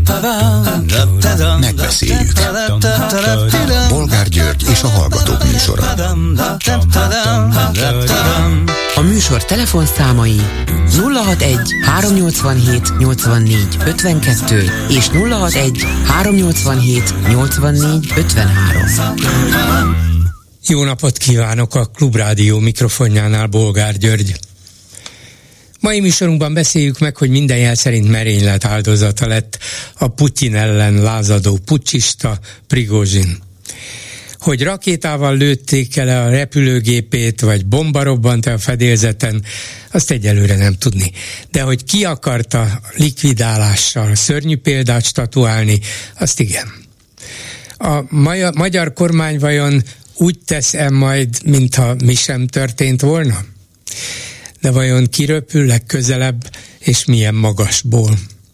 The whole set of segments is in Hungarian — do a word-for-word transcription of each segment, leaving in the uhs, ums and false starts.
Megbeszéljük. Bolgár György és a Hallgatók műsora. A műsor telefonszámai nulla hatvanegy háromnyolcvanhét nyolcvannégy ötvenkettő és nulla hatvanegy háromnyolcvanhét nyolcvannégy ötvenhárom. Jó napot kívánok, a Klubrádió mikrofonjánál Bolgár György. Mai műsorunkban beszéljük meg, hogy minden jel szerint merénylet áldozata lett a Putyin ellen lázadó puccsista Prigozsin. Hogy rakétával lőtték el a repülőgépét, vagy bomba robbant a fedélzeten, azt egyelőre nem tudni. De hogy ki akarta likvidálással szörnyű példát statuálni, azt igen. A magyar kormány vajon úgy tesz-e majd, mintha mi sem történt volna? De vajon kiröpül legközelebb, és milyen magasból?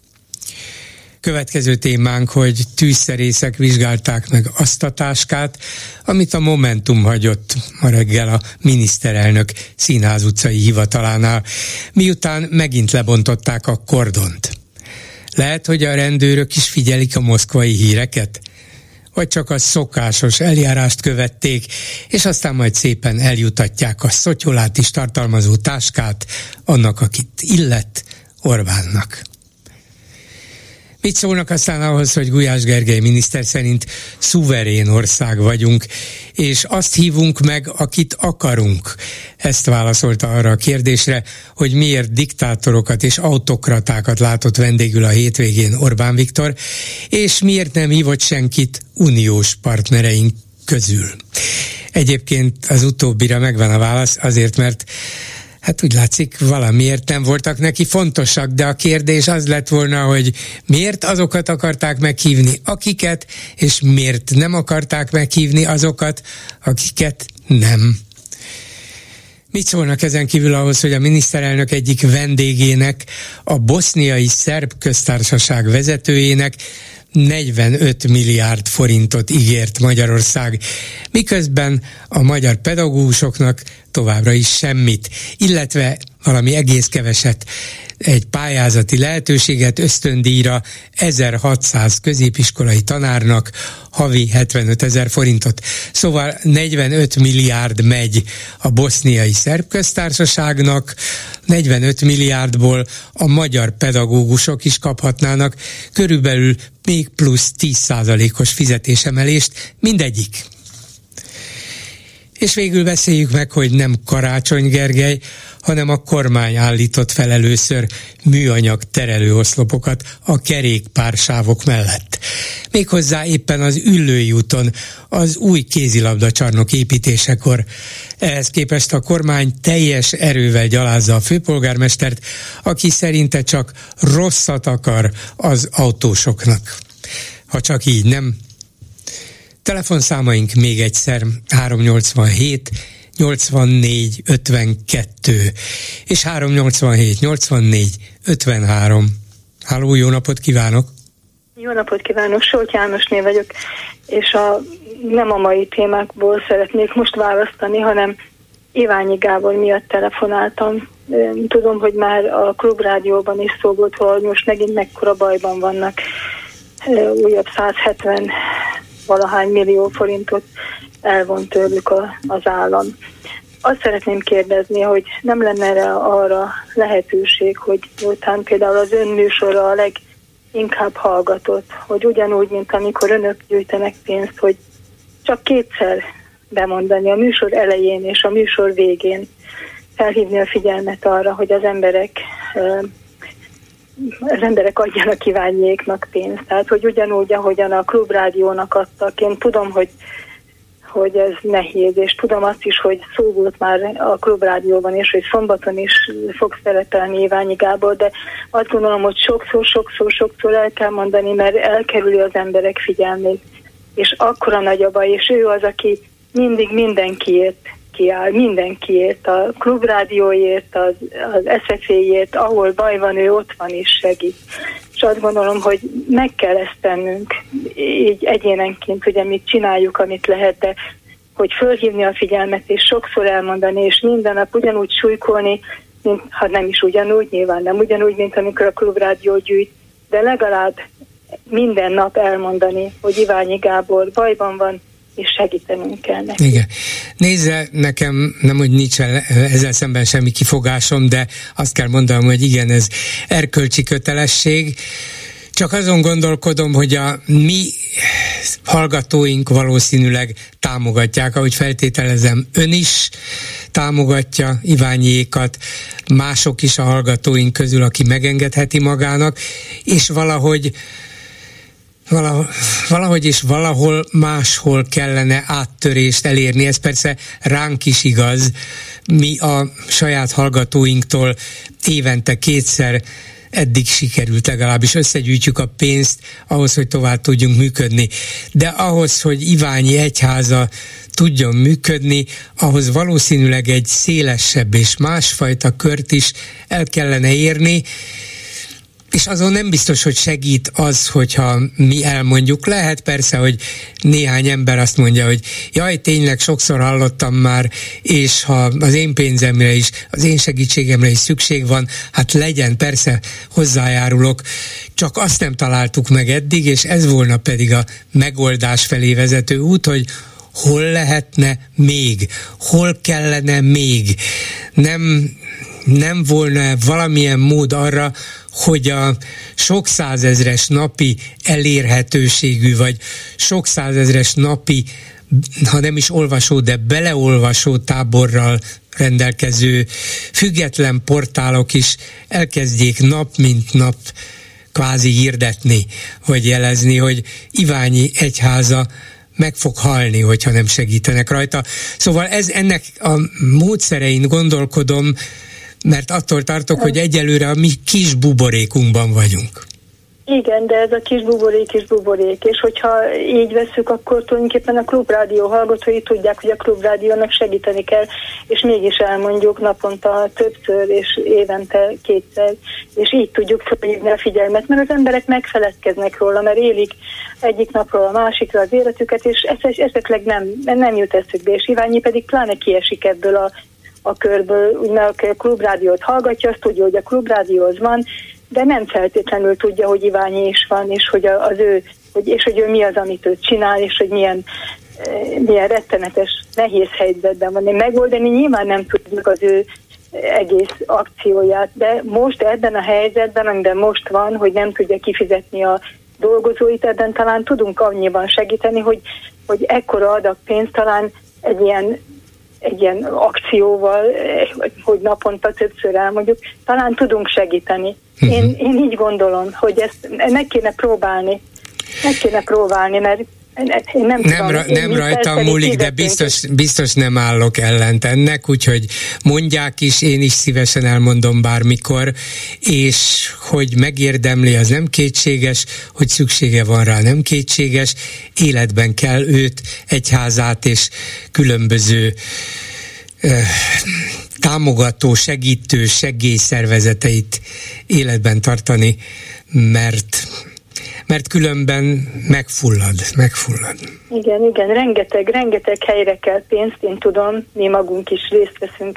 Következő témánk, hogy tűzszerészek vizsgálták meg azt a táskát, amit a Momentum hagyott ma reggel a miniszterelnök Színház utcai hivatalánál, miután megint lebontották a kordont. Lehet, hogy a rendőrök is figyelik a moszkvai híreket? Vagy csak a szokásos eljárást követték, és aztán majd szépen eljutatják a szotyolát is tartalmazó táskát annak, akit illet, Orbánnak. Mit szólnak aztán ahhoz, hogy Gulyás Gergely miniszter szerint szuverén ország vagyunk, és azt hívunk meg, akit akarunk? Ezt válaszolta arra a kérdésre, hogy miért diktátorokat és autokratákat látott vendégül a hétvégén Orbán Viktor, és miért nem hívott senkit uniós partnereink közül. Egyébként az utóbbira megvan a válasz, azért, mert hát úgy látszik, valamiért nem voltak neki fontosak, de a kérdés az lett volna, hogy miért azokat akarták meghívni, akiket, és miért nem akarták meghívni azokat, akiket nem. Mit szólnak ezen kívül ahhoz, hogy a miniszterelnök egyik vendégének, a boszniai szerb köztársaság vezetőjének negyvenöt milliárd forintot ígért Magyarország, miközben a magyar pedagógusoknak továbbra is semmit, illetve valami egész keveset, egy pályázati lehetőséget ösztöndíjra ezerhatszáz középiskolai tanárnak havi hetvenötezer forintot. Szóval negyvenöt milliárd megy a boszniai szerb köztársaságnak, negyvenöt milliárdból a magyar pedagógusok is kaphatnának körülbelül még plusz tíz százalékos fizetésemelést mindegyik. És végül beszéljük meg, hogy nem Karácsony Gergely, hanem a kormány állított fel először műanyag terelőoszlopokat a kerékpársávok mellett. Méghozzá éppen az Üllői úton, az új kézilabdacsarnok építésekor. Ehhez képest a kormány teljes erővel gyalázza a főpolgármestert, aki szerinte csak rosszat akar az autósoknak. Ha csak így nem. Telefonszámaink még egyszer háromnyolcvanhét nyolcvannégy ötvenkettő és háromnyolcvanhét nyolcvannégy ötvenhárom. Halló, jó napot kívánok! Jó napot kívánok, Solt Jánosné vagyok, és a, nem a mai témákból szeretnék most választani, hanem Iványi Gábor miatt telefonáltam. Tudom, hogy már a Klubrádióban is szó volt, hogy most megint mekkora bajban vannak. Újabb százhetven valahány millió forintot elvont tőlük a, az állam. Azt szeretném kérdezni, hogy nem lenne erre arra lehetőség, hogy után például az ön műsora a leginkább hallgatott, hogy ugyanúgy, mint amikor önök gyűjtenek pénzt, hogy csak kétszer bemondani a műsor elején és a műsor végén, felhívni a figyelmet arra, hogy az emberek az emberek adjanak Iványéknak pénzt. Tehát, hogy ugyanúgy, ahogyan a Klubrádiónak adtak. Én tudom, hogy, hogy ez nehéz, és tudom azt is, hogy szó volt már a Klubrádióban, és hogy szombaton is fog szerepelni Iványi Gábor, de azt gondolom, hogy sokszor, sokszor, sokszor el kell mondani, mert elkerüli az emberek figyelmét. És akkora nagy a baj, és ő az, aki mindig mindenkiért kiáll, mindenkiért, a Klubrádióért, az, az es ef é-ért, ahol baj van, ő ott van és segít. És azt gondolom, hogy meg kell ezt tennünk, így egyénenként, ugye mit csináljuk, amit lehet, de hogy fölhívni a figyelmet, és sokszor elmondani, és minden nap ugyanúgy súlykolni, mint, ha nem is ugyanúgy, nyilván nem ugyanúgy, mint amikor a Klubrádió gyűjt, de legalább minden nap elmondani, hogy Iványi Gábor bajban van, és segítenünk kell neki. Igen. Nézze, nekem nem, hogy nincs ezzel szemben semmi kifogásom, de azt kell mondanom, hogy igen, ez erkölcsi kötelesség. Csak azon gondolkodom, hogy a mi hallgatóink valószínűleg támogatják, ahogy feltételezem, ön is támogatja Iványiékat, mások is a hallgatóink közül, aki megengedheti magának, és valahogy Valahogy, valahogy és valahol máshol kellene áttörést elérni. Ez persze ránk is igaz. Mi a saját hallgatóinktól évente kétszer eddig sikerült legalábbis összegyűjtjük a pénzt ahhoz, hogy tovább tudjunk működni. De ahhoz, hogy Iványi egyháza tudjon működni, ahhoz valószínűleg egy szélesebb és másfajta kört is el kellene érni, és azon nem biztos, hogy segít az, hogyha mi elmondjuk. Lehet persze, hogy néhány ember azt mondja, hogy jaj, tényleg sokszor hallottam már, és ha az én pénzemre is, az én segítségemre is szükség van, hát legyen, persze hozzájárulok, csak azt nem találtuk meg eddig, és ez volna pedig a megoldás felé vezető út, hogy hol lehetne még, hol kellene még. Nem, nem volna valamilyen mód arra, hogy a sok százezres napi elérhetőségű, vagy sok százezres napi, ha nem is olvasó, de beleolvasó táborral rendelkező független portálok is elkezdjék nap mint nap kvázi hirdetni, vagy jelezni, hogy Iványi egyháza meg fog halni, hogyha nem segítenek rajta. Szóval ez ennek a módszerein gondolkodom, mert attól tartok, hogy egyelőre a mi kis buborékunkban vagyunk. Igen, de ez a kis buborék is buborék, és hogyha így vesszük, akkor tulajdonképpen a Klubrádió hallgatói tudják, hogy a Klubrádiónak segíteni kell, és mégis elmondjuk naponta többször, és évente kétszer, és így tudjuk felhívni a figyelmet, mert az emberek megfeledkeznek róla, mert élik egyik napról a másikra az életüket, és esetleg nem, nem jut eszükbe, és Iványi pedig pláne kiesik ebből a a körből, úgy mert a Klubrádiót hallgatja, azt tudja, hogy a Klubrádió az van, de nem feltétlenül tudja, hogy Iványi is van, és hogy az ő, hogy, és hogy ő mi az, amit ő csinál, és hogy milyen, milyen rettenetes, nehéz helyzetben van. Megoldani nyilván nem tudjuk az ő egész akcióját, de most ebben a helyzetben, amiben most van, hogy nem tudja kifizetni a dolgozóit, ebben talán tudunk annyiban segíteni, hogy, hogy ekkora adag pénzt talán egy ilyen egy ilyen akcióval, hogy naponta többször elmondjuk, talán tudunk segíteni. Én, én így gondolom, hogy ezt meg kéne próbálni. Meg kéne próbálni, mert én nem, nem, ra, nem rajtam múlik, de biztos, biztos nem állok ellent ennek, úgyhogy mondják is, én is szívesen elmondom bármikor, és hogy megérdemli, az nem kétséges, hogy szüksége van rá, nem kétséges, életben kell őt, egyházát és különböző eh, támogató, segítő, segélyszervezeteit életben tartani, mert mert különben megfullad, megfullad. Igen, igen, rengeteg, rengeteg helyre kell pénzt, én tudom, mi magunk is részt veszünk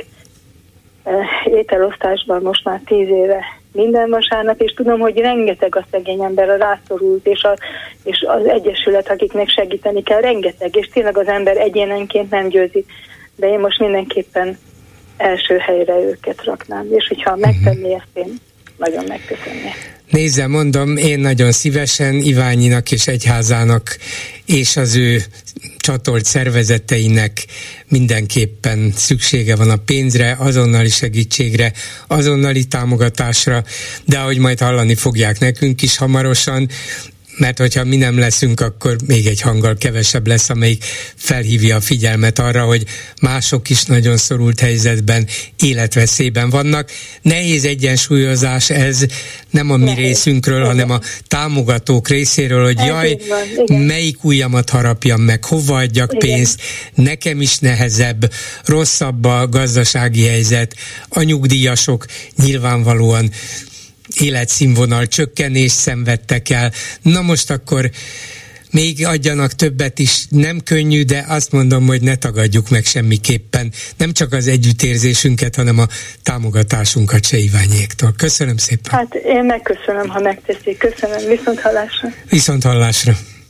ételosztásban most már tíz éve minden vasárnap, és tudom, hogy rengeteg a szegény ember, a rászorult, és, a, és az egyesület, akiknek segíteni kell, rengeteg, és tényleg az ember egyénenként nem győzi, de én most mindenképpen első helyre őket raknám, és hogyha megtenné ezt, én nagyon megköszönni. Nézze, mondom, én nagyon szívesen Iványinak és egyházának és az ő csatolt szervezeteinek mindenképpen szüksége van a pénzre, azonnali segítségre, azonnali támogatásra, de ahogy majd hallani fogják nekünk is hamarosan, mert hogyha mi nem leszünk, akkor még egy hanggal kevesebb lesz, amelyik felhívja a figyelmet arra, hogy mások is nagyon szorult helyzetben, életveszélyben vannak. Nehéz egyensúlyozás ez, nem a mi Nehéz. részünkről, igen. hanem a támogatók részéről, hogy ez jaj, van, melyik ujjamat harapjam meg, hova adjak igen. pénzt, nekem is nehezebb, rosszabb a gazdasági helyzet, a nyugdíjasok nyilvánvalóan életszínvonal csökkenést szenvedtek el. Na most akkor még adjanak többet is, nem könnyű, de azt mondom, hogy ne tagadjuk meg semmiképpen, nem csak az együttérzésünket, hanem a támogatásunkat se Iványéktól. Köszönöm szépen. Hát én megköszönöm, ha megteszik. Köszönöm, viszont hallásra. Viszont hallásra.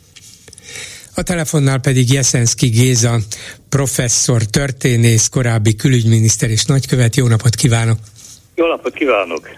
A telefonnál pedig Jeszenszky Géza, professzor, történész, korábbi külügyminiszter és nagykövet. Jó napot kívánok! Jó napot kívánok!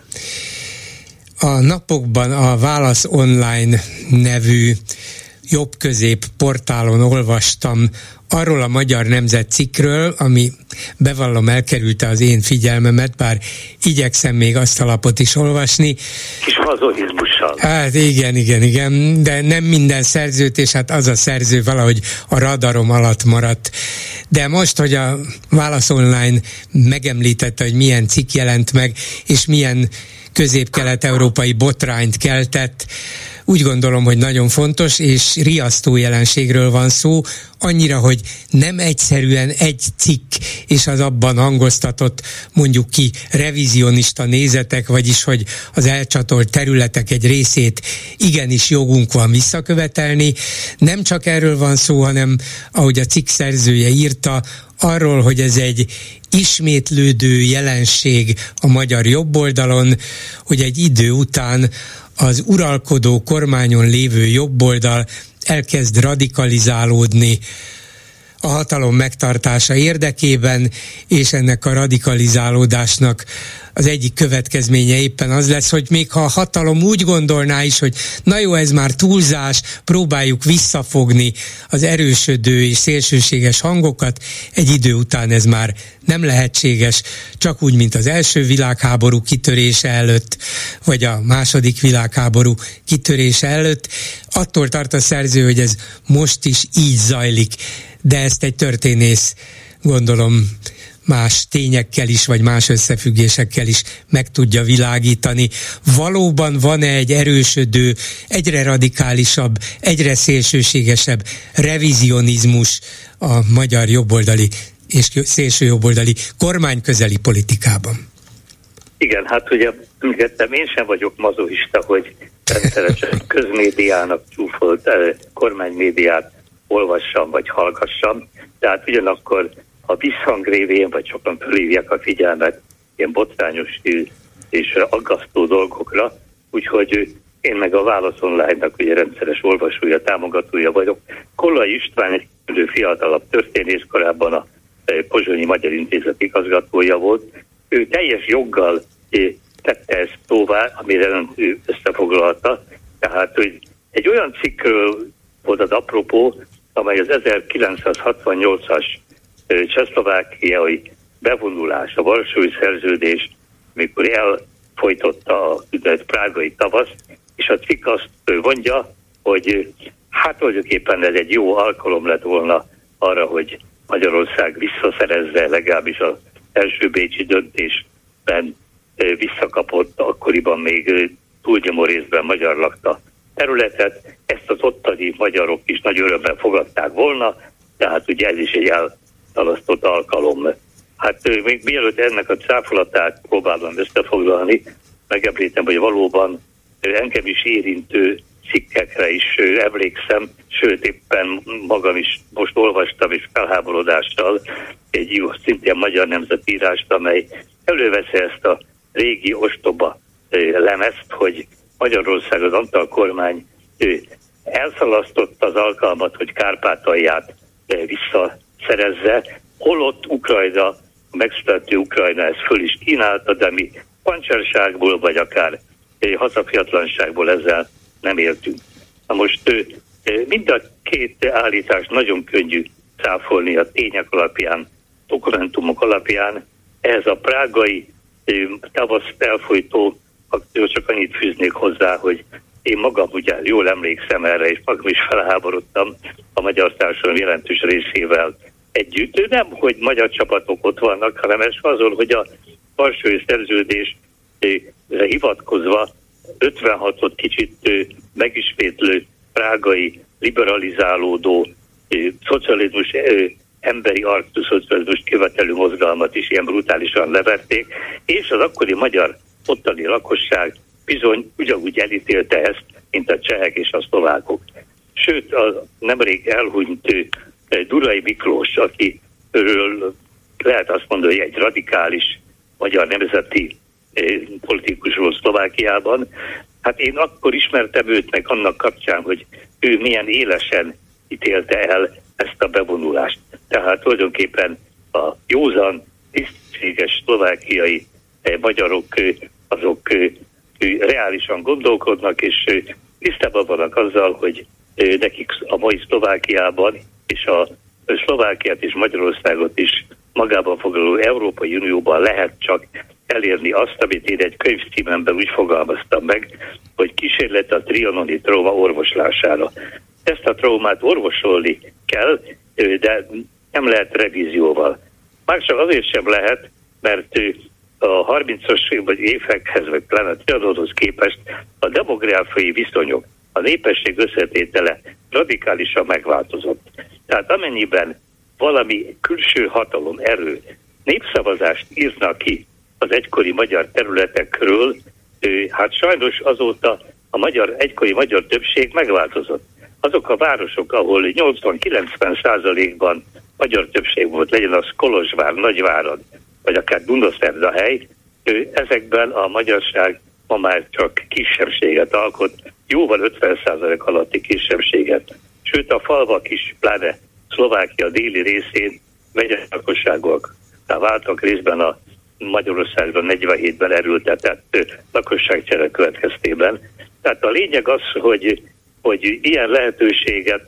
A napokban a Válasz Online nevű jobb-közép portálon olvastam arról a Magyar Nemzet cikkről, ami, bevallom, elkerülte az én figyelmemet, bár igyekszem még azt a lapot is olvasni. Kis mazochizmussal. Hát igen, igen, igen, de nem minden szerzőt, és hát az a szerző valahogy a radarom alatt maradt. De most, hogy a Válasz Online megemlítette, hogy milyen cikk jelent meg, és milyen közép-kelet-európai botrányt keltett, úgy gondolom, hogy nagyon fontos és riasztó jelenségről van szó, annyira, hogy nem egyszerűen egy cikk és az abban hangoztatott, mondjuk ki, revizionista nézetek, vagyis hogy az elcsatolt területek egy részét igenis jogunk van visszakövetelni. Nem csak erről van szó, hanem, ahogy a cikk szerzője írta, arról, hogy ez egy ismétlődő jelenség a magyar jobboldalon, hogy egy idő után az uralkodó kormányon lévő jobboldal elkezd radikalizálódni a hatalom megtartása érdekében, és ennek a radikalizálódásnak az egyik következménye éppen az lesz, hogy még ha a hatalom úgy gondolná is, hogy na jó, ez már túlzás, próbáljuk visszafogni az erősödő és szélsőséges hangokat, egy idő után ez már nem lehetséges, csak úgy, mint az első világháború kitörése előtt, vagy a második világháború kitörése előtt. Attól tart a szerző, hogy ez most is így zajlik, de ezt egy történész, gondolom, más tényekkel is, vagy más összefüggésekkel is meg tudja világítani. Valóban van-e egy erősödő, egyre radikálisabb, egyre szélsőségesebb revizionizmus a magyar jobboldali és szélsőjobboldali kormányközeli politikában? Igen, hát ugye említettem, én sem vagyok mazochista, hogy rendszeresen közmédiának csúfolt eh, kormánymédiát olvassam vagy hallgassam, tehát ugyanakkor a visszhang révén, vagy sokan fölhívják a figyelmet ilyen botrányos és aggasztó dolgokra, úgyhogy én meg a Válasz Online-nak ugye rendszeres olvasója, támogatója vagyok. Kollai István egy fiatalabb történész, korábban a Pozsonyi Magyar Intézet igazgatója volt. Ő teljes joggal tette ezt szóvá, amire ő összefoglalta, tehát hogy egy olyan cikkről volt az apropó, amely az ezerkilencszázhatvannyolcas csehszlovákiai bevonulás, a Varsói Szerződés, mikor elfojtotta a prágai tavasz, és a cikk azt mondja, hogy hát tulajdonképpen ez egy jó alkalom lett volna arra, hogy Magyarország visszaszerezze, legalábbis az első bécsi döntésben visszakapott, akkoriban még túlnyomó részben magyar lakta területet. Ezt az ottani magyarok is nagy örömmel fogadták volna, tehát ugye ez is egy eltalasztott alkalom. Hát még mielőtt ennek a cáfolatát próbálom összefoglalni, megemlítem, hogy valóban engem is érintő cikkekre is emlékszem, sőt éppen magam is most olvastam és felháborodással egy jó, szintén Magyar Nemzetírást, amely előveszi ezt a régi ostoba lemezt, hogy Magyarország, az Antal kormány elszalasztotta az alkalmat, hogy Kárpátalját visszaszerezze, holott Ukrajna, a megszülető Ukrajna ezt föl is kínálta, de mi pancserságból, vagy akár hazafiatlanságból ezzel nem éltünk. Na most mind a két állítást nagyon könnyű cáfolni a tények alapján, dokumentumok alapján. Ehhez a prágai tavaszt elfolytó akció, csak annyit fűznék hozzá, hogy én magam ugye jól emlékszem erre, és magam is felháborodtam a magyar társadalom jelentős részével együtt. Nem, hogy magyar csapatok ott vannak, hanem ez azon, hogy a Varsói Szerződésre hivatkozva ötvenhatot kicsit megismétlő prágai, liberalizálódó, szocializmus, emberi arcú szocializmus követelő mozgalmat is ilyen brutálisan leverték, és az akkori magyar ottani lakosság bizony ugyanúgy elítélte ezt, mint a csehek és a szlovákok. sőt a nemrég elhunyt Durai Miklós, akiről lehet azt mondani, hogy egy radikális magyar nemzeti politikus volt Szlovákiában. Hát én akkor ismertem őt meg annak kapcsán, hogy ő milyen élesen ítélte el ezt a bevonulást. Tehát tulajdonképpen a józan, tisztességes szlovákiai magyarok, azok reálisan gondolkodnak, és tisztában vannak azzal, hogy nekik a mai Szlovákiában és a Szlovákiát és Magyarországot is magában foglaló Európai Unióban lehet csak elérni azt, amit én egy könyvcímemben úgy fogalmaztam meg, hogy kísérlet a trianoni trauma orvoslására. Ezt a traumát orvosolni kell, de nem lehet revízióval. Már csak azért sem lehet, mert a harmincas vagy évekhez, vagy pláne a trianonhoz képest a demográfiai viszonyok, a népesség összetétele radikálisan megváltozott. Tehát amennyiben valami külső hatalom, erő népszavazást írna ki az egykori magyar területekről, hát sajnos azóta a magyar, egykori magyar többség megváltozott. Azok a városok, ahol nyolcvan-kilencven százalékban magyar többség volt, legyen az Kolozsvár, Nagyvárad, vagy akár Dunaszerdahely, ezekben a magyarság ma már csak kisebbséget alkot, jóval ötven százalék alatti kisebbséget. Sőt, a falvak is, pláne Szlovákia déli részén megyei lakosságok váltak, részben a Magyarországra negyvenhétben erőltetett lakosságcsere következtében. Tehát a lényeg az, hogy, hogy ilyen lehetőséget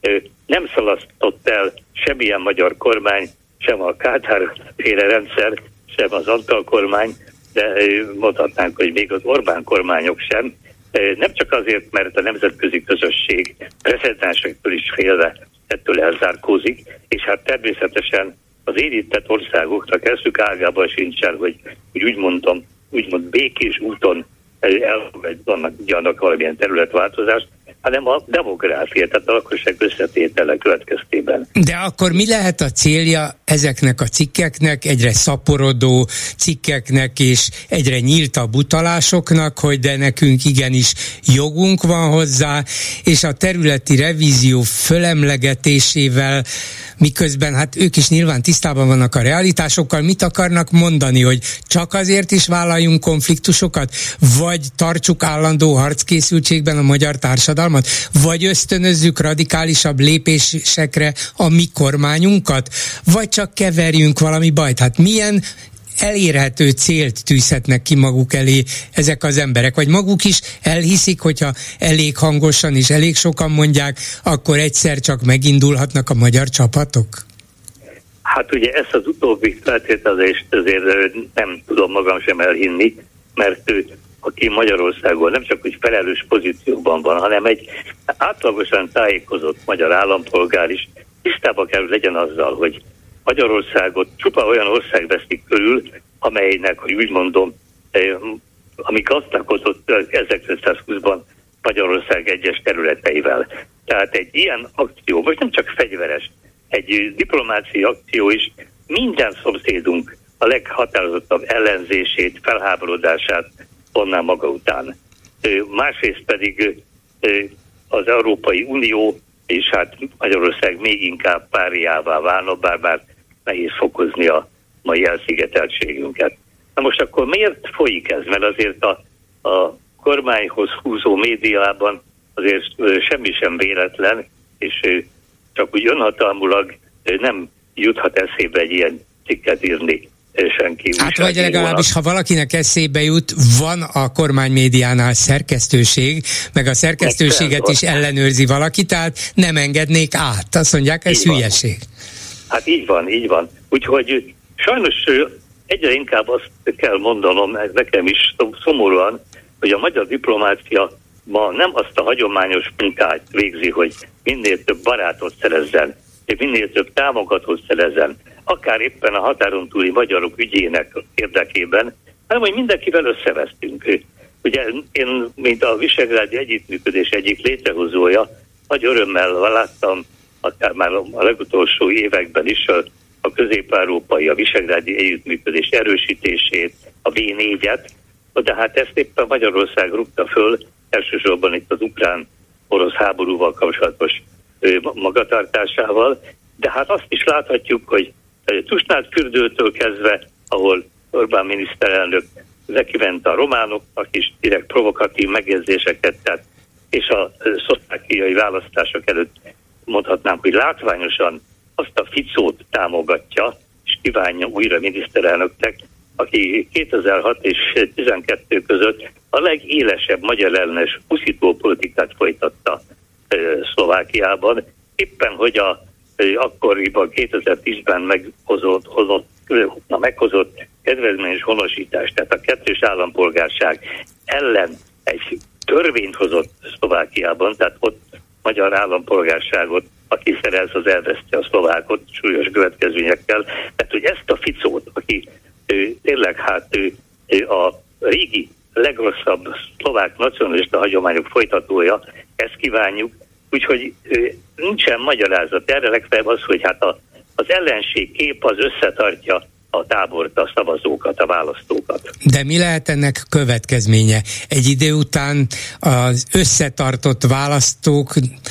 nem szalasztott el semmilyen magyar kormány, sem a Kádár-féle rendszer, sem az Antal kormány, de mondhatnánk, hogy még az Orbán kormányok sem. Nem csak azért, mert a nemzetközi közösség precedensektől is félve ettől elzárkózik, és hát természetesen az érintett országoknak eszük ágában sincsen, hogy, hogy úgy mondom, úgymond békés úton elfogadjanak valamilyen területváltozást, hanem a demográfia, tehát a lakosság összetétele következtében. De akkor mi lehet a célja ezeknek a cikkeknek, egyre szaporodó cikkeknek és egyre nyíltabb utalásoknak, hogy de nekünk igenis jogunk van hozzá, és a területi revízió fölemlegetésével, miközben hát ők is nyilván tisztában vannak a realitásokkal, mit akarnak mondani, hogy csak azért is vállaljunk konfliktusokat, vagy tartsuk állandó harckészültségben a magyar társadalmat, vagy ösztönözzük radikálisabb lépésekre a mi kormányunkat, vagy csak keverjünk valami bajt. Hát milyen elérhető célt tűzhetnek ki maguk elé ezek az emberek, vagy maguk is elhiszik, hogyha elég hangosan és elég sokan mondják, akkor egyszer csak megindulhatnak a magyar csapatok? Hát ugye ezt az utóbbi feltételezést azért nem tudom magam sem elhinni, mert ő, aki Magyarországon nem csak úgy felelős pozícióban van, hanem egy átlagosan tájékozott magyar állampolgár is tisztában kell legyen azzal, hogy Magyarországot csupa olyan ország veszik körül, amelynek, hogy úgy mondom, ami gazdagodott ezerkilencszázhúszban Magyarország egyes területeivel. Tehát egy ilyen akció, most nem csak fegyveres, egy diplomáciai akció is minden szomszédunk a leghatározottabb ellenzését, felháborodását onnan maga után. Másrészt pedig az Európai Unió és hát Magyarország még inkább páriává válna, bár már nehéz fokozni a mai elszigeteltségünket. Na most akkor miért folyik ez? Mert azért a, a kormányhoz húzó médiában azért semmi sem véletlen, és csak úgy önhatalmulag nem juthat eszébe egy ilyen cikket írni senki. Hát vagy legalábbis, ha valakinek eszébe jut, van a kormánymédiánál szerkesztőség, meg a szerkesztőséget is ellenőrzi valaki, tehát nem engednék át. Azt mondják, ez így hülyeség. Van. Hát így van, így van. Úgyhogy sajnos egyre inkább azt kell mondanom, nekem is szomorúan, hogy a magyar diplomácia ma nem azt a hagyományos munkát végzi, hogy minél több barátot szerezzen, minél több támogatót szerezzen, akár éppen a határon túli magyarok ügyének érdekében, hanem hogy mindenkivel összevesztünk. Ugye én, mint a Visegrádi Együttműködés egyik létrehozója, nagy örömmel láttam, akár már a legutolsó években is a, a közép-európai, a Visegrádi Együttműködés erősítését, a vé négyet, de hát ezt éppen Magyarország rúgta föl, elsősorban itt az ukrán orosz háborúval kapcsolatos magatartásával, de hát azt is láthatjuk, hogy Tusnád-fürdőtől kezdve, ahol Orbán miniszterelnök nekiment a románoknak is direkt provokatív megjegyzéseket tett, és a szlovákiai választások előtt mondhatnám, hogy látványosan azt a Ficót támogatja, és kívánja újra miniszterelnöknek, aki kétezer-hat és tizenkettő között a legélesebb magyar ellenes uszító politikát folytatta Szlovákiában. Éppen, hogy a akkoriban kétezer-tízben meghozott, hozott, na, meghozott kedvezményes honosítás, tehát a kettős állampolgárság ellen egy törvényt hozott Szlovákiában, tehát ott magyar állampolgárságot, aki szerez, az elveszti a szlovákot súlyos következményekkel. Tehát, hogy ezt a Ficót, aki ő, tényleg hát ő, ő a régi, legrosszabb szlovák nacionalista hagyományok folytatója, ezt kívánjuk, úgyhogy ő, nincsen magyarázat. Erre legfeljebb az, hogy hát a, az ellenség kép az összetartja a tábort, a szavazókat, a választókat. De mi lehet ennek következménye? Egy idő után az összetartott választók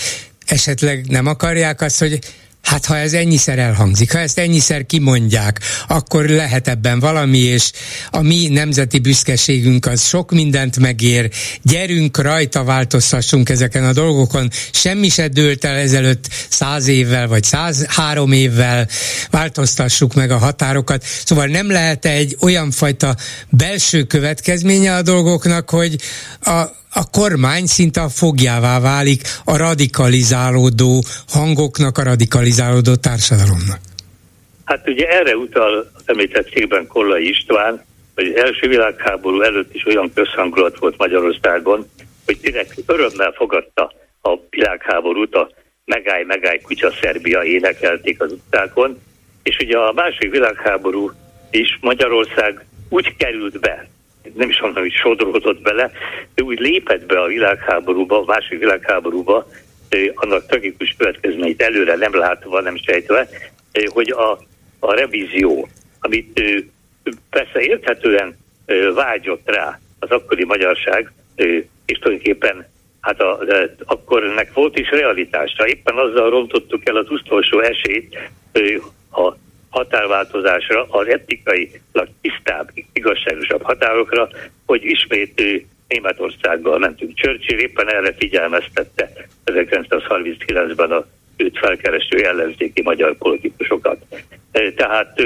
esetleg nem akarják azt, hogy hát ha ez ennyiszer elhangzik, ha ezt ennyiszer kimondják, akkor lehet ebben valami, és a mi nemzeti büszkeségünk az sok mindent megér, gyerünk rajta, változtassunk ezeken a dolgokon, semmi se dőlt el ezelőtt száz évvel, vagy százhárom évvel, változtassuk meg a határokat. Szóval nem lehet egy olyan fajta belső következménye a dolgoknak, hogy a a kormány szinte a fogjává válik a radikalizálódó hangoknak, a radikalizálódó társadalomnak. Hát ugye erre utal az említett cikkben Kollai István, hogy az első világháború előtt is olyan közhangulat volt Magyarországon, hogy direkt örömmel fogadta a világháborút, a megállj, megállj, kutya Szerbia énekelték az utcákon, és ugye a második világháború is Magyarország úgy került be, nem is mondom, hogy sodródott bele, de úgy lépett be a világháborúba, a második világháborúba, annak tragikus következményeit előre nem látva, nem sejtve, hogy a, a revízió, amit persze érthetően vágyott rá az akkori magyarság, és tulajdonképpen hát a, akkor ennek volt is realitása. Éppen azzal rontottuk el az utolsó esélyt a határváltozásra, az etnikailag tisztább, igazságosabb határokra, hogy ismét Németországgal mentünk. Churchill éppen erre figyelmeztette ezerkilencszázharminckilencben a őt felkereső ellenzéki magyar politikusokat. Tehát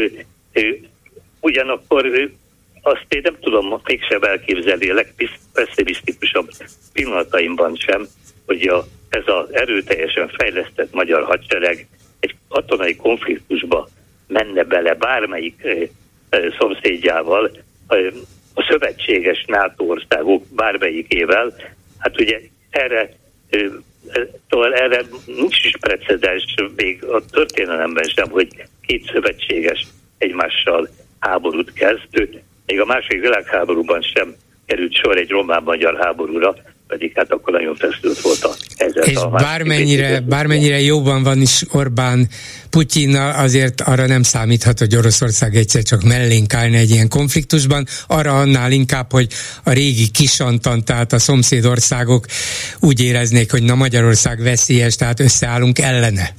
ugyanakkor azt én nem tudom mégsem elképzelni a legpessimisztikusabb pillanataimban sem, hogy a, ez az erőteljesen fejlesztett magyar hadsereg egy katonai konfliktusba menne bele bármelyik eh, szomszédjával, eh, a szövetséges NATO országok bármelyikével. Hát ugye erre, eh, szóval erre nincs is precedens még a történelemben sem, hogy két szövetséges egymással háborút kezd. Még a második világháborúban sem került sor egy román-magyar háborúra, pedig hát akkor nagyon feszült volt a helyzet. És bármennyire, bármennyire jóban van is Orbán Putyinnal, azért arra nem számíthat, hogy Oroszország egyszer csak mellénk állna egy ilyen konfliktusban, arra annál inkább, hogy a régi kisantan, tehát a szomszédországok úgy éreznék, hogy na Magyarország veszélyes, tehát összeállunk ellene.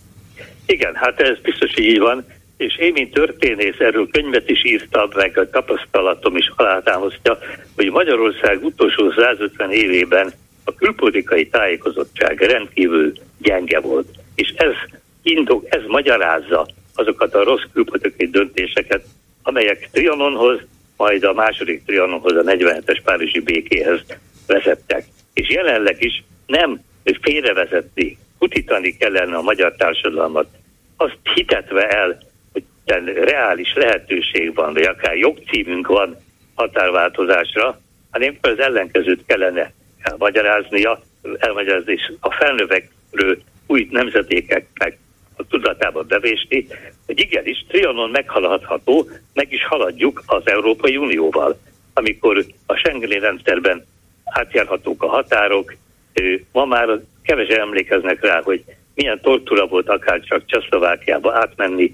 Igen, hát ez biztos így van, és én, mint történész, erről könyvet is írtam, meg a tapasztalatom is alátámasztja, hogy Magyarország utolsó százötven évében a külpolitikai tájékozottság rendkívül gyenge volt. És ez indok, ez magyarázza azokat a rossz külpolitikai döntéseket, amelyek Trianonhoz, majd a második Trianonhoz, a negyvenhetes párizsi békéhez vezettek. És jelenleg is nem félrevezetni, kutítani kellene a magyar társadalmat, azt hitetve el, hogy reális lehetőség van, vagy akár jogcímünk van határváltozásra, hanem az ellenkezőt kellene elmagyaráznia, elmagyarázni, és a felnövekvő új nemzetékeknek a tudatába bevésni, hogy igenis, Trianon meghaladható, meg is haladjuk az Európai Unióval. Amikor a Schengeni rendszerben átjárhatók a határok, ma már kevesen emlékeznek rá, hogy milyen tortúra volt akár csak Csehszlovákiába átmenni,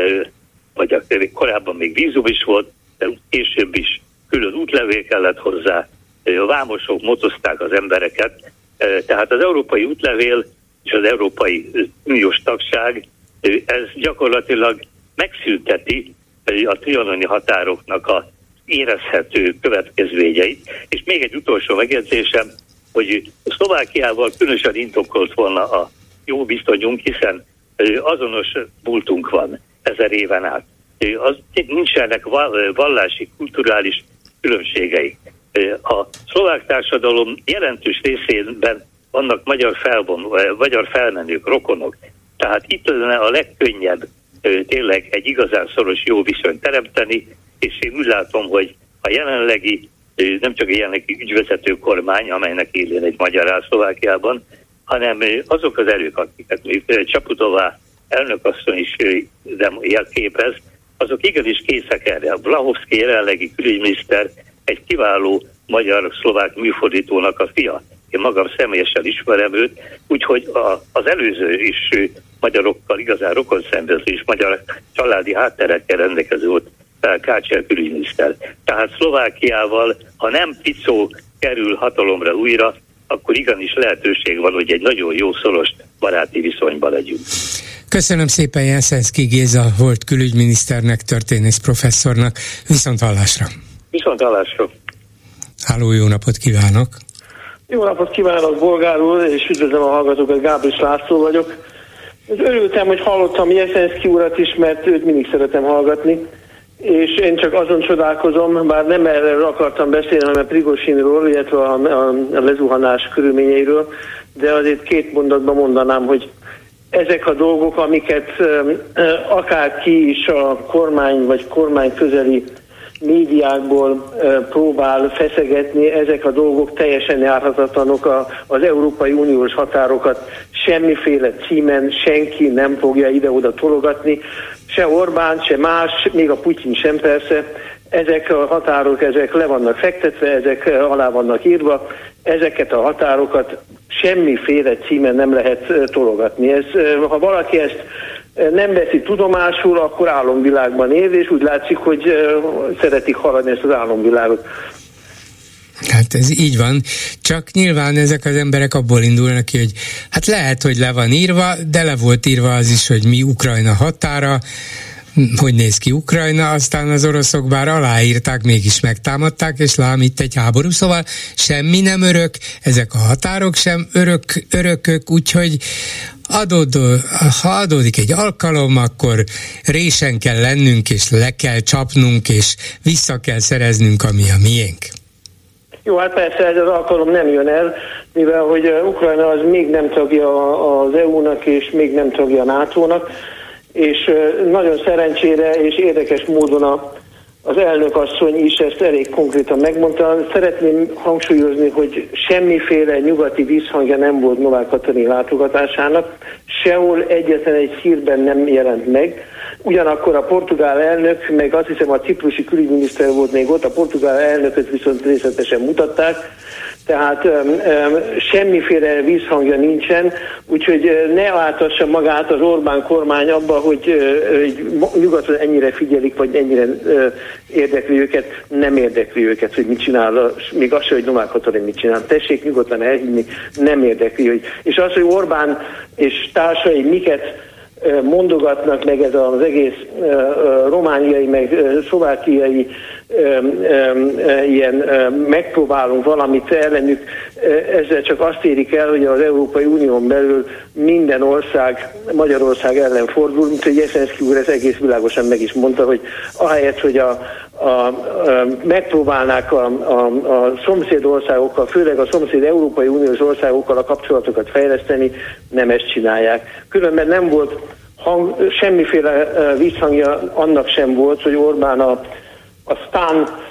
vagy korábban még vízum is volt, de később is külön útlevél kellett hozzá, a vámosok motozták az embereket, Tehát az európai útlevél és az Európai Uniós tagság, ez gyakorlatilag megszünteti a trianoni határoknak a érezhető következményeit. És még egy utolsó megjegyzésem, hogy Szlovákiával különösen indokolt volna a jó viszonyunk, hiszen azonos múltunk van ezer éven át. Az, nincsenek vallási, kulturális különbségei. A szlovák társadalom jelentős részében vannak magyar, felvon, magyar felmenők, rokonok. Tehát itt lenne a legkönnyebb tényleg egy igazán szoros jó viszonyt teremteni, és én úgy látom, hogy a jelenlegi, nem csak a jelenlegi ügyvezető kormány, amelynek élén egy magyar áll Szlovákiában, hanem azok az erők, akiket Csaputová elnökasszony is képez, azok igenis készek erre. Vlahovszky jelenlegi külügyminiszter egy kiváló magyar-szlovák műfordítónak a fia. Én magam személyesen ismerem őt, úgyhogy a, az előző is magyarokkal igazán rokon szembező és magyar családi hátterekkel rendelkező volt Kácsel külügyminiszter. Tehát Szlovákiával, ha nem Ficó kerül hatalomra újra, akkor igenis lehetőség van, hogy egy nagyon jó, szoros baráti viszonyban legyünk. Köszönöm szépen Jeszenszky Géza volt külügyminiszternek, történész professzornak. Viszont hallásra! Viszont hallásra! Háló, jó napot kívánok! Jó napot kívánok, Bolgár úr, és üdvözlöm a hallgatókat, Gábris László vagyok. Örültem, hogy hallottam Jeszenszky urat is, mert őt mindig szeretem hallgatni, és én csak azon csodálkozom, bár nem erről akartam beszélni, hanem a Prigozsinról, illetve a, a, a lezuhanás körülményeiről, de azért két mondatban mondanám, hogy ezek a dolgok, amiket akárki is a kormány vagy kormány közeli médiákból próbál feszegetni, ezek a dolgok teljesen járhatatlanok, a, az Európai Uniós határokat semmiféle címen senki nem fogja ide-oda tologatni, se Orbán, se más, még a Putyin sem persze. Ezek a határok, ezek le vannak fektetve, ezek alá vannak írva, ezeket a határokat semmiféle címen nem lehet tologatni. Ez, ha valaki ezt nem veszi tudomásul, akkor álomvilágban él, és úgy látszik, hogy szeretik haladni ezt az álomvilágot. Hát ez így van, csak nyilván ezek az emberek abból indulnak ki, hogy hát lehet, hogy le van írva, de le volt írva az is, hogy mi Ukrajna határa, hogy néz ki Ukrajna, aztán az oroszok bár aláírták, mégis megtámadták, és lám itt egy háború, szóval semmi nem örök, ezek a határok sem örök, örökök, úgyhogy adód, ha adódik egy alkalom, akkor résen kell lennünk, és le kell csapnunk, és vissza kell szereznünk, ami a miénk. Jó, hát persze ez az alkalom nem jön el, mivel hogy Ukrajna az még nem tagja az é u-nak, és még nem tagja a nátónak, és nagyon szerencsére és érdekes módon a, az elnök asszony is ezt elég konkrétan megmondta. Szeretném hangsúlyozni, hogy semmiféle nyugati vízhangja nem volt Novák Katalin látogatásának, sehol egyetlen egy hírben nem jelent meg. Ugyanakkor a portugál elnök, meg azt hiszem a ciprusi külügyminiszter volt még ott, a portugál elnököt viszont részletesen mutatták, tehát um, um, semmiféle vízhangja nincsen, úgyhogy ne váltassa magát az Orbán kormány abba, hogy uh, nyugaton ennyire figyelik, vagy ennyire uh, érdekli őket, nem érdekli őket, hogy mit csinál, még az sem, hogy Novák Katalin mit csinál. Tessék nyugodtan elhinni, nem érdekli. Hogy, és az, hogy Orbán és társai miket mondogatnak, meg ez az egész uh, romániai, meg uh, szlovákiai um, um, ilyen uh, megpróbálunk valamit ellenük, uh, ezzel csak azt érik el, hogy az Európai Unión belül minden ország Magyarország ellen fordul, mint hogy Jeszenszky úr ez egész világosan meg is mondta, hogy ahelyett, hogy a, a, a, megpróbálnák a, a, a szomszéd országokkal, főleg a szomszéd Európai Uniós országokkal a kapcsolatokat fejleszteni, nem ezt csinálják. Különben nem volt hang, semmiféle uh, vízhangja annak sem volt, hogy Orbán a, a Stán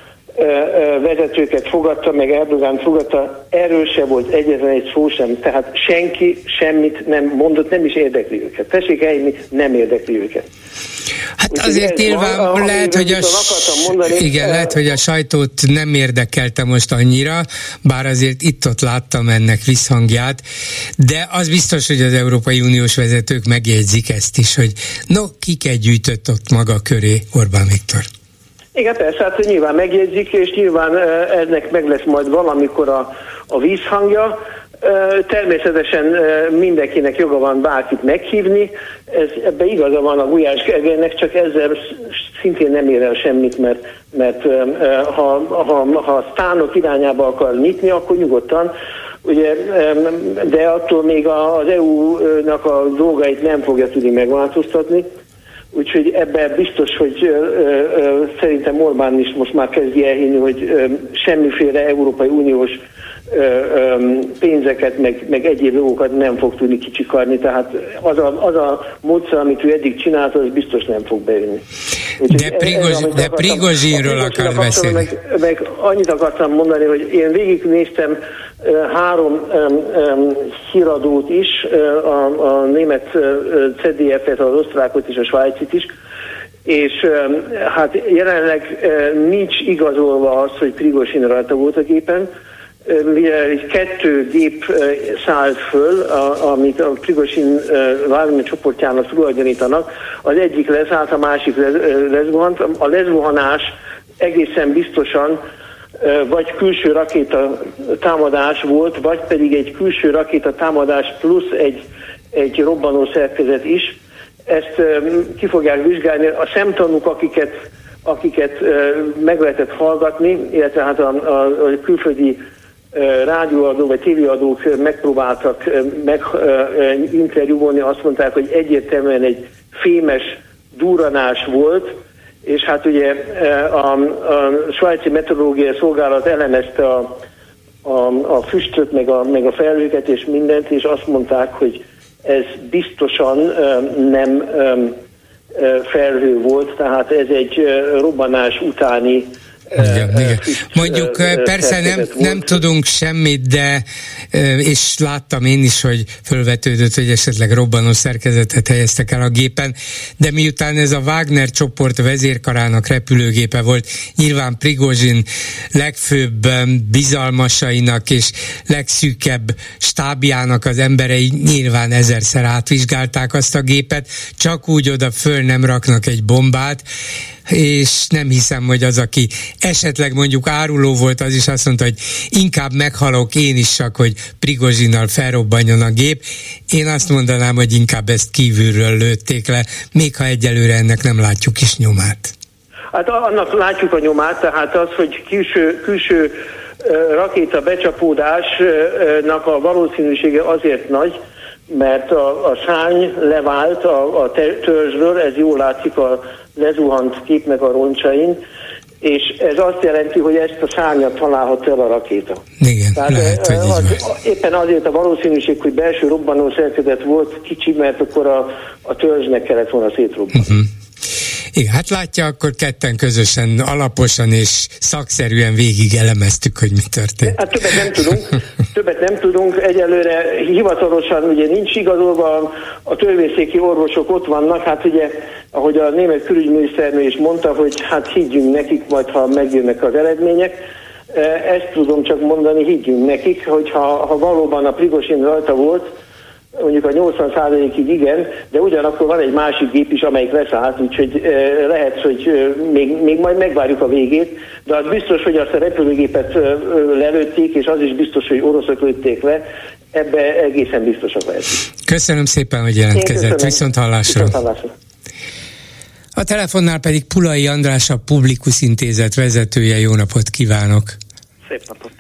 vezetőket fogadta, meg Erdogan fogadta, erről se volt egyetlen egy szó sem, tehát senki semmit nem mondott, nem is érdekli őket. Tessék eljönni, nem érdekli őket. Hát úgy azért nyilván van, lehet, hogy a, mondani, igen, lehet, hogy a sajtót nem érdekelte most annyira, bár azért itt-ott láttam ennek visszhangját, de az biztos, hogy az Európai Uniós vezetők megjegyzik ezt is, hogy no, kiket gyűjtött ott maga köré Orbán Viktor. Igen, persze, hát nyilván megjegyzik, és nyilván ennek meg lesz majd valamikor a, a vízhangja. Természetesen mindenkinek joga van bárkit meghívni, ez, ebbe igaza van a Gulyás Gergelynek, csak ezzel szintén nem ér el semmit, mert, mert ha, ha, ha a sztánok irányába akar nyitni, akkor nyugodtan, ugye, de attól még az é u-nak a dolgait nem fogja tudni megváltoztatni. Úgyhogy ebben biztos, hogy ö, ö, szerintem Orbán is most már kezdi elhinni, hogy ö, semmiféle Európai Uniós ö, ö, pénzeket, meg, meg egyéb dolgokat nem fog tudni kicsikarni, tehát az a, az a módszer, amit ő eddig csinált, az biztos nem fog bejönni. De, Prigozs, de akartam, Prigozsinról akar beszélni. Meg, meg annyit akartam mondani, hogy én végignéztem uh, három um, um, híradót is, uh, a, a német uh, cé dé ef-et, az osztrákot és a svájcit is, és um, hát jelenleg uh, nincs igazolva az, hogy Prigozsin rajta volt a gépen. Uh, kettő gép uh, szállt föl, a, amit a Prigozsin Wagner csoportjának tulajdonítanak. Az egyik leszállt, a másik lez, uh, lezzuhant. A lezzuhanás egészen biztosan vagy külső rakéta támadás volt, vagy pedig egy külső rakéta támadás plusz egy, egy robbanó szerkezet is. Ezt ki fogják vizsgálni. A szemtanúk, akiket, akiket meg lehetett hallgatni, illetve hát a, a, a külföldi rádióadó vagy tévéadók megpróbáltak meg interjúvolni, azt mondták, hogy egyértelműen egy fémes durranás volt, és hát ugye a, a svájci meteorológiai szolgálat elemezte a, a, a füstöt, meg a, meg a felhőket és mindent, és azt mondták, hogy ez biztosan nem felhő volt, tehát ez egy robbanás utáni Igen, igen. Mondjuk persze nem, nem tudunk semmit, de és láttam én is, hogy fölvetődött, hogy esetleg robbanó szerkezetet helyeztek el a gépen, de miután ez a Wagner csoport vezérkarának repülőgépe volt, nyilván Prigozsin legfőbb bizalmasainak és legszűkebb stábjának az emberei nyilván ezerszer átvizsgálták azt a gépet, csak úgy oda föl nem raknak egy bombát, és nem hiszem, hogy az, aki esetleg mondjuk áruló volt, az is azt mondta, hogy inkább meghalok én is csak, hogy Prigozsinnal felrobbanjon a gép. Én azt mondanám, hogy inkább ezt kívülről lőtték le, még ha egyelőre ennek nem látjuk is nyomát. Hát annak látjuk a nyomát, tehát az, hogy külső, külső rakéta becsapódásnak a valószínűsége azért nagy, mert a, a szárny levált a, a törzsről, ez jól látszik a lezuhant képnek a roncsain, és ez azt jelenti, hogy ezt a szárnyat találhat el a rakéta. Igen, tehát lehet, hogy az, így van. Éppen azért a valószínűség, hogy belső robbanó szerkezet volt kicsi, mert akkor a, a törzsnek kellett volna szétrobbanni. Uh-huh. Igen, hát látja, akkor ketten közösen, alaposan és szakszerűen végig elemeztük, hogy mi történt. Hát többet nem tudunk, többet nem tudunk, egyelőre hivatalosan ugye nincs igazolva, a törvényszéki orvosok ott vannak, hát ugye, ahogy a német külügyminiszternő is mondta, hogy hát higgyünk nekik, majd ha megjönnek az eredmények. Ezt tudom csak mondani, higgyünk nekik, hogy ha, ha valóban a Prigozsin rajta volt, mondjuk a nyolcvan százalékig igen, de ugyanakkor van egy másik gép is, amelyik leszállt, úgyhogy e, lehet, hogy e, még, még majd megvárjuk a végét, de az biztos, hogy azt a repülőgépet e, lelőtték, és az is biztos, hogy oroszok lőtték le, ebbe egészen biztosak lehetünk. Köszönöm szépen, hogy jelentkezett. Viszont hallásra. Viszont hallásra. A telefonnál pedig Pulai András, a Publikus Intézet vezetője. Jó napot kívánok! Szép napot!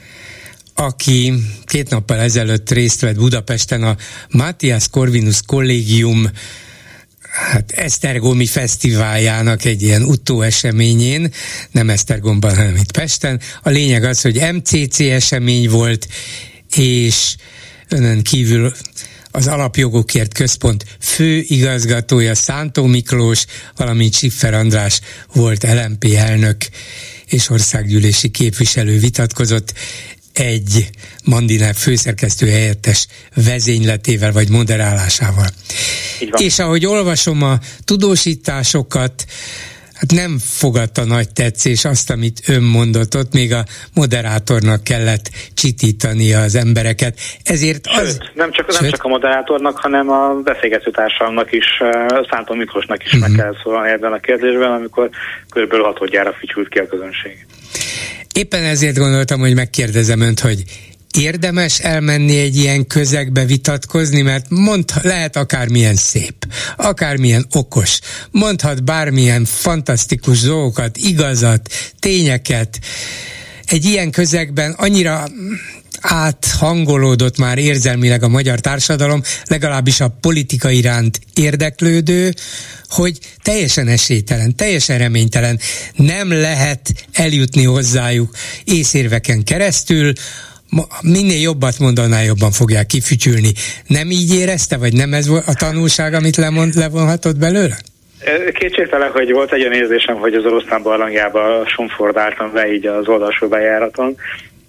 Aki két nappal ezelőtt részt vett Budapesten a Matthias Corvinus Kollégium hát Esztergomi fesztiváljának egy ilyen utóeseményén, nem Esztergomban, hanem itt Pesten. A lényeg az, hogy em cé cé esemény volt, és önön kívül az Alapjogokért Központ fő igazgatója Szántó Miklós, valamint Schiffer András volt el em pé elnök és országgyűlési képviselő vitatkozott egy Mandinev főszerkesztő helyettes vezényletével vagy moderálásával. És ahogy olvasom a tudósításokat, hát nem fogadta nagy tetszés azt, amit ön mondott, ott még a moderátornak kellett csitítani az embereket. Ezért az... Sőt, nem csak, nem Sőt? csak a moderátornak, hanem a beszélgetőtársamnak is, Szántó Miklósnak is uh-huh. meg kell szólalni ebben a kérdésben, amikor körülbelül hatodjára fütyült ki a közönség. Éppen ezért gondoltam, hogy megkérdezem önt, hogy érdemes elmenni egy ilyen közegbe vitatkozni, mert mond, lehet akármilyen szép, akármilyen okos, mondhat bármilyen fantasztikus dolgokat, igazat, tényeket. Egy ilyen közegben annyira áthangolódott már érzelmileg a magyar társadalom, legalábbis a politika iránt érdeklődő, hogy teljesen esélytelen, teljesen reménytelen, nem lehet eljutni hozzájuk észérveken keresztül, minél jobbat mondaná, jobban fogják kifütyülni. Nem így érezte, vagy nem ez a tanulság, amit lemond, levonhatott belőle? Kétségtelen, hogy volt egy olyan érzésem, hogy az oroszlán barlangjába somfordáltam be így az oldalsó bejáraton,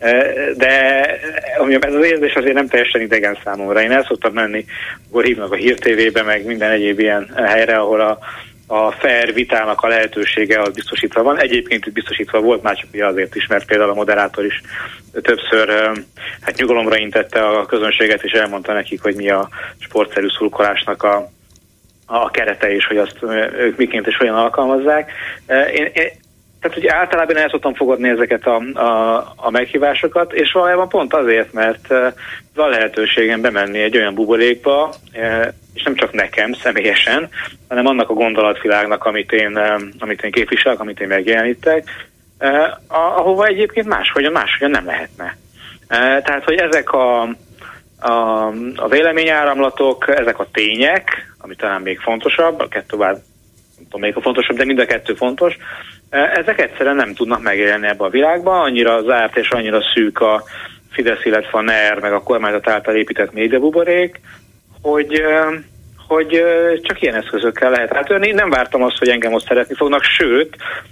de ez az érzés azért nem teljesen idegen számomra. Én el szoktam menni, akkor hívnak a Hír té vébe, meg minden egyéb ilyen helyre, ahol a, a fair vitának a lehetősége az biztosítva van. Egyébként itt biztosítva volt, már csak azért is, mert például a moderátor is többször hát nyugalomra intette a közönséget, és elmondta nekik, hogy mi a sportszerű szurkolásnak a, a kerete, és hogy azt ők miként és hogyan alkalmazzák. Én, én Tehát ugye általában el szoktam fogadni ezeket a, a, a meghívásokat, és valójában pont azért, mert uh, van lehetőségem bemenni egy olyan buborékba, uh, és nem csak nekem személyesen, hanem annak a gondolatvilágnak, amit én, uh, amit én képviselek, amit én megjelenítek, uh, ahova egyébként máshogyan, máshogyan nem lehetne. Uh, tehát, hogy ezek a, a, a véleményáramlatok, ezek a tények, ami talán még fontosabb, a kettő bár nem tudom, még a fontosabb, de mind a kettő fontos, ezek egyszerűen nem tudnak megélni ebbe a világba, annyira zárt és annyira szűk a Fidesz, illetve a NER, meg a kormányzat által épített médiabuborék, hogy, hogy csak ilyen eszközökkel lehet átörni. Nem vártam azt, hogy engem ott szeretni fognak, sőt,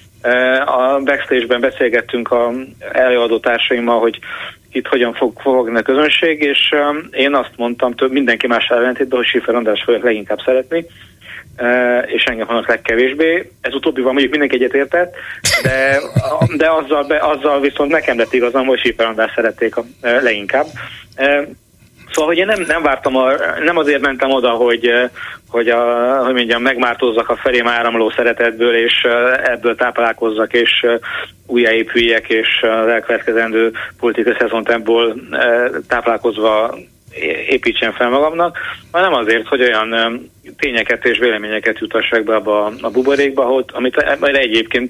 a backstage-ben beszélgettünk a előadó társaimmal, hogy itt hogyan fog fogni a közönség, és én azt mondtam, több mindenki más ellentétben, hogy Schiffer András fogják leginkább szeretni, Uh, és engem vannak legkevésbé. Ez utóbbival mondjuk mindenki egyetértett, de, de azzal, be, azzal viszont nekem lett igazam, hogy Schiffer András szerették a, uh, leginkább. Uh, szóval, hogy én nem, nem vártam, a, nem azért mentem oda, hogy, uh, hogy, a, hogy mondjam, megmártozzak a felém áramló szeretetből, és uh, ebből táplálkozzak, és uh, újjáépüljek, és az elkövetkezendő politikai szezont ebből uh, táplálkozva építsen fel magamnak, hanem azért, hogy olyan tényeket és véleményeket jutassak be abba a buborékba, hogy, amit egyébként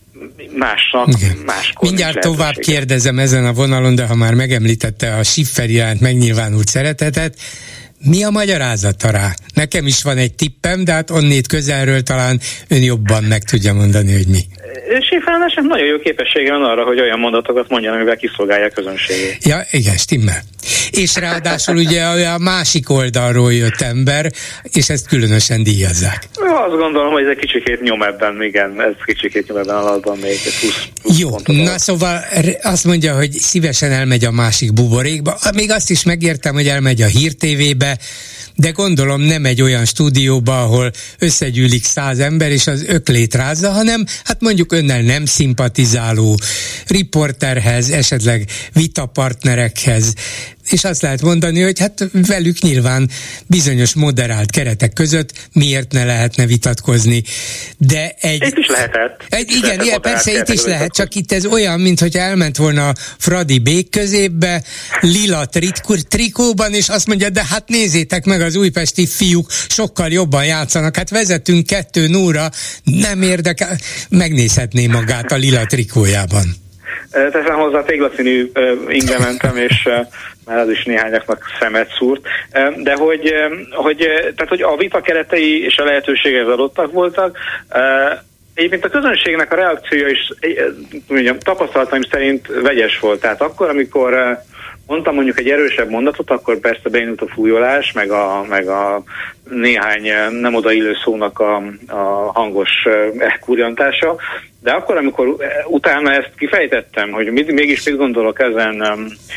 másnak, máskor. Mindjárt tovább kérdezem ezen a vonalon, de ha már megemlítette a Schiffer iránt megnyilvánult szeretetet, mi a magyarázata rá? Nekem is van egy tippem, de hát onnét közelről talán ön jobban meg tudja mondani, hogy mi. Schiffer Andrásnak nagyon jó képessége van arra, hogy olyan mondatokat mondjon, amivel kiszolgálja a közönségét. Ja, igen, stimmel. És ráadásul ugye a másik oldalról jött ember, és ezt különösen díjazzák. Azt gondolom, hogy ez egy kicsikét nyom ebben, igen, ez kicsikét nyom ebben alatban még húsz Jó, na szóval azt mondja, hogy szívesen elmegy a másik buborékba. Még azt is megértem, hogy elmegy a Hír té vébe, de gondolom nem egy olyan stúdióba, ahol összegyűlik száz ember, és az öklét rázza, hanem hát mondjuk önnel nem szimpatizáló riporterhez, esetleg vitapartnerekhez, és azt lehet mondani, hogy hát velük nyilván bizonyos moderált keretek között miért ne lehetne vitatkozni. De egy... Itt is lehetett. Egy, igen, lehetett igen persze itt is lehet, csak itt ez olyan, mint hogy elment volna a Fradi bék középbe, lila trik- trikóban, és azt mondja, de hát nézzétek meg, az újpesti fiúk sokkal jobban játszanak, hát vezetünk kettő nulla, nem érdekel, megnézhetné magát a lila trikójában. Teszem hozzá, a téglaszínű ingbe mentem, és már az is néhányaknak szemet szúrt. De hogy, hogy, tehát, hogy a vita keretei és a lehetőségek adottak voltak. Egyébként a közönségnek a reakciója is mondjam, tapasztalataim szerint vegyes volt. Tehát akkor, amikor mondtam mondjuk egy erősebb mondatot, akkor persze beindult a fújolás, meg a, meg a néhány nem odaillő szónak a, a hangos kurjantása, de akkor, amikor utána ezt kifejtettem, hogy mit, mégis mit gondolok ezen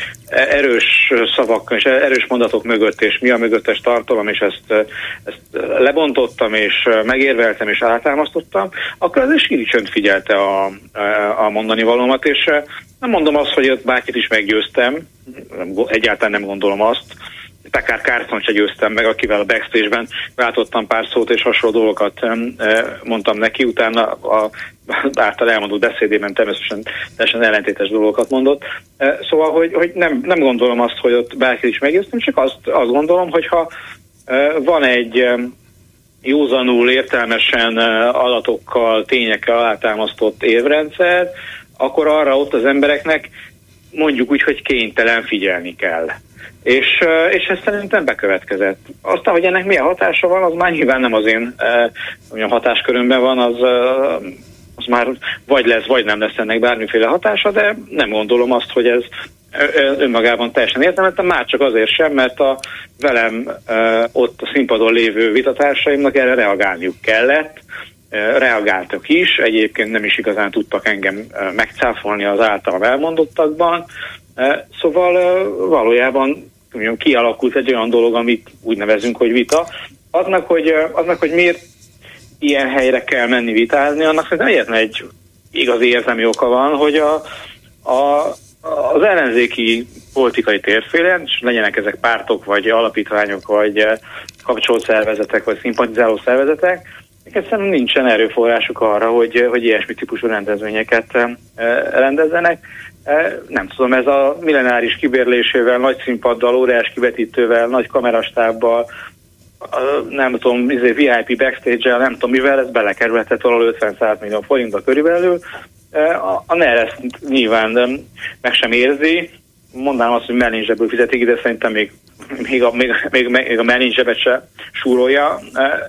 erős szavak és erős mondatok mögött, és mi a mögöttes tartalom, és ezt, ezt lebontottam, és megérveltem, és átámasztottam, akkor az is csönd figyelte a, a mondani valómat, és nem mondom azt, hogy ott bárkit is meggyőztem, egyáltalán nem gondolom azt, akár Carson se győztem meg, akivel a backstage-ben váltottam pár szót, és hasonló dolgokat mondtam neki, utána a által elmondott beszédében természetesen teljesen ellentétes dolgokat mondott. Szóval, hogy, hogy nem, nem gondolom azt, hogy ott bárki is meggyőztem, csak azt, azt gondolom, hogyha van egy józanul, értelmesen adatokkal, tényekkel alátámasztott évrendszer, akkor arra ott az embereknek mondjuk úgy, hogy kénytelen figyelni kell. És, és ez szerintem bekövetkezett. Aztán, hogy ennek milyen hatása van, az már nyilván nem az én olyan hatáskörömben van, az, az már vagy lesz, vagy nem lesz ennek bármiféle hatása, de nem gondolom azt, hogy ez önmagában teljesen értelmetlen, már csak azért sem, mert a velem ott a színpadon lévő vitatársaimnak erre reagálniuk kellett, reagáltak is, egyébként nem is igazán tudtak engem megcáfolni az általam elmondottakban, szóval valójában kialakult egy olyan dolog, amit úgy nevezünk, hogy vita. Aznak, hogy, aznak, hogy miért ilyen helyre kell menni vitázni, annak szerintem egyetlen egy igazi érzelmi oka van, hogy a, a, az ellenzéki politikai térfélen, és legyenek ezek pártok, vagy alapítványok, vagy kapcsolt szervezetek, vagy szimpatizáló szervezetek, egyszerűen nincsen erőforrásuk arra, hogy, hogy ilyesmi típusú rendezvényeket rendezzenek. Nem tudom, ez a millenáris kibérlésével, nagy színpaddal, óriás kivetítővel, nagy kamerastábbal, nem tudom, vé i pé backstage-el, nem tudom mivel, ez belekerülhetett valahol ötven-száz millió forintba körülbelül. A NER ezt nyilván meg sem érzi. Mondanám azt, hogy mellénzsebből fizetik, de szerintem még, még a, még, még, még a mellénzsebet se súrolja.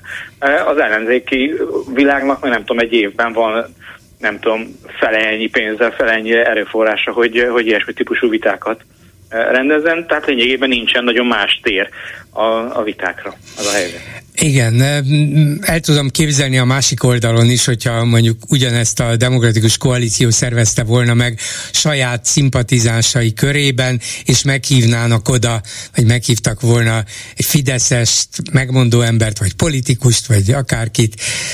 Az ellenzéki világnak, mert nem tudom, egy évben van, nem tudom, fele ennyi pénzzel, fele ennyi erőforrása, hogy, hogy ilyesmi típusú vitákat rendezzen, tehát lényegében nincsen nagyon más tér a, a vitákra, az a helyzet. Igen, el tudom képzelni a másik oldalon is, hogyha mondjuk ugyanezt a Demokratikus Koalíció szervezte volna meg saját szimpatizánsai körében, és meghívnának oda, vagy meghívtak volna egy fideszest, megmondó embert, vagy politikust, vagy akárkit,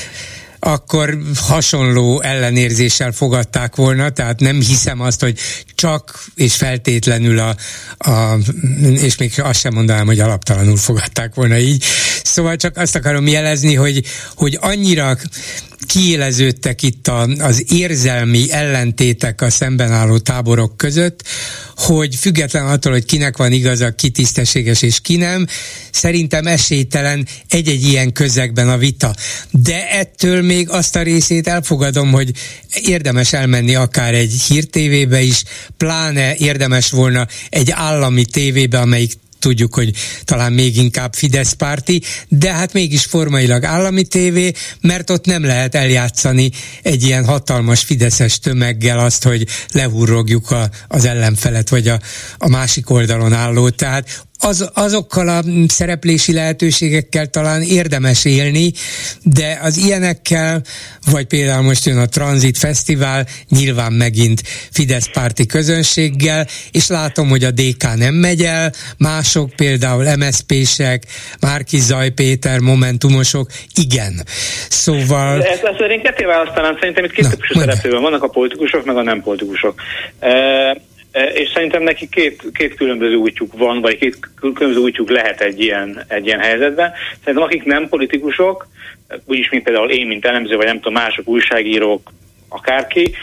akkor hasonló ellenérzéssel fogadták volna, tehát nem hiszem azt, hogy csak és feltétlenül a, a és még azt sem mondanám, hogy alaptalanul fogadták volna így. Szóval csak azt akarom jelezni, hogy, hogy annyira kiéleződtek itt a, az érzelmi ellentétek a szemben álló táborok között, hogy független attól, hogy kinek van igaza, ki tisztességes és ki nem, szerintem esélytelen egy-egy ilyen közegben a vita. De ettől még azt a részét elfogadom, hogy érdemes elmenni akár egy hírtévébe is, pláne érdemes volna egy állami tévébe, amelyik tudjuk, hogy talán még inkább Fidesz párti, de hát mégis formailag állami tévé, mert ott nem lehet eljátszani egy ilyen hatalmas fideszes tömeggel azt, hogy lehurrogjuk a, az ellenfelet, vagy a, a másik oldalon állót. Tehát az, azokkal a szereplési lehetőségekkel talán érdemes élni, de az ilyenekkel, vagy például most jön a Transit Fesztivál, nyilván megint Fidesz párti közönséggel, és látom, hogy a dé ká nem megy el, mások például em es zé pések, Márki Zaj Péter, momentumosok, igen. Szóval... Ezt, ezt én ketté választanám, szerintem itt két típusú szereplő vannak a politikusok, meg a nem politikusok. E- És szerintem neki két, két különböző útjuk van, vagy két különböző útjuk lehet egy ilyen, egy ilyen helyzetben. Szerintem akik nem politikusok, úgyis, mint például én, mint elemző, vagy nem tudom, mások, újságírók, akárki,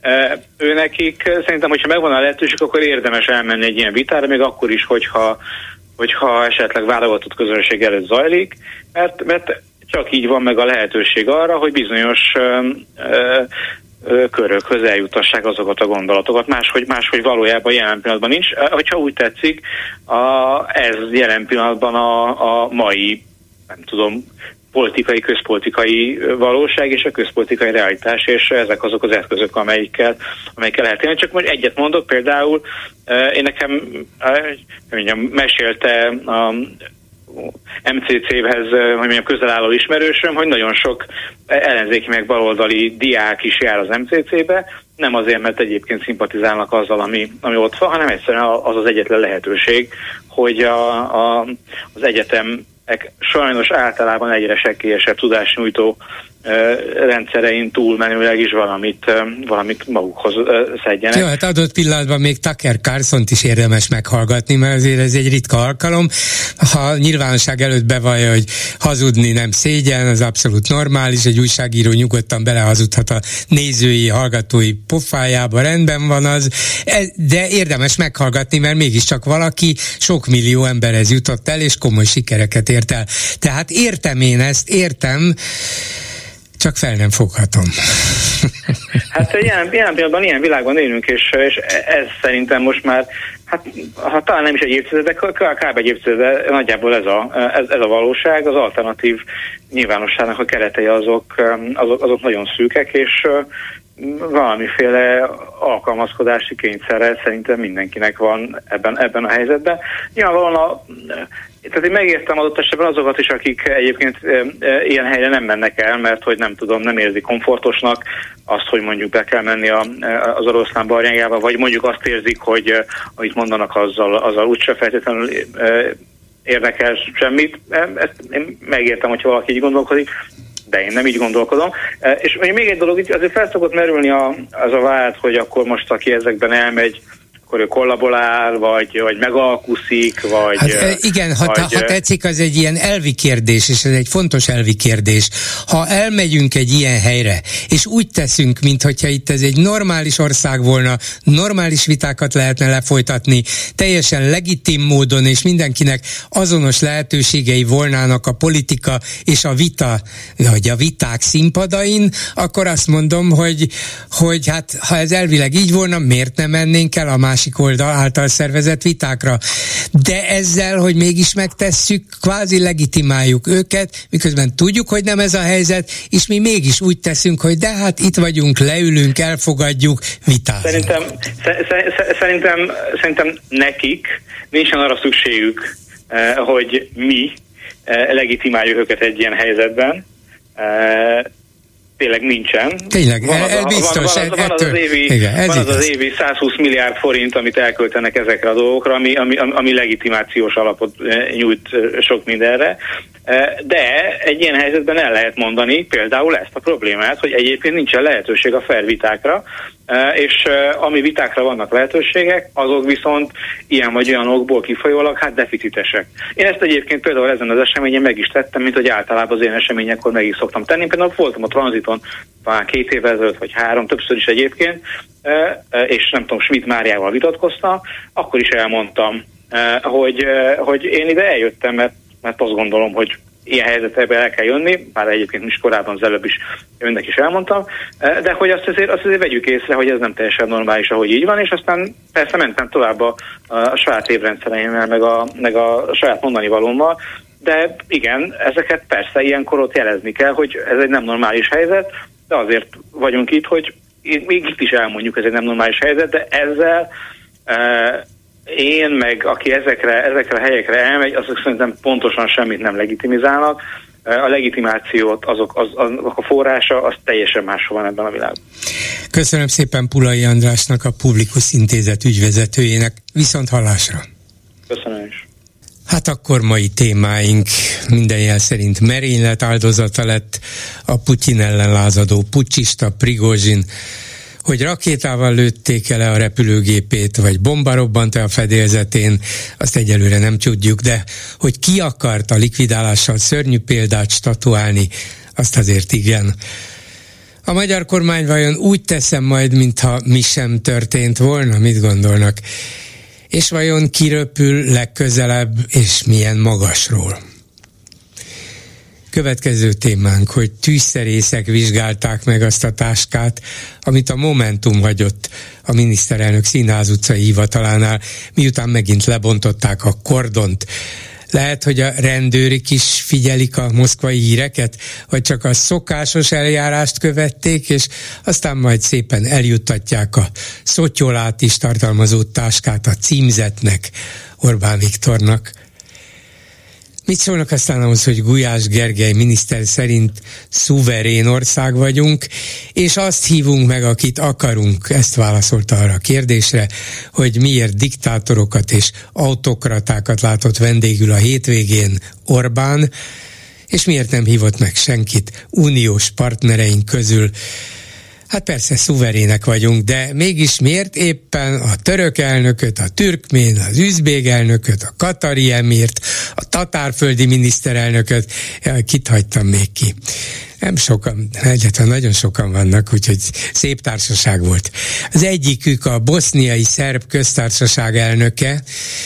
ő nekik szerintem, hogyha megvan a lehetőség, akkor érdemes elmenni egy ilyen vitára, még akkor is, hogyha, hogyha esetleg válogatott közönség előtt zajlik, mert, mert csak így van meg a lehetőség arra, hogy bizonyos körökhöz eljutassák azokat a gondolatokat, máshogy, máshogy valójában jelen pillanatban nincs. Hogyha úgy tetszik, a, ez jelen pillanatban a, a mai, nem tudom, politikai, közpolitikai valóság és a közpolitikai realitás, és ezek azok az eszközök, amelyikkel, amelyikkel lehet élni. Csak most egyet mondok, például én nekem mondjam, mesélte a em cé cé-hez, hogy mondjam, közel álló ismerősöm, hogy nagyon sok ellenzéki meg baloldali diák is jár az em cé cé-be, nem azért, mert egyébként szimpatizálnak azzal, ami, ami ott van, hanem egyszerűen az az egyetlen lehetőség, hogy a, a, az egyetem sajnos általában egyre sekélyesebb tudásnyújtó rendszerein túlmenőleg is valamit, valamit magukhoz szedjenek. Jó, hát adott pillanatban még Tucker Carlsont is érdemes meghallgatni, mert azért ez egy ritka alkalom. Ha nyilvánosság előtt bevallja, hogy hazudni nem szégyen, az abszolút normális, egy újságíró nyugodtan belehazudhat a nézői, hallgatói pofájába, rendben van az, de érdemes meghallgatni, mert mégiscsak valaki sok millió emberhez jutott el, és komoly sikereket ért el. Tehát értem én ezt, értem, csak fel nem foghatom. Hát ilyen, ilyen pillanatban ilyen világban élünk, és, és ez szerintem most már, hát ha talán nem is egy évtized, de kb. Egy évtized, nagyjából ez a, ez, ez a valóság, az alternatív nyilvánosságnak a keretei azok, azok, azok nagyon szűkek, és valamiféle alkalmazkodási kényszerre szerintem mindenkinek van ebben, ebben a helyzetben. Nyilvánvalóan a Tehát én megértem adott esetben azokat is, akik egyébként e, e, ilyen helyre nem mennek el, mert hogy nem tudom, nem érzi komfortosnak azt, hogy mondjuk be kell menni a, az oroszlán barlangjába, vagy mondjuk azt érzik, hogy e, amit mondanak, azzal, azzal úgyse feltétlenül e, érdekel semmit. E, ezt én megértem, hogyha valaki így gondolkodik, de én nem így gondolkodom. E, és még egy dolog, azért fel szokott merülni a, az a vád, hogy akkor most, aki ezekben elmegy, akkor ő kollaborál, vagy, vagy megalkuszik, vagy... Hát igen, ha, vagy, ha tetszik, az egy ilyen elvi kérdés, és ez egy fontos elvi kérdés. Ha elmegyünk egy ilyen helyre, és úgy teszünk, mintha itt ez egy normális ország volna, normális vitákat lehetne lefolytatni, teljesen legitim módon, és mindenkinek azonos lehetőségei volnának a politika és a vita, vagy a viták színpadain, akkor azt mondom, hogy, hogy hát ha ez elvileg így volna, miért nem mennénk el a másik oldal által szervezett vitákra. De ezzel, hogy mégis megtesszük, kvázi legitimáljuk őket, miközben tudjuk, hogy nem ez a helyzet, és mi mégis úgy teszünk, hogy de hát itt vagyunk, leülünk, elfogadjuk, vitázunk. Szerintem, szerintem, szerintem nekik nincsen arra szükségük, hogy mi legitimáljuk őket egy ilyen helyzetben. Tényleg nincsen. Tényleg, van az, a, biztos. Van, van, van, az, az évi, igen, van az, az évi százhúsz milliárd forint, amit elköltenek ezekre a dolgokra, ami, ami, ami legitimációs alapot nyújt sok mindenre. De egy ilyen helyzetben el lehet mondani például ezt a problémát, hogy egyébként nincsen lehetőség a fair vitákra, és ami vitákra vannak lehetőségek, azok viszont ilyen vagy olyan okból kifolyólag hát deficitesek. Én ezt egyébként például ezen az eseményen meg is tettem, mint hogy általában az én eseményekkor meg is szoktam tenni. Például voltam a tranziton talán két évvel ezelőtt, vagy három, többször is egyébként, és nem tudom, Schmidt Máriával vitatkoztam, akkor is elmondtam, hogy, hogy én ide eljöttem, mert mert azt gondolom, hogy ilyen helyzetben el kell jönni, már egyébként is korábban az előbb is önnek is elmondtam, de hogy azt azért, azt azért vegyük észre, hogy ez nem teljesen normális, ahogy így van, és aztán persze mentem tovább a, a saját évrendszereimmel, meg a, meg a saját mondani valómmal, de igen, ezeket persze ilyenkor ott jelezni kell, hogy ez egy nem normális helyzet, de azért vagyunk itt, hogy még itt is elmondjuk, ez egy nem normális helyzet, de ezzel e, én, meg aki ezekre, ezekre a helyekre elmegy, azok szerintem pontosan semmit nem legitimizálnak. A legitimációt, azok, az, azok a forrása, az teljesen máshol van ebben a világban. Köszönöm szépen Pulai Andrásnak, a Publikus Intézet ügyvezetőjének. Viszont hallásra. Köszönöm is. Hát akkor mai témáink minden jel szerint merénylet áldozata lett a Putyin ellen lázadó puccsista Prigozsin. Hogy rakétával lőtték el a repülőgépét, vagy bomba robbant-e a fedélzetén, azt egyelőre nem tudjuk, de hogy ki akart a likvidálással szörnyű példát statuálni, azt azért igen. A magyar kormány vajon úgy teszem majd, mintha mi sem történt volna? Mit gondolnak? És vajon kiröpül legközelebb, és milyen magasról? Következő témánk, hogy tűzszerészek vizsgálták meg azt a táskát, amit a Momentum hagyott a miniszterelnök Színház utcai hivatalánál, miután megint lebontották a kordont. Lehet, hogy a rendőrik is figyelik a moszkvai híreket, vagy csak a szokásos eljárást követték, és aztán majd szépen eljuttatják a szotyolát is tartalmazó táskát a címzetnek, Orbán Viktornak. Mit szólnak aztán ahhoz, hogy Gulyás Gergely miniszter szerint szuverén ország vagyunk, és azt hívunk meg, akit akarunk? Ezt válaszolta arra a kérdésre, hogy miért diktátorokat és autokratákat látott vendégül a hétvégén Orbán, és miért nem hívott meg senkit uniós partnereink közül. Hát persze szuverének vagyunk, de mégis miért éppen a török elnököt, a türkmén, az üzbég elnököt, a katari emirt, a tatárföldi miniszterelnököt, kit hagytam még ki? Nem sokan, egyáltalán nagyon sokan vannak, úgyhogy szép társaság volt. Az egyikük a boszniai szerb köztársaság elnöke,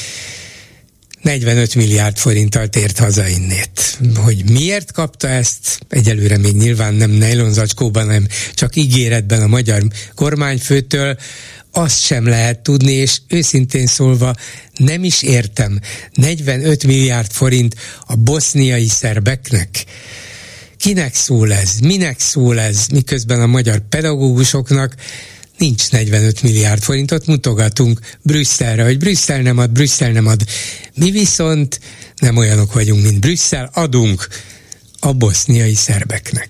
negyvenöt milliárd forinttal tért haza innét. Hogy miért kapta ezt? Egyelőre még nyilván nem nejlonzacskóban, hanem csak ígéretben a magyar kormányfőtől, azt sem lehet tudni, és őszintén szólva nem is értem. negyvenöt milliárd forint a boszniai szerbeknek? Kinek szól ez? Minek szól ez? Miközben a magyar pedagógusoknak nincs negyvenöt milliárd forintot, mutogatunk Brüsszelre, hogy Brüsszel nem ad, Brüsszel nem ad. Mi viszont nem olyanok vagyunk, mint Brüsszel, adunk a boszniai szerbeknek.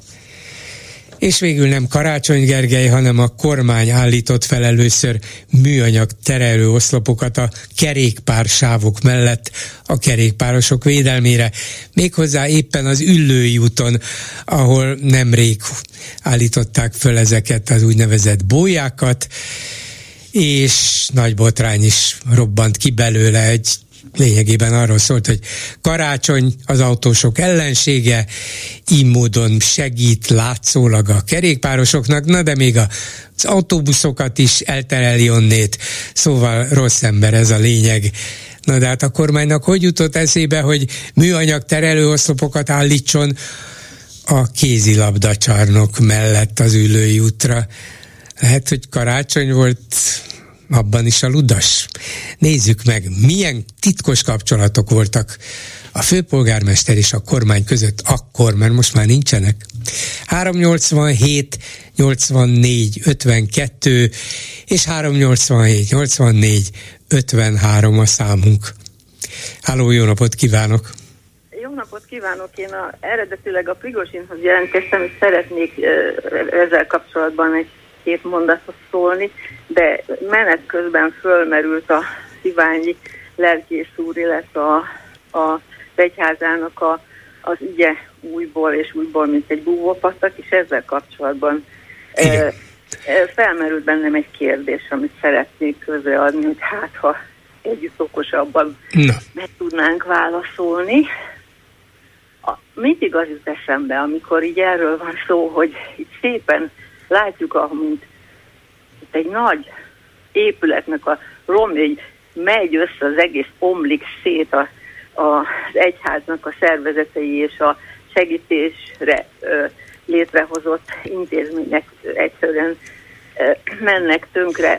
És végül nem Karácsony Gergely, hanem a kormány állított fel először műanyag terelő oszlopokat a kerékpársávok mellett a kerékpárosok védelmére. Méghozzá éppen az Üllői úton, ahol nemrég állították föl ezeket az úgynevezett bójákat, és nagy botrány is robbant ki belőle. Egy lényegében arról szólt, hogy Karácsony az autósok ellensége, így módon segít látszólag a kerékpárosoknak, na de még az autóbuszokat is eltereli onnét, szóval rossz ember, ez a lényeg. Na de hát a kormánynak hogy jutott eszébe, hogy műanyag terelőoszlopokat állítson a kézilabdacsarnok mellett az Üllői útra? Lehet, hogy Karácsony volt abban is a ludas. Nézzük meg, milyen titkos kapcsolatok voltak a főpolgármester és a kormány között akkor, mert most már nincsenek. háromnyolcvanhét nyolcvannégy ötvenkettő és háromnyolcvanhét nyolcvannégy ötvenhárom a számunk. Háló, jó napot kívánok! Jó napot kívánok! Én a, eredetileg a Prigozsinhoz jelentkeztem, és szeretnék ezzel kapcsolatban egy két mondatot szólni, de menet közben fölmerült a Iványi lelkész úr, illetve a, a egyházának a, az ügye újból és újból, mint egy búvópatak, és ezzel kapcsolatban e, e, felmerült bennem egy kérdés, amit szeretnék közreadni, hogy hát ha együtt okosabban Na. meg tudnánk válaszolni. A, mindig az jut eszembe, amikor így erről van szó, hogy így szépen látjuk, amint itt egy nagy épületnek a romjai megy össze, az egész omlik szét a, a, az egyháznak a szervezetei és a segítésre ö, létrehozott intézmények egyszerűen ö, mennek tönkre,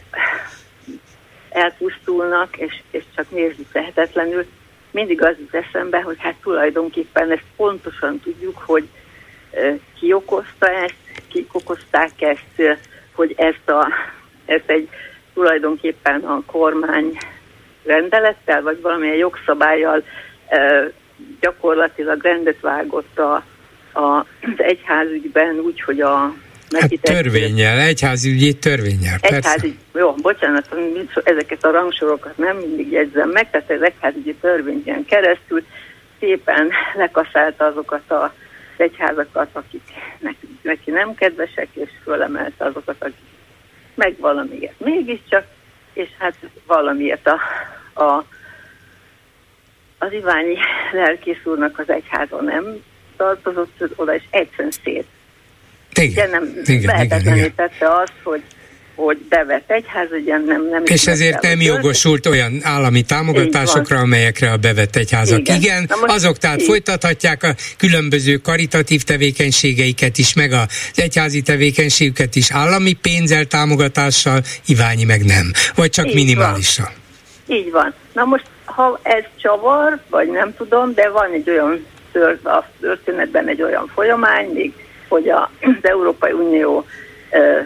elpusztulnak, és, és csak nézzük lehetetlenül. Mindig az jut eszembe, hogy hát tulajdonképpen ezt pontosan tudjuk, hogy ö, ki okozta ezt, kik okozták ezt, hogy ezt, a, ezt egy tulajdonképpen a kormány rendelettel, vagy valamilyen jogszabállyal e, gyakorlatilag rendet vágott a, a, az egyházügyben úgy, hogy a hát törvénnyel, egyházügyi törvénnyel, persze. Egyházügy, jó, bocsánat, ezeket a rangsorokat nem mindig jegyzem meg, tehát az egyházügyi törvényen keresztül szépen lekaszálta azokat a egyházakat, akik neki, neki nem kedvesek, és fölemelte azokat, akik meg valamiért mégiscsak, és hát valamiért a, a, az Iványi lelkész úrnak az egyházon nem tartozott oda, és egyszerűen szét. Igen, nem lehetetlenítette azt, hogy hogy bevett egyház, ugye nem... nem és ezért nem jogosult olyan állami támogatásokra, amelyekre a bevett egyházak igen. igen. Azok tehát így folytathatják a különböző karitatív tevékenységeiket is, meg az egyházi tevékenységüket is állami pénzzel, támogatással, Iványi meg nem. Vagy csak így minimálisan. Van. Így van. Na most, ha ez csavar, vagy nem tudom, de van egy olyan a történetben egy olyan folyamány, még, hogy a, az Európai Unió uh,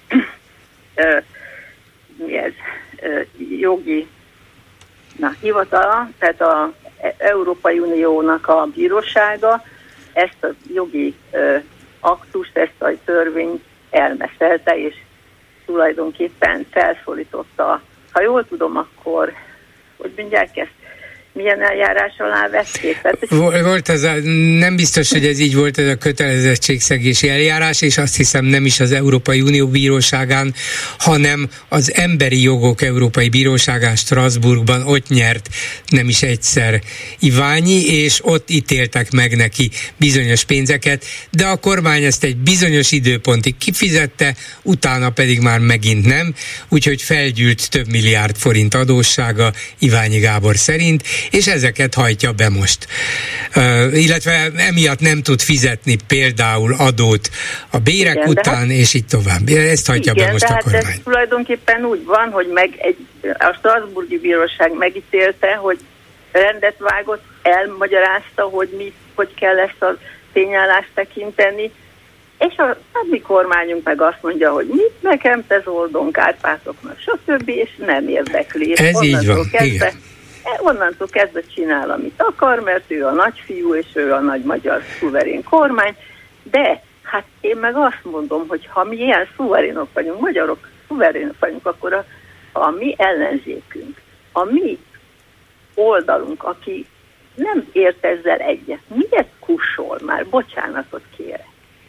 Uh, mi ez, uh, jogi na, hivatala, tehát a Európai Uniónak a bírósága ezt a jogi ö, aktust, ezt a törvényt elmeszelte, és tulajdonképpen felszólította, ha jól tudom, akkor, hogy mondják ezt, milyen eljárás alá vették? Tehát, volt ez a, nem biztos, hogy ez így volt, ez a kötelezettségszegési eljárás, és azt hiszem nem is az Európai Unió bíróságán, hanem az Emberi Jogok Európai Bíróságán Strasbourgban, ott nyert nem is egyszer Iványi, és ott ítéltek meg neki bizonyos pénzeket, de a kormány ezt egy bizonyos időpontig kifizette, utána pedig már megint nem, úgyhogy felgyűlt több milliárd forint adóssága Iványi Gábor szerint, és ezeket hajtja be most. Uh, illetve emiatt nem tud fizetni például adót a bérek igen, után, hát, és így tovább. Ezt hajtja igen, be most a hát kormány. Ez tulajdonképpen úgy van, hogy meg egy, a Strasbourgi Bíróság megítélte, hogy rendet vágott, elmagyarázta, hogy mi, hogy kell ezt a tényállást tekinteni, és a, a mi kormányunk meg azt mondja, hogy mit nekem te zoldon Kárpátoknak, stb., és nem érdekli. És ez így van, kezdve, igen. Onnantól kezdve csinál, amit akar, mert ő a nagyfiú, és ő a nagy magyar szuverén kormány, de hát én meg azt mondom, hogy ha mi ilyen szuverénok vagyunk, magyarok szuverénok vagyunk, akkor a, a mi ellenzékünk, a mi oldalunk, aki nem ért ezzel egyet, miért kussol már? Bocsánatot kérek.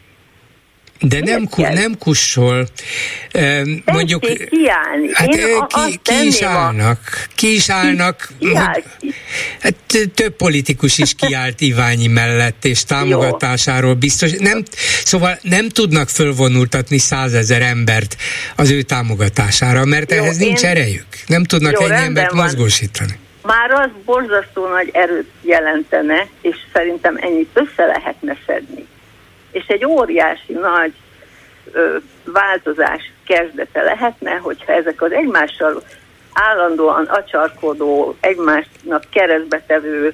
De nem, ku, nem kussol. Mondjuk, kiállni. hát ki, ki is állnak. Ki is állnak. Ki, ki áll ki? Hát több politikus is kiállt Iványi mellett, és támogatásáról biztos. Nem, szóval nem tudnak fölvonultatni százezer embert az ő támogatására, mert jó, ehhez nincs én... erejük. Nem tudnak jó, ennyi embert van. mozgósítani. Már az borzasztó nagy erőt jelentene, és szerintem ennyit össze lehetne szedni. És egy óriási nagy ö, változás kezdete lehetne, hogyha ezek az egymással állandóan acsarkodó, egymásnak keresztbetevő,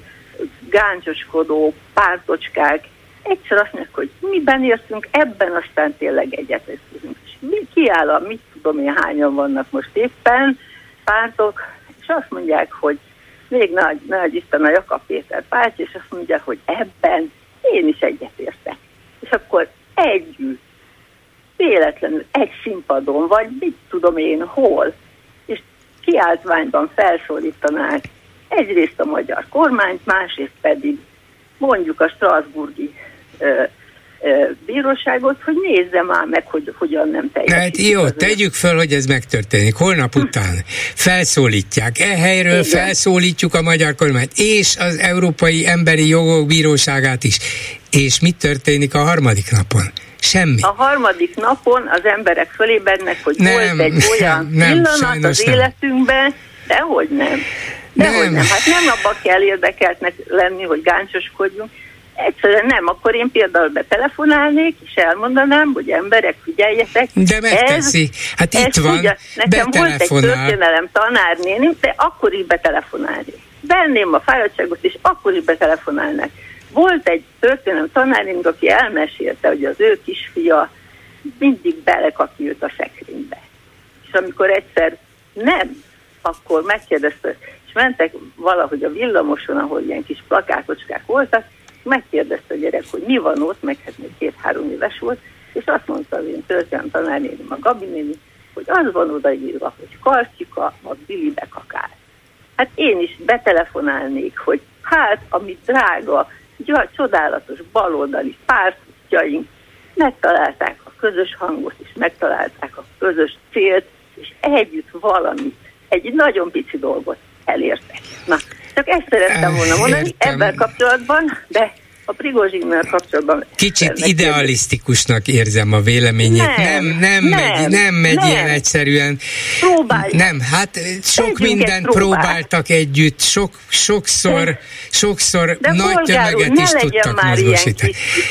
gáncsoskodó pártocskák egyszer azt mondják, hogy miben értünk, ebben aztán tényleg egyetértünk. És mi kiáll a, mit tudom én, hányan vannak most éppen pártok, és azt mondják, hogy még nagy, nagy Isten a Jakab Péter párt, és azt mondja, hogy ebben én is egyetértek. És akkor együtt, véletlenül egy színpadon, vagy mit tudom én hol, és kiáltványban felszólítanák egyrészt a magyar kormányt, másrészt pedig mondjuk a strasbourgi ö, ö, bíróságot, hogy nézze már meg, hogy hogyan nem teljesít. Hát jó, tegyük föl, hogy ez megtörténik. Holnap után felszólítják. E helyről igen. felszólítjuk a magyar kormányt, és az Európai Emberi Jogok Bíróságát is. És mi történik a harmadik napon? Semmi. A harmadik napon az emberek fölébrednek, hogy nem, volt egy olyan nem, pillanat az nem. életünkben, dehogy nem. Dehogy nem. nem. Hát nem abban kell érdekeltnek lenni, hogy gáncoskodjunk. Egyszerűen nem. Akkor én például betelefonálnék, és elmondanám, hogy emberek, figyeljetek. De megteszi. Ez, hát itt van. Ugye, nekem volt egy történelem tanárnénim, de akkor is betelefonálnék. Venném a fáradtságot, és akkor is betelefonálnak. Volt egy történelem tanárunk, aki elmesélte, hogy az ő kisfia mindig belekapült a szekrénybe. És amikor egyszer nem, akkor megkérdezte, és mentek valahogy a villamoson, ahol ilyen kis plakátocskák voltak, megkérdezte a gyerek, hogy mi van ott, meg hát még két-három éves volt, és azt mondta az én történelem tanárnénim, a Gabi néni, hogy az van odaírva, hogy Kartyika a Bilibe kakál. Hát én is betelefonálnék, hogy hát, ami drága, csodálatos baloldali pártjaink megtalálták a közös hangot, és megtalálták a közös célt, és együtt valamit, egy nagyon pici dolgot elértek. Na, csak ezt szerettem volna mondani ebben kapcsolatban, de a Prigozsinnal kapcsolatban... Kicsit idealisztikusnak érzem a véleményét. Nem, nem, nem, nem megy, nem megy nem. ilyen egyszerűen. Próbálj. Nem, hát sok Együnket mindent próbál. próbáltak együtt, sok, sokszor, sokszor de nagy tömeget is tudtak mozgósítani.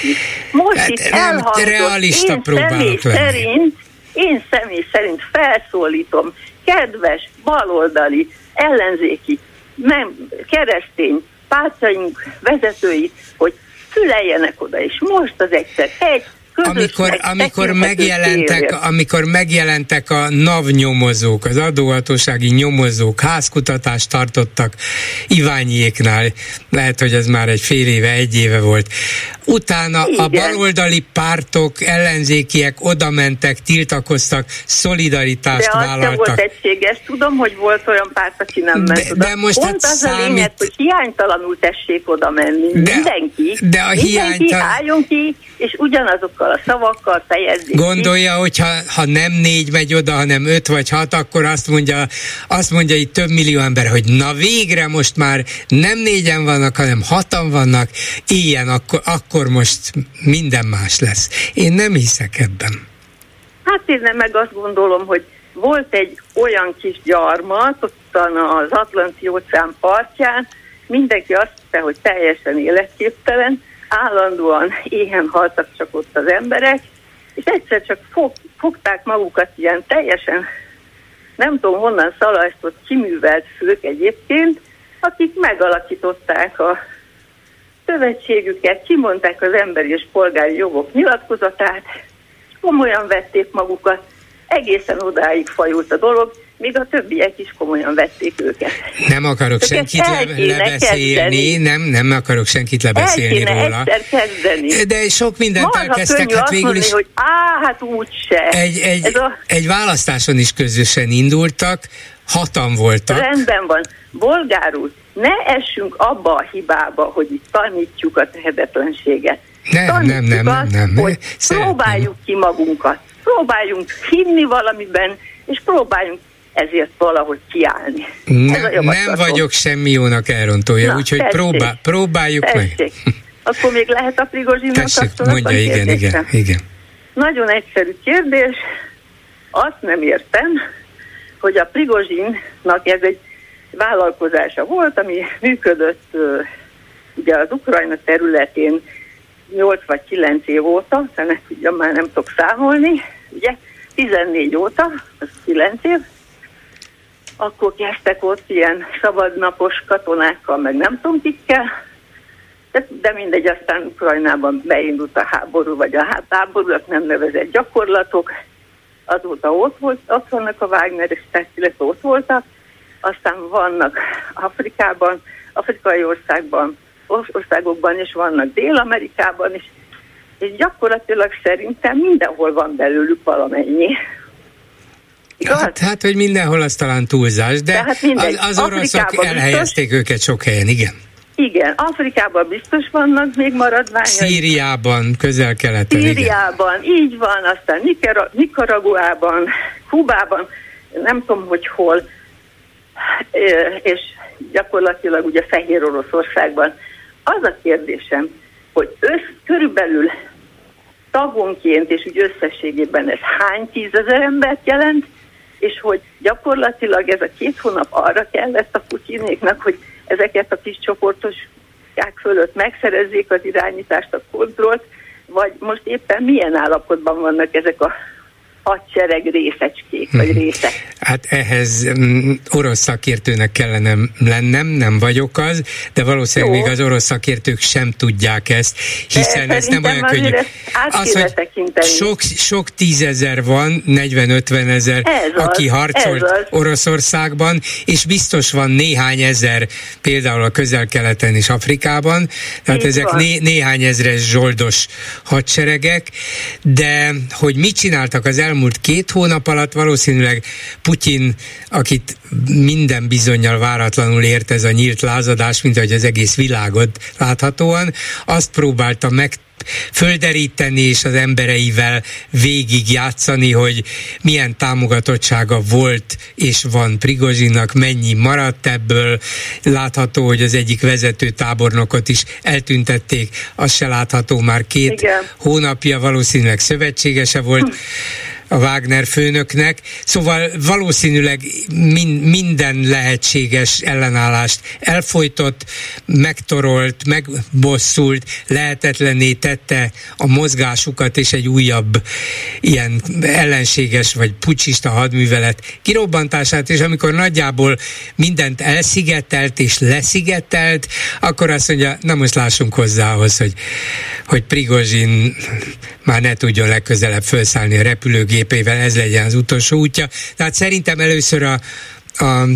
Most hát itt elhangzott, realista én próbálok lenni. Szerint, én személy szerint felszólítom kedves, baloldali, ellenzéki, nem, keresztény pártjaink vezetőit, hogy füleljenek oda, és most az egyszer egy amikor, amikor, megjelentek, amikor megjelentek a NAV nyomozók, az adóhatósági nyomozók, házkutatást tartottak Iványiéknál, lehet, hogy ez már egy fél éve, egy éve volt. Utána igen. A baloldali pártok, ellenzékiek oda mentek, tiltakoztak, szolidaritást de vállaltak. De az volt egységes. Tudom, hogy volt olyan párt, aki nem ment de, oda. De most pont az számít... a lényeg, hogy hiánytalanul tessék oda menni. De, mindenki. De a mindenki hiánytalan... álljon ki, és ugyanazokkal a szavakkal fejezzék. Gondolja, hogy ha, ha nem négy megy oda, hanem öt vagy hat, akkor azt mondja, azt mondja itt több millió ember, hogy na végre most már nem négyen vannak, hanem hatan vannak, ilyen, akkor, akkor most minden más lesz. Én nem hiszek ebben. Hát én nem, meg azt gondolom, hogy volt egy olyan kis gyarmat ottan az Atlanti-óceán partján, mindenki azt hitte, hogy teljesen életképtelen, állandóan éhen haltak csak ott az emberek, és egyszer csak fog, fogták magukat ilyen teljesen, nem tudom honnan szalajtott, kiművelt fők egyébként, akik megalakították a szövetségüket, kimondták az emberi és polgári jogok nyilatkozatát, komolyan vették magukat, egészen odáig fajult a dolog, még a többiek is komolyan vették őket. Nem akarok őket senkit le- lebeszélni, nem, nem akarok senkit lebeszélni el róla. Kezdeni. De sok mindent elkezdtek, hát végül mondani, is... hogy á, hát úgyse. Egy, egy, a... egy választáson is közösen indultak, hatan voltak. Rendben van. Bolgár úr, ne essünk abba a hibába, hogy itt tanítjuk a tehetetlenséget. Nem, tanítjuk nem, nem, azt, nem, nem. hogy próbáljuk ki magunkat. Próbáljunk hinni valamiben, és próbáljunk ezért valahogy kiállni. Nem, nem vagyok semmi jónak elrontója, úgyhogy próbál, próbáljuk tessék. meg. Akkor még lehet a Prigozsinnal kapcsolatban mondja, igen, igen, igen. Nagyon egyszerű kérdés. Azt nem értem, hogy a Prigozsinnak ez egy vállalkozása volt, ami működött ugye az Ukrajna területén nyolc vagy kilenc év óta, nem tudjam, már nem tudok számolni, ugye, tizennégy óta, az kilenc év, akkor kezdtek ott ilyen szabadnapos katonákkal, meg nem tudom kikkel, de, de mindegy, aztán Ukrajnában beindult a háború, vagy a háborúnak nem nevezett gyakorlatok, azóta ott, volt, ott vannak a Wagneristák, illetve ott voltak, aztán vannak Afrikában, afrikai országban, országokban is vannak, Dél-Amerikában is, és gyakorlatilag szerintem mindenhol van belőlük valamennyi. Hát, hát, hogy mindenhol az talán túlzás, de hát az, az oroszok elhelyezték biztos, őket sok helyen, igen. Igen, Afrikában biztos vannak még maradványai. Szíriában, Közel-Keleten, Szíriában, igen. Így van, aztán Nikaraguában, Kubában, nem tudom, hogy hol, és gyakorlatilag ugye Fehér Oroszországban. Az a kérdésem, hogy össz, körülbelül tagonként és úgy összességében ez hány tízezer embert jelent, és hogy gyakorlatilag ez a két hónap arra kellett a Putyinéknak, hogy ezeket a kis csoportosság fölött megszerezzék az irányítást, a kontrollt, vagy most éppen milyen állapotban vannak ezek a hadsereg részecskék, vagy részek. Hát ehhez um, orosz szakértőnek kellene lennem, nem vagyok az, de valószínűleg Jó. még az orosz szakértők sem tudják ezt, hiszen ez nem olyan könnyű. Az, hogy sok, sok tízezer van, negyven-ötven ezer, aki harcolt Oroszországban, és biztos van néhány ezer, például a Közel-Keleten és Afrikában, tehát Így ezek né, néhány ezres zsoldos hadseregek, de hogy mit csináltak az elmúlt két hónap alatt, valószínűleg Putyin, akit minden bizonnyal váratlanul ért ez a nyílt lázadás, mint ahogy az egész világot láthatóan, azt próbálta meg földeríteni és az embereivel végig játszani, hogy milyen támogatottsága volt és van Prigozsinnak, mennyi maradt ebből. Látható, hogy az egyik vezető tábornokot is eltüntették, az se látható már két Igen. hónapja, valószínűleg szövetségese volt. a Wagner főnöknek, szóval valószínűleg min, minden lehetséges ellenállást elfojtott, megtorolt, megbosszult, lehetetlenné tette a mozgásukat, és egy újabb ilyen ellenséges vagy pucsista hadművelet kirobbantását, és amikor nagyjából mindent elszigetelt és leszigetelt, akkor azt mondja, na most lássunk hozzá ahhoz, hogy, hogy Prigozsin már ne tudjon legközelebb felszállni a repülőgépével, ez legyen az utolsó útja. Tehát szerintem először a, a,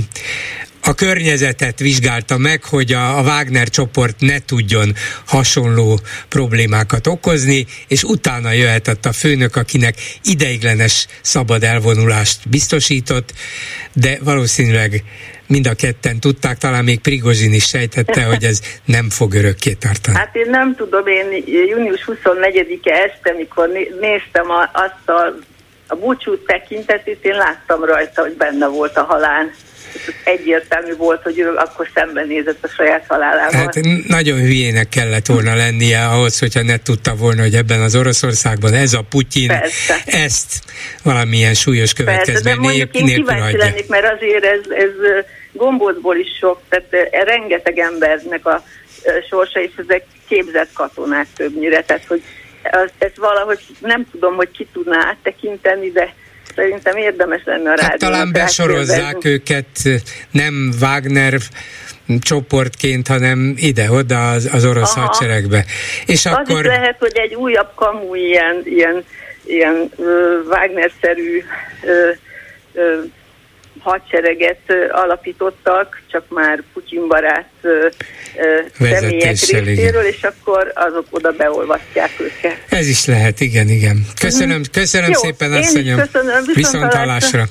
a környezetet vizsgálta meg, hogy a, a Wagner csoport ne tudjon hasonló problémákat okozni, és utána jöhetett a főnök, akinek ideiglenes szabad elvonulást biztosított, de valószínűleg mind a ketten tudták, talán még Prigozsin is sejtette, hogy ez nem fog örökké tartani. Hát én nem tudom, én június huszonnegyedike este, mikor néztem a, azt a, a búcsút tekintetét, én láttam rajta, hogy benne volt a halál. Egyértelmű volt, hogy ő akkor szembenézett a saját halálával. Hát nagyon hülyének kellett volna lennie ahhoz, hogyha ne tudta volna, hogy ebben az Oroszországban ez a Putyin, Persze. ezt valamilyen súlyos következmény nélkül hagyja. Én kíváncsi lennék, mert azért ez, ez gombócból is sok, tehát rengeteg embernek a sorsa, és ezek képzett katonák többnyire, tehát hogy ez, ez valahogy nem tudom, hogy ki tudná áttekinteni, de szerintem érdemes lenne a rádiónak. Hát talán besorozzák őket nem Wagner csoportként, hanem ide-oda az, az orosz Aha. hadseregbe. És az akkor... is lehet, hogy egy újabb kamu ilyen, ilyen, ilyen uh, Wagner-szerű uh, uh, hadsereget uh, alapítottak, csak már Putyin barát uh, uh, személyek részéről, igen. És akkor azok oda beolvasztják őket. Ez is lehet, igen, igen. Köszönöm, köszönöm Jó, szépen, asszonyom. Viszont hallásra.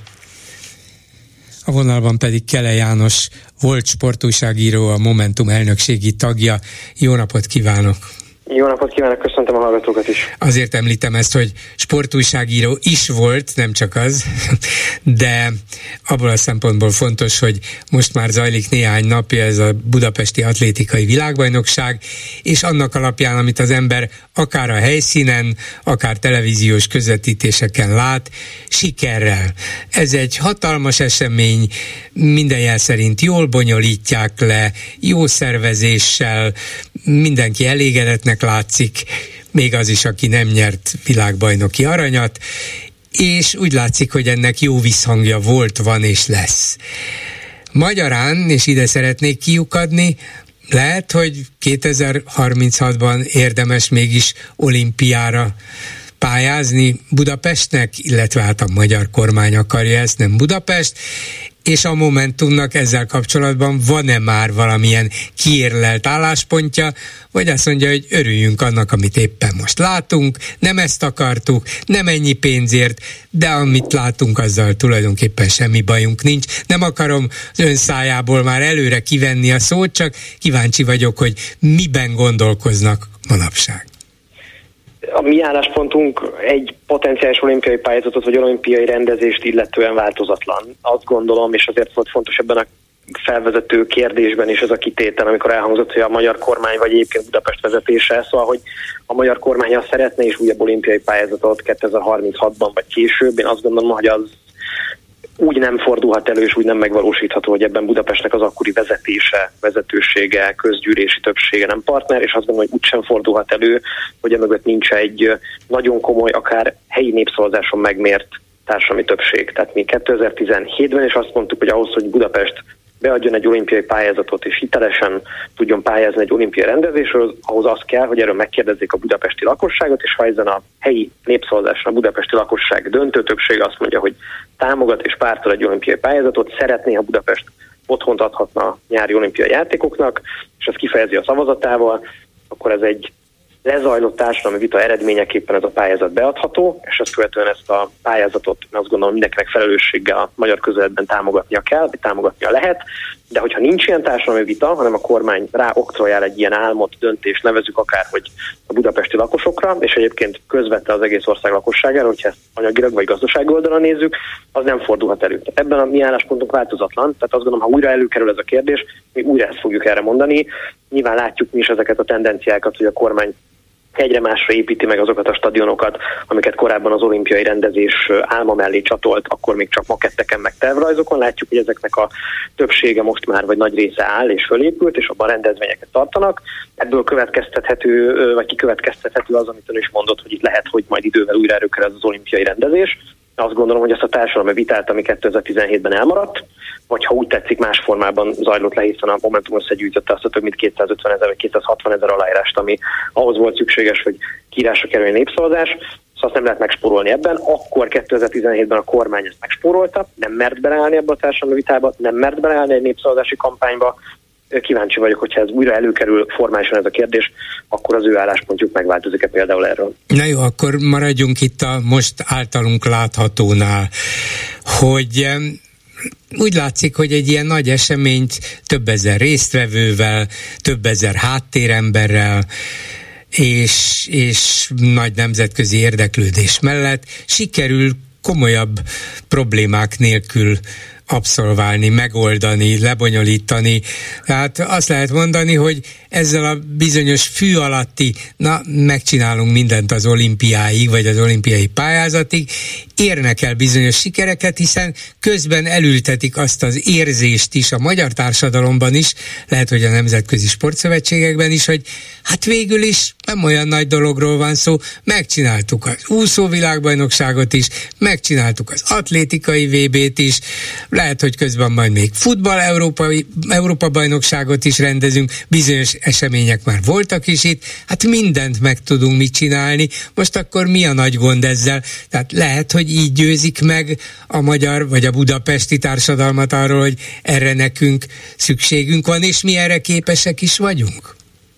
A vonalban pedig Kele János, volt sportújságíró, a Momentum elnökségi tagja. Jó napot kívánok! Jó napot kívánok, köszöntöm a hallgatókat is. Azért említem ezt, hogy sportújságíró is volt, nem csak az, de abból a szempontból fontos, hogy most már zajlik néhány napja ez a budapesti atlétikai világbajnokság, és annak alapján, amit az ember akár a helyszínen, akár televíziós közvetítéseken lát, sikerrel. Ez egy hatalmas esemény, minden jel szerint jól bonyolítják le, jó szervezéssel, mindenki elégedetnek látszik, még az is, aki nem nyert világbajnoki aranyat, és úgy látszik, hogy ennek jó visszhangja volt, van és lesz. Magyarán, és ide szeretnék kiukadni, lehet, hogy kétezer-harminchatban érdemes mégis olimpiára pályázni Budapestnek, illetve hát a magyar kormány akarja ezt, nem Budapest, és a Momentumnak ezzel kapcsolatban van-e már valamilyen kiérlelt álláspontja, vagy azt mondja, hogy örüljünk annak, amit éppen most látunk, nem ezt akartuk, nem ennyi pénzért, de amit látunk, azzal tulajdonképpen semmi bajunk nincs. Nem akarom az ön szájából már előre kivenni a szót, csak kíváncsi vagyok, hogy miben gondolkoznak manapság. A mi álláspontunk egy potenciális olimpiai pályázatot vagy olimpiai rendezést illetően változatlan. Azt gondolom, és azért volt fontos ebben a felvezető kérdésben is ez a kitétel, amikor elhangzott, hogy a magyar kormány vagy egyébként Budapest vezetése, szóval, hogy a magyar kormány azt szeretne, és újabb olimpiai pályázatot kétezer-harminchatban vagy később. Én azt gondolom, hogy az úgy nem fordulhat elő, és úgy nem megvalósítható, hogy ebben Budapestnek az akkori vezetése, vezetősége, közgyűlési többsége nem partner, és azt gondolom, hogy úgysem fordulhat elő, hogy emögött nincs egy nagyon komoly, akár helyi népszavazáson megmért társadalmi többség. Tehát mi kétezer-tizenhétben is azt mondtuk, hogy ahhoz, hogy Budapest beadjon egy olimpiai pályázatot, és hitelesen tudjon pályázni egy olimpiai rendezésről, ahhoz az kell, hogy erről megkérdezzék a budapesti lakosságot, és ha ezen a helyi népszavazáson a budapesti lakosság döntő többsége azt mondja, hogy támogat és pártol egy olimpiai pályázatot, szeretné, ha Budapest otthont adhatna a nyári olimpiai játékoknak, és ezt kifejezi a szavazatával, akkor ez egy lezajlott társadalmi vita eredményeképpen ez a pályázat beadható, és ezt követően ezt a pályázatot, azt gondolom, mindenkinek felelősséggel a magyar közöletben támogatnia kell, vagy támogatnia lehet, de hogyha nincs ilyen társadalmi vita, hanem a kormány rá oktrojál egy ilyen álmot, döntést, nevezzük akár, hogy a budapesti lakosokra, és egyébként közvetve az egész ország lakosságára, hogyha ezt anyagilag vagy gazdasági oldalon nézzük, az nem fordulhat elő. Tehát ebben a mi álláspontunk változatlan, tehát azt gondolom, ha újra előkerül ez a kérdés, mi újra ezt fogjuk erre mondani. Nyilván látjuk mi is ezeket a tendenciákat, hogy a kormány egyre másra építi meg azokat a stadionokat, amiket korábban az olimpiai rendezés álma mellé csatolt, akkor még csak maketteken meg tervrajzokon. Látjuk, hogy ezeknek a többsége most már, vagy nagy része áll és fölépült, és abban rendezvényeket tartanak. Ebből következtethető, vagy kikövetkeztethető az, amit ön is mondott, hogy itt lehet, hogy majd idővel újra előkerül ez az olimpiai rendezés. Azt gondolom, hogy azt a társadalmi vitát, ami kétezer-tizenhétben elmaradt, vagy ha úgy tetszik, más formában zajlott le, hiszen a Momentum összegyűjtötte azt a több mint kétszázötven ezer vagy kétszázhatvan ezer aláírást, ami ahhoz volt szükséges, hogy kiírásra kerüljön a népszavazás, szóval azt nem lehet megspórolni ebben. Akkor kétezer-tizenhétben a kormány ezt megspórolta, nem mert beleállni ebbe a társadalmi vitába, nem mert beleállni egy népszavazási kampányba. Kíváncsi vagyok, hogyha ez újra előkerül formálisan ez a kérdés, akkor az ő álláspontjuk megváltozik-e például erről. Na jó, akkor maradjunk itt a most általunk láthatónál, hogy úgy látszik, hogy egy ilyen nagy eseményt több ezer résztvevővel, több ezer háttéremberrel és, és nagy nemzetközi érdeklődés mellett sikerül komolyabb problémák nélkül abszolválni, megoldani, lebonyolítani. Tehát azt lehet mondani, hogy ezzel a bizonyos fű alatti, na, megcsinálunk mindent az olimpiáig, vagy az olimpiai pályázatig, érnek el bizonyos sikereket, hiszen közben elültetik azt az érzést is a magyar társadalomban is, lehet, hogy a nemzetközi sportszövetségekben is, hogy hát végül is nem olyan nagy dologról van szó, megcsináltuk az úszóvilágbajnokságot is, megcsináltuk az atlétikai vé bét is, lehet, hogy közben majd még futball európai, Európa bajnokságot is rendezünk, bizonyos események már voltak is itt, hát mindent meg tudunk mit csinálni, most akkor mi a nagy gond ezzel? Tehát lehet, hogy így győzik meg a magyar vagy a budapesti társadalmat arról, hogy erre nekünk szükségünk van, és mi erre képesek is vagyunk?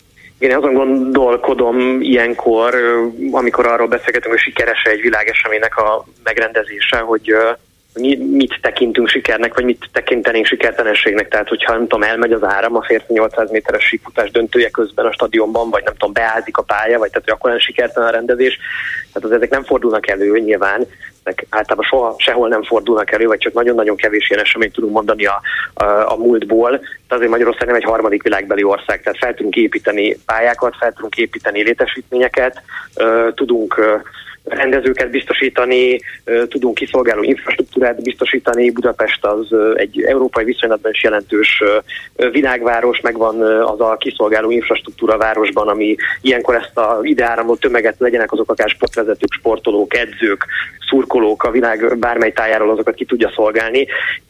Én azon gondolkodom ilyenkor, amikor arról beszélgetünk, hogy sikeres egy világeseménynek a megrendezése, hogy mi, mit tekintünk sikernek, vagy mit tekintenénk sikertelenségnek. Tehát, hogyha nem tudom, elmegy az áram a férfi nyolcszáz méteres síkfutás döntője közben a stadionban, vagy nem tudom, beázik a pálya, vagy tehát, hogy akkor nem sikertelen a rendezés. Tehát az ezek nem fordulnak elő nyilván, ezek általában soha sehol nem fordulnak elő, vagy csak nagyon-nagyon kevés ilyen eseményt tudunk mondani a, a, a múltból. De azért Magyarország nem egy harmadik világbeli ország, tehát fel tudunk építeni pályákat, fel tudunk építeni létesítményeket, tudunk rendezőket biztosítani, tudunk kiszolgáló infrastruktúrát biztosítani. Budapest az egy európai viszonylatban is jelentős világváros, megvan az a kiszolgáló infrastruktúra városban, ami ilyenkor ezt a ideáramló tömeget, legyenek azok akár sportvezetők, sportolók, edzők, szurkolók a világ bármely tájáról, azokat ki tudja szolgálni.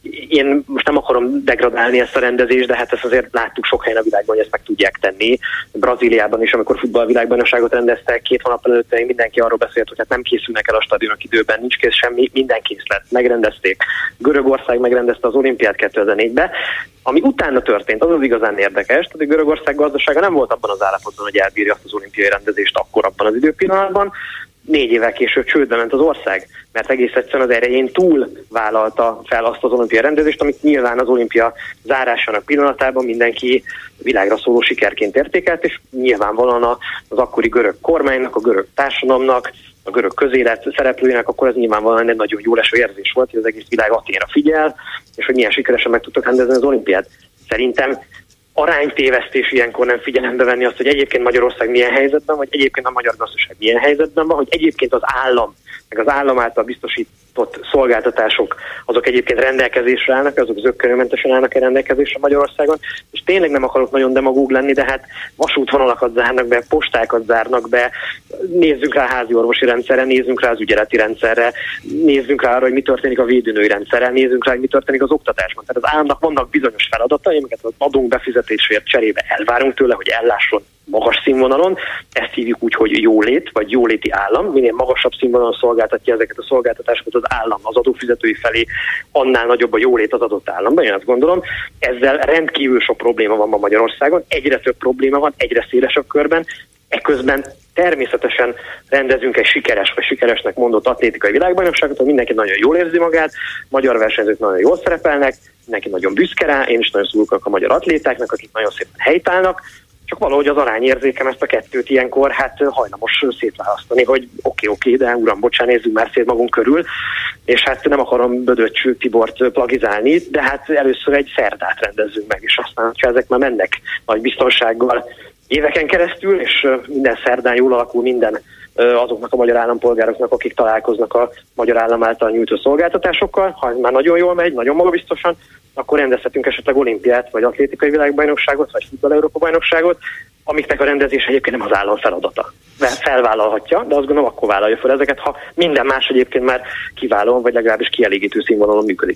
Én most nem akarom degradálni ezt a rendezést, de hát ezt azért láttuk sok helyen a világban, hogy ezt meg tudják tenni. Brazíliában is, amikor futballvilágbajnokságot rendeztek, két hónap előtt mindenki arról beszélt, hogy hát nem készülnek el a stadionok időben, nincs kész semmi, minden kész lett, megrendezték. Görögország megrendezte az olimpiát kétezer-négyben. Ami utána történt, az az igazán érdekes, tehát a Görögország gazdasága nem volt abban az állapotban, hogy elbírja azt az olimpiai rendezést akkor abban az időpillanatban. Négy évvel később csődbe ment az ország, mert egész egyszerűen az erején túl vállalta fel azt az olimpiai rendezést, amit nyilván az olimpia zárásának pillanatában mindenki világra szóló sikerként értékelt, és nyilvánvalóan az akkori görög kormánynak, a görög társadalomnak, a görög közélet szereplőinek, akkor ez nyilvánvalóan egy nagyon jó leső érzés volt, hogy az egész világ Athénra figyel, és hogy milyen sikeresen meg tudtak rendezni az olimpiát. Szerintem aránytévesztés ilyenkor nem figyelembe venni azt, hogy egyébként Magyarország milyen helyzetben, vagy egyébként a magyar gazdaság milyen helyzetben van, hogy egyébként az állam, meg az állam által biztosított szolgáltatások, azok egyébként rendelkezésre állnak, azok zökkenőmentesen állnak el rendelkezésre Magyarországon, és tényleg nem akarok nagyon demagóg lenni, de hát vasútvonalakat zárnak be, postákat zárnak be, nézzünk rá a házi orvosi rendszerre, nézzünk rá az ügyeleti rendszerre, nézzünk rá arra, hogy mi történik a védőnői rendszerrel, nézzünk rá, hogy mi történik az oktatásban. Tehát az államnak vannak bizonyos feladatai, amiket az adunk befizetésért cserébe elvárunk tőle, hogy ellásson magas színvonalon, ezt hívjuk úgy, hogy jólét, vagy jóléti állam. Minél magasabb színvonalon szolgáltatja ezeket a szolgáltatásokat az állam az adófizetői felé, annál nagyobb a jólét az adott államban, én azt gondolom. Ezzel rendkívül sok probléma van ma Magyarországon, egyre több probléma van, egyre szélesebb körben, eközben természetesen rendezünk egy sikeres vagy sikeresnek mondott atlétikai világbajnokságot, ahol mindenki nagyon jól érzi magát, magyar versenyzők nagyon jól szerepelnek, mindenki nagyon büszke rá, én is nagyon szurkolok a magyar atlétáknak, akik nagyon szépen helytállnak, csak valahogy az arányérzékem ezt a kettőt ilyenkor hát hajlamos szétválasztani, hogy oké, oké, de uram, bocsánat, nézzünk már szét magunk körül, és hát nem akarom Bödöcs Tibort plagizálni, de hát először egy szerdát rendezzünk meg, és aztán, ha ezek már mennek nagy biztonsággal éveken keresztül, és minden szerdán jól alakul minden azoknak a magyar állampolgároknak, akik találkoznak a magyar állam által nyújtó szolgáltatásokkal. Ha ez már nagyon jól megy, nagyon magabiztosan, akkor rendezhetünk esetleg olimpiát, vagy atlétikai világbajnokságot, vagy futball Európa bajnokságot, amiknek a rendezés egyébként nem az állam feladata. Felvállalhatja, de azt gondolom, akkor vállalja fel ezeket, ha minden más egyébként már kiválóan, vagy legalábbis kielégítő színvonalon működik.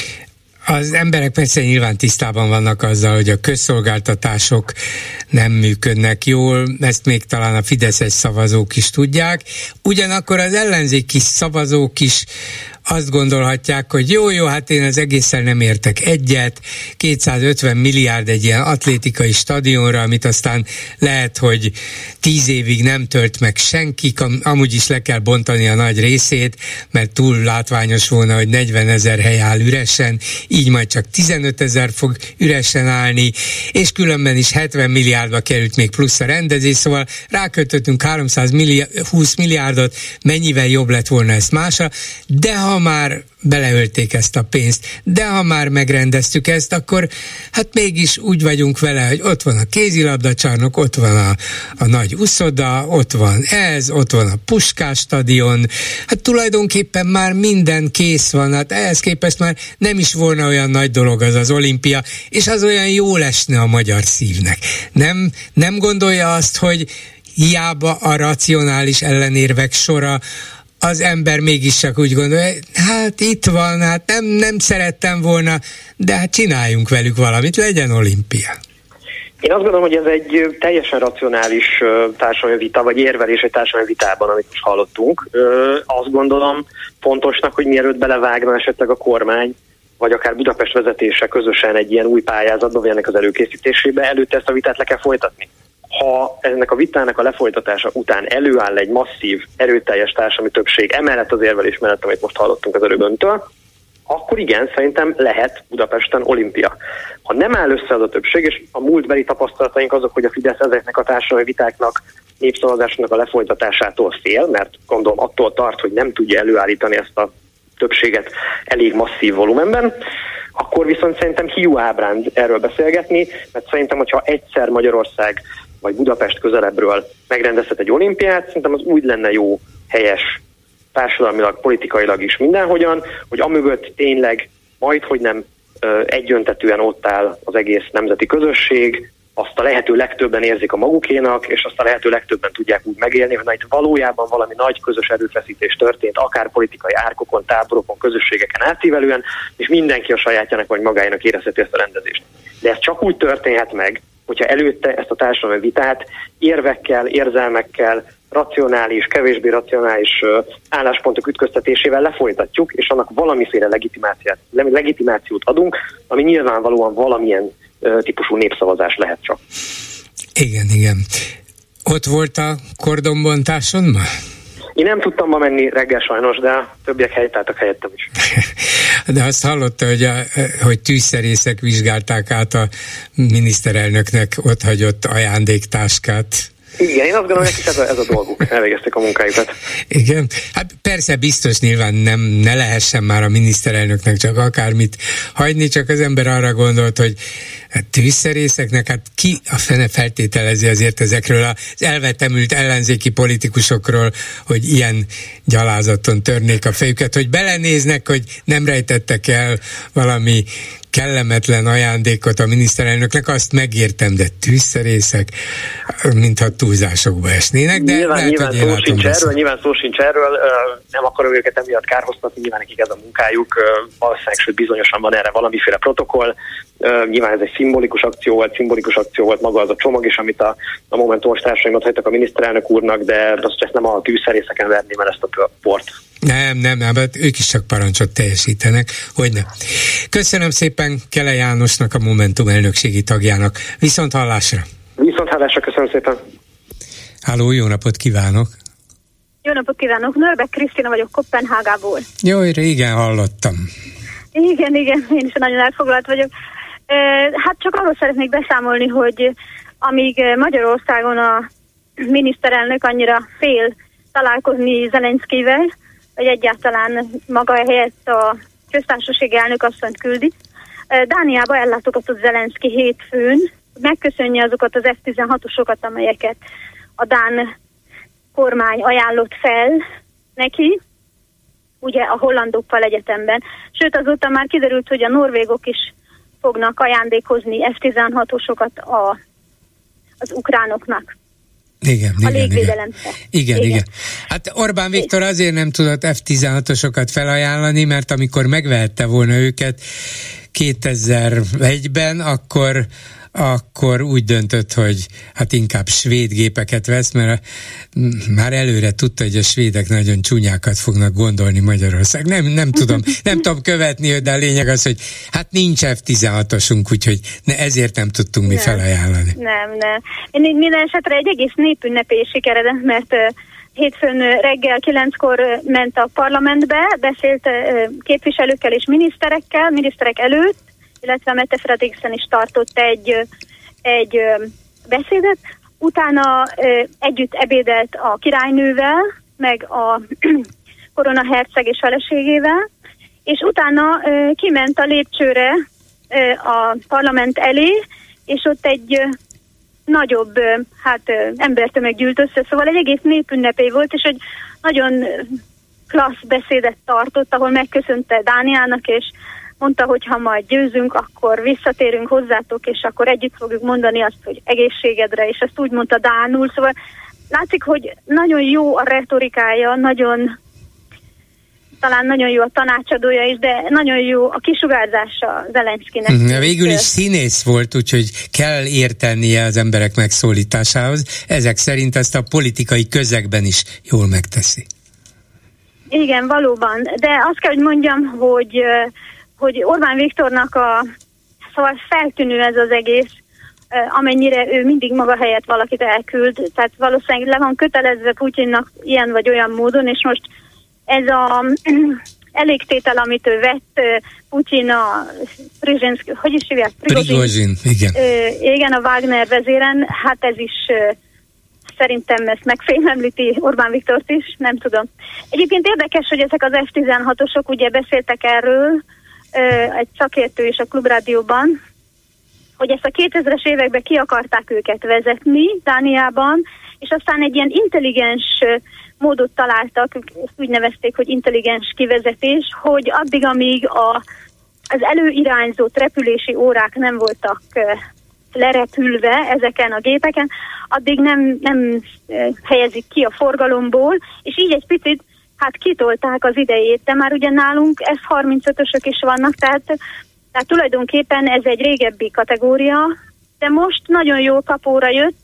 Az emberek persze nyilván tisztában vannak azzal, hogy a közszolgáltatások nem működnek jól, ezt még talán a fideszes szavazók is tudják. Ugyanakkor az ellenzéki szavazók is azt gondolhatják, hogy jó, jó, hát én az egészen nem értek egyet, kétszázötven milliárd egy ilyen atlétikai stadionra, amit aztán lehet, hogy tíz évig nem tölt meg senki, amúgy is le kell bontani a nagy részét, mert túl látványos volna, hogy negyvenezer hely áll üresen, így majd csak tizenötezer fog üresen állni, és különben is hetven milliárdba került még plusz a rendezés, szóval ráköltöttünk háromszázhúsz milliárdot, mennyivel jobb lett volna ezt másra, de ha már beleölték ezt a pénzt, de ha már megrendeztük ezt, akkor hát mégis úgy vagyunk vele, hogy ott van a kézilabdacsarnok, ott van a, a nagy uszoda, ott van ez, ott van a Puskás stadion, hát tulajdonképpen már minden kész van, hát ehhez képest már nem is volna olyan nagy dolog az az olimpia, és az olyan jól esne a magyar szívnek. Nem, nem gondolja azt, hogy hiába a racionális ellenérvek sora, az ember mégis csak úgy gondolja, hát itt van, hát nem, nem szerettem volna, de hát csináljunk velük valamit, legyen olimpia. Én azt gondolom, hogy ez egy teljesen racionális társadalmi vita, vagy érvelés egy társadalmi vitában, amit most hallottunk. Azt gondolom fontosnak, hogy mielőtt belevágna esetleg a kormány, vagy akár Budapest vezetése közösen egy ilyen új pályázatba, vagy ennek az előkészítésébe, előtte ezt a vitát le kell folytatni. Ha ennek a vitának a lefolytatása után előáll egy masszív, erőteljes társadalmi többség, emellett az érvelés mellett, amit most hallottunk az előbb öntől, akkor igen, szerintem lehet Budapesten olimpia. Ha nem áll össze az a többség, és a múltbeli tapasztalataink azok, hogy a Fidesz ezeknek a társadalmi vitáknak, népszavazásnak a lefolytatásától fél, mert gondolom attól tart, hogy nem tudja előállítani ezt a többséget elég masszív volumenben, akkor viszont szerintem hiú ábránd erről beszélgetni, mert szerintem, hogyha egyszer Magyarország vagy Budapest közelebbről megrendezhet egy olimpiát, szerintem az úgy lenne jó, helyes, társadalmilag, politikailag is mindenhogyan, hogy amögött tényleg majdhogy nem egyöntetűen ott áll az egész nemzeti közösség, azt a lehető legtöbben érzik a magukénak, és azt a lehető legtöbben tudják úgy megélni, hogy na, itt valójában valami nagy közös erőfeszítés történt, akár politikai árkokon, táborokon, közösségeken átívelően, és mindenki a sajátjának vagy magájának érezheti ezt a rendezést. De ez csak úgy történhet meg, hogyha előtte ezt a társadalmi vitát érvekkel, érzelmekkel, racionális, kevésbé racionális álláspontok ütköztetésével lefolytatjuk, és annak valamiféle legitimációt, legitimációt adunk, ami nyilvánvalóan valamilyen típusú népszavazás lehet csak. Igen, igen. Ott volt a kordonbontáson ma? Én nem tudtam ma menni reggel sajnos, de a többiek helytáltak helyettem is. De azt hallotta, hogy, a, hogy tűzszerészek vizsgálták át a miniszterelnöknek otthagyott ajándéktáskát. Igen, én azt gondolom, hogy ez a, ez a dolguk, elvégezték a munkájukat. Igen, hát persze biztos nyilván nem, ne lehessen már a miniszterelnöknek csak akármit hagyni, csak az ember arra gondolt, hogy hát tűzszerészeknek, hát ki a fene feltételezi azért ezekről az elvetemült ellenzéki politikusokról, hogy ilyen gyalázaton törnék a fejüket, hogy belenéznek, hogy nem rejtettek el valami kellemetlen ajándékot a miniszterelnöknek, azt megértem, de tűzszerészek, mintha túlzásokba esnének, de nyilván, lehet, nyilván hogy szó sincs erről, nyilván szó sincs erről, nem akarom őket emiatt kárhoztatni, nyilván nekik ez a munkájuk, valószínűleg, sőt bizonyosan van erre valamiféle protokoll, nyilván ez egy szimbolikus akció volt, szimbolikus akció volt maga az a csomag is, amit a, a momentumos társaimot hagytak a miniszterelnök úrnak, de azt ezt nem a tűzszerészeken verném el ezt a port. Nem, nem, nem, hát ők is csak parancsot teljesítenek, hogy nem. Köszönöm szépen Kele Jánosnak, a Momentum elnökségi tagjának. Viszont hallásra! Viszont hallásra, köszönöm szépen! Háló, jó napot kívánok! Jó napot kívánok! Nörbek Krisztina vagyok Koppenhágából. Jó, régen hallottam. Igen, igen, én is nagyon elfoglalt vagyok. Hát csak arról szeretnék beszámolni, hogy amíg Magyarországon a miniszterelnök annyira fél találkozni Zelenszkivel, hogy egyáltalán maga helyett a köztársasági elnök asszonyt küldi. Dániába ellátogatott Zelenszky hétfőn, megköszönje azokat az ef tizenhatosokat, amelyeket a dán kormány ajánlott fel neki, ugye a hollandokkal egyetemben. Sőt, azóta már kiderült, hogy a norvégok is fognak ajándékozni ef tizenhatosokat a, az ukránoknak. Igen, a igen, igen. igen. igen, igen. Hát Orbán Viktor azért nem tudott ef tizenhatosokat felajánlani, mert amikor megvehette volna őket kétezer-egyben, akkor akkor úgy döntött, hogy hát inkább svéd gépeket vesz, mert már előre tudta, hogy a svédek nagyon csúnyákat fognak gondolni Magyarország. Nem, nem tudom, nem tudom követni, de a lényeg az, hogy hát nincs ef tizenhatosunk, úgyhogy ne, ezért nem tudtunk mi nem, felajánlani. Nem, nem. Én minden esetre egy egész népünnepé sikeredett, mert uh, hétfőn reggel kilenckor uh, ment a parlamentbe, beszélt uh, képviselőkkel és miniszterekkel, miniszterek előtt, illetve Mette Frederiksen is tartott egy, egy beszédet. Utána együtt ebédelt a királynővel, meg a koronaherceg és feleségével, és utána kiment a lépcsőre a parlament elé, és ott egy nagyobb hát, embertömeg gyűlt össze, szóval egy egész népünnepé volt, és egy nagyon klassz beszédet tartott, ahol megköszönte Dániának, és mondta, hogy ha majd győzünk, akkor visszatérünk hozzátok, és akkor együtt fogjuk mondani azt, hogy egészségedre, és ezt úgy mondta dánul. Szóval látszik, hogy nagyon jó a retorikája, nagyon, talán nagyon jó a tanácsadója is, de nagyon jó a kisugárzása Zelenszkinek. Mm, végül is színész volt, úgyhogy kell értenie az emberek megszólításához. Ezek szerint ezt a politikai közegben is jól megteszi. Igen, valóban. De azt kell, hogy mondjam, hogy hogy Orbán Viktornak a, szóval feltűnő ez az egész, amennyire ő mindig maga helyett valakit elküld, tehát valószínűleg le van kötelezve Putyinnak ilyen vagy olyan módon, és most ez a elégtétel, amit ő vett Putyin a Prizsinszki, hogy is hívják? Prigozsin, igen. Igen, a Wagner vezéren, hát ez is szerintem ezt megfélemlíti Orbán Viktort is, nem tudom. Egyébként érdekes, hogy ezek az ef tizenhatosok ugye beszéltek erről, egy szakértő is a Klubrádióban, hogy ezt a kétezres években ki akarták őket vezetni Dániában, és aztán egy ilyen intelligens módot találtak, ezt úgy nevezték, hogy intelligens kivezetés, hogy addig, amíg a, az előirányzott repülési órák nem voltak lerepülve ezeken a gépeken, addig nem, nem helyezik ki a forgalomból, és így egy picit hát kitolták az idejét, de már ugye nálunk ef harmincötösök is vannak, tehát, tehát tulajdonképpen ez egy régebbi kategória, de most nagyon jó kapóra jött,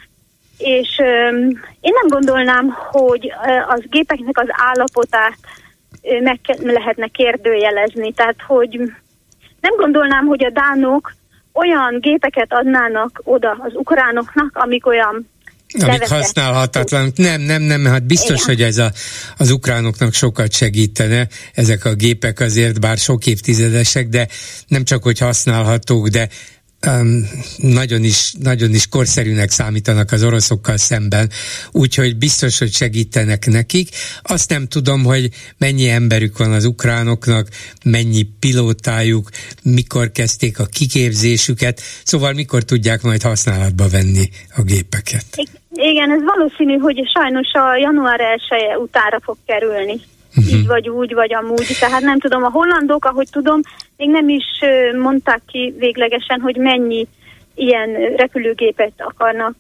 és öm, én nem gondolnám, hogy az gépeknek az állapotát meg lehetne kérdőjelezni, tehát hogy nem gondolnám, hogy a dánok olyan gépeket adnának oda az ukránoknak, amik olyan amik levetett. Használhatatlan. Nem, nem, nem, hát biztos, igen, hogy ez a, az ukránoknak sokat segítene, ezek a gépek azért, bár sok évtizedesek, de nem csak, hogy használhatók, de Um, nagyon is, nagyon is korszerűnek számítanak az oroszokkal szemben, úgyhogy biztos, hogy segítenek nekik. Azt nem tudom, hogy mennyi emberük van az ukránoknak, mennyi pilótájuk, mikor kezdték a kiképzésüket, szóval mikor tudják majd használatba venni a gépeket. Igen, ez valószínű, hogy sajnos a január elseje utára fog kerülni. Uh-huh. Így vagy úgy, vagy amúgy. Tehát nem tudom, a hollandok, ahogy tudom, még nem is mondták ki véglegesen, hogy mennyi ilyen repülőgépet akarnak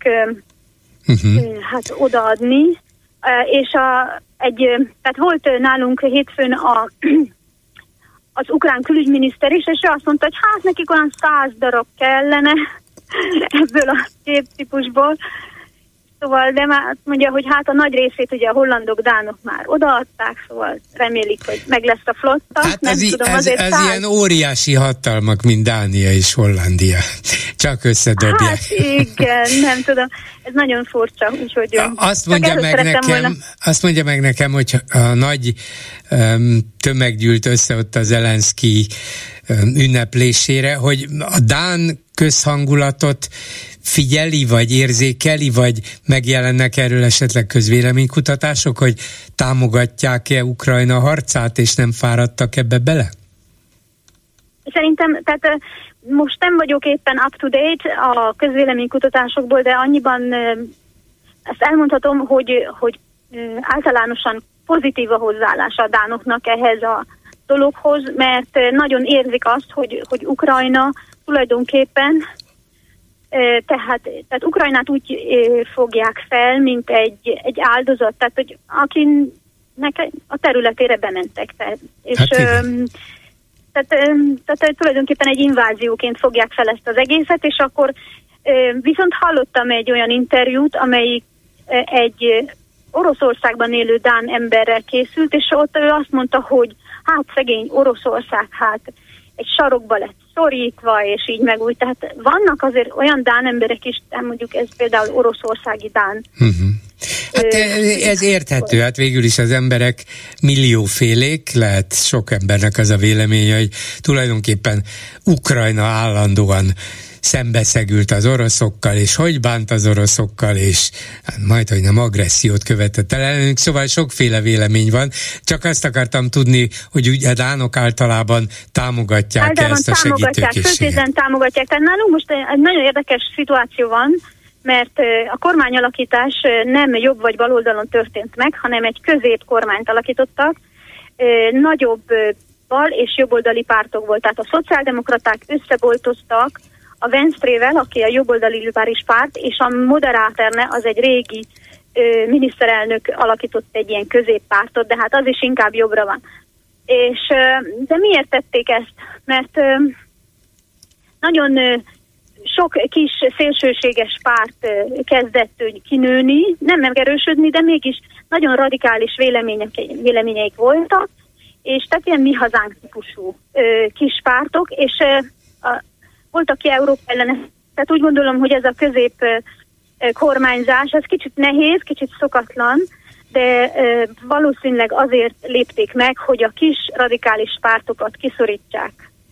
uh-huh. hát odaadni. És a, egy, tehát volt nálunk hétfőn a, az ukrán külügyminiszter is, és ő azt mondta, hogy hát nekik olyan száz darab kellene ebből a géptípusból. Szóval, de már mondja, hogy hát a nagy részét ugye a hollandok, dánok már odaadták, szóval remélik, hogy meg lesz a flotta. Hát nem ez, tudom, ez, azért ez száz... ilyen óriási hatalmak, mint Dánia és Hollandia. Csak összedobják. Hát igen, nem tudom. Ez nagyon furcsa, úgyhogy... Azt mondja, meg nekem, azt mondja meg nekem, hogy a nagy um, tömeg gyűlt össze ott a Zelenszky um, ünneplésére, hogy a dán közhangulatot figyeli, vagy érzékeli, vagy megjelennek erről esetleg közvéleménykutatások, hogy támogatják-e Ukrajna harcát, és nem fáradtak ebbe bele? szerintem, tehát most nem vagyok éppen up-to-date a közvéleménykutatásokból, de annyiban ezt elmondhatom, hogy, hogy általánosan pozitív a hozzáállás a dánoknak ehhez a dologhoz, mert nagyon érzik azt, hogy, hogy Ukrajna tulajdonképpen, tehát, tehát Ukrajnát úgy fogják fel, mint egy, egy áldozat, tehát hogy akinek a területére bementek. Tehát, és hát tehát, tehát tulajdonképpen egy invázióként fogják fel ezt az egészet, és akkor viszont hallottam egy olyan interjút, amelyik egy Oroszországban élő dán emberrel készült, és ott ő azt mondta, hogy hát szegény Oroszország, hát egy sarokba lett szorítva, és így meg úgy. Tehát vannak azért olyan dán emberek is, mondjuk ez például oroszországi dán. Uh-huh. Hát ez érthető, hát végül is az emberek milliófélék, lehet sok embernek az a véleménye, hogy tulajdonképpen Ukrajna állandóan szembeszegült az oroszokkal, és hogy bánt az oroszokkal, és hát majd, hogy nem agressziót követett el ellenünk, szóval sokféle vélemény van, csak azt akartam tudni, hogy ugye a dánok általában támogatják általában ezt a segítőkészséget. Általában támogatják, tehát nálunk most egy nagyon érdekes szituáció van, mert a kormányalakítás nem jobb vagy baloldalon történt meg, hanem egy középkormányt alakítottak, nagyobb bal és jobboldali pártokból, tehát a szociáldemokraták összeboltoztak a Venstrével, aki a jobboldali liberális párt, és a Moderáterne az egy régi ö, miniszterelnök alakított egy ilyen középpártot, de hát az is inkább jobbra van. És, ö, de miért tették ezt? Mert ö, nagyon ö, sok kis szélsőséges párt ö, kezdett ö, kinőni, nem megerősödni, de mégis nagyon radikális vélemények, véleményeik voltak, és tehát ilyen mi hazánk típusú ö, kis pártok, és ö, a volt, aki Európa ellenes. Tehát úgy gondolom, hogy ez a közép kormányzás, ez kicsit nehéz, kicsit szokatlan, de valószínűleg azért lépték meg, hogy a kis radikális pártokat kiszorítsák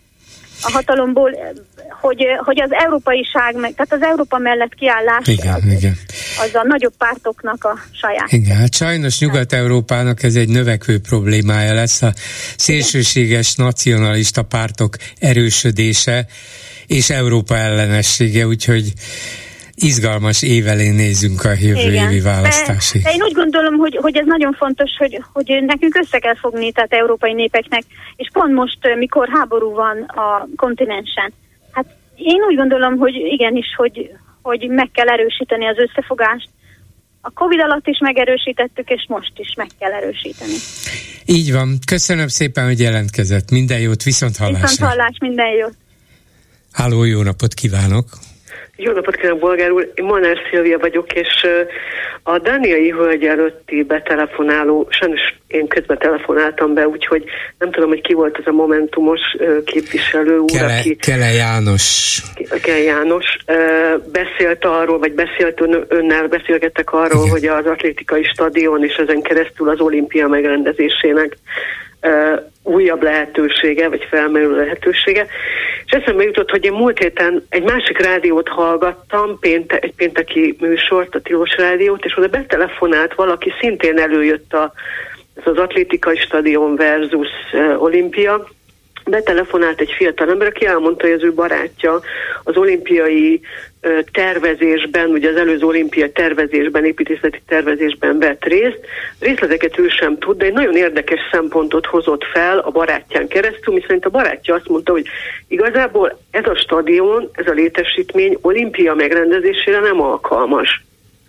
a hatalomból, hogy, hogy az európaiság, meg, tehát az Európa mellett kiállás igen, az, igen. az a nagyobb pártoknak a saját. Igen, hát sajnos Nyugat-Európának ez egy növekvő problémája lesz, a szélsőséges nacionalista pártok erősödése és Európa ellenessége, úgyhogy izgalmas évelé nézzünk a jövő Igen. évi választásig. De, de én úgy gondolom, hogy, hogy ez nagyon fontos, hogy, hogy nekünk össze kell fogni, tehát európai népeknek, és pont most, mikor háború van a kontinensen. Hát én úgy gondolom, hogy igenis, hogy, hogy meg kell erősíteni az összefogást. A Covid alatt is megerősítettük, és most is meg kell erősíteni. Így van. Köszönöm szépen, hogy jelentkezett. Minden jót, viszont hallásra. Viszont hallás, minden jót. Háló, jó napot kívánok! Jó napot kívánok, bolgár úr! Én Molnár Szilvia vagyok, és a dániai hölgy előtti betelefonáló, sajnos én közben telefonáltam be, úgyhogy nem tudom, hogy ki volt az a momentumos képviselő úr, Kele, aki... Kele János. Kele János beszélt arról, vagy beszélt ön, önnel, beszélgettek arról, Igen. hogy az atlétikai stadion és ezen keresztül az olimpia megrendezésének Uh, újabb lehetősége, vagy felmerülő lehetősége. És eszembe jutott, hogy én múlt héten egy másik rádiót hallgattam, pénte, egy pénteki műsort, a Tilos Rádiót, és oda betelefonált valaki, szintén előjött a, ez az atlétikai stadion versus uh, olimpia. Betelefonált egy fiatal ember, aki elmondta, hogy az ő barátja az olimpiai uh, tervezésben, ugye az előző olimpia tervezésben, építészeti tervezésben vett részt. Részleteket ő sem tud, de egy nagyon érdekes szempontot hozott fel a barátján keresztül, miszerint a barátja azt mondta, hogy igazából ez a stadion, ez a létesítmény olimpia megrendezésére nem alkalmas.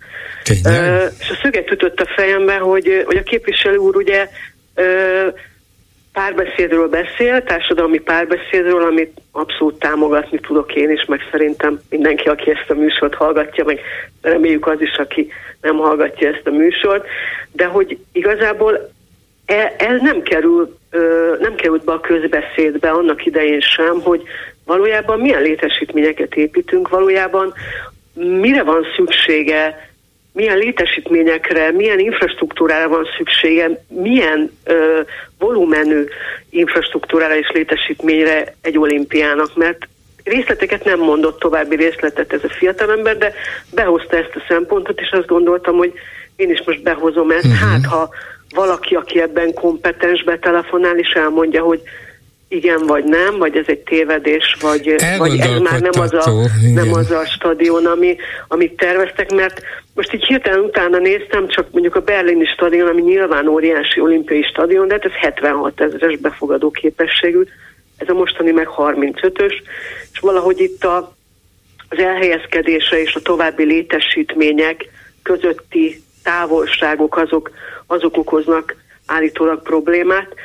Uh, és a szöget ütött a fejembe, hogy, hogy a képviselő úr ugye uh, párbeszédről beszél, társadalmi párbeszédről, amit abszolút támogatni tudok én is, meg szerintem mindenki, aki ezt a műsort hallgatja, meg reméljük az is, aki nem hallgatja ezt a műsort, de hogy igazából ez nem kerül, nem került be a közbeszédbe annak idején sem, hogy valójában milyen létesítményeket építünk, valójában mire van szüksége, milyen létesítményekre, milyen infrastruktúrára van szüksége, milyen ö, volumenű infrastruktúrára és létesítményre egy olimpiának, mert részleteket nem mondott, további részletet ez a fiatalember, de behozta ezt a szempontot, és azt gondoltam, hogy én is most behozom ezt, uh-huh. hát ha valaki, aki ebben kompetens, betelefonál és elmondja, hogy igen vagy nem, vagy ez egy tévedés, vagy, vagy ez már nem az, a, nem az a stadion, ami, amit terveztek, mert most így hirtelen utána néztem, csak mondjuk a berlini stadion, ami nyilván óriási olimpiai stadion, de hát ez hetvenhat ezeres befogadó képességű, ez a mostani meg harmincötös, és valahogy itt a, az elhelyezkedése és a további létesítmények közötti távolságok azok, azok okoznak állítólag problémát.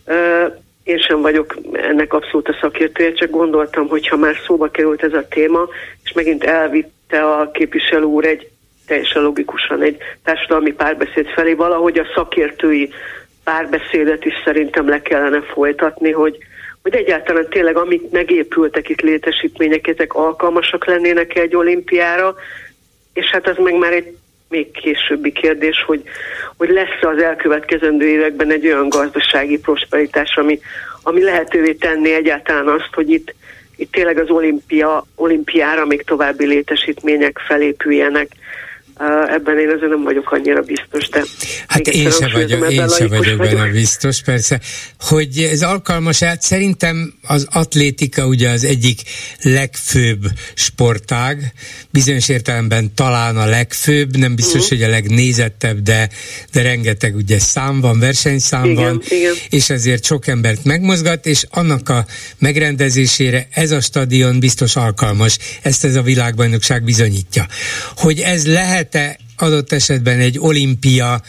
Én sem vagyok ennek abszolút a szakértője, csak gondoltam, hogy ha már szóba került ez a téma, és megint elvitte a képviselő úr egy teljesen logikusan egy társadalmi párbeszéd felé, valahogy a szakértői párbeszédet is szerintem le kellene folytatni, hogy, hogy egyáltalán tényleg amik megépültek itt létesítmények, ezek alkalmasak lennének egy olimpiára, és hát az meg már egy még későbbi kérdés, hogy, hogy lesz az elkövetkezendő években egy olyan gazdasági prosperitás, ami, ami lehetővé tenni egyáltalán azt, hogy itt, itt tényleg az olimpia, olimpiára még további létesítmények felépüljenek. Uh, ebben én azért nem vagyok annyira biztos, de... Hát én sem vagyok, én sem vagyok benne biztos, persze. Hogy ez alkalmas, hát szerintem az atlétika ugye az egyik legfőbb sportág, bizonyos értelemben talán a legfőbb, nem biztos, uh-huh. hogy a legnézettebb, de, de rengeteg ugye szám van, versenyszám igen, van, igen. és ezért sok embert megmozgat, és annak a megrendezésére ez a stadion biztos alkalmas. Ezt ez a világbajnokság bizonyítja. Hogy ez lehet adott esetben egy olimpia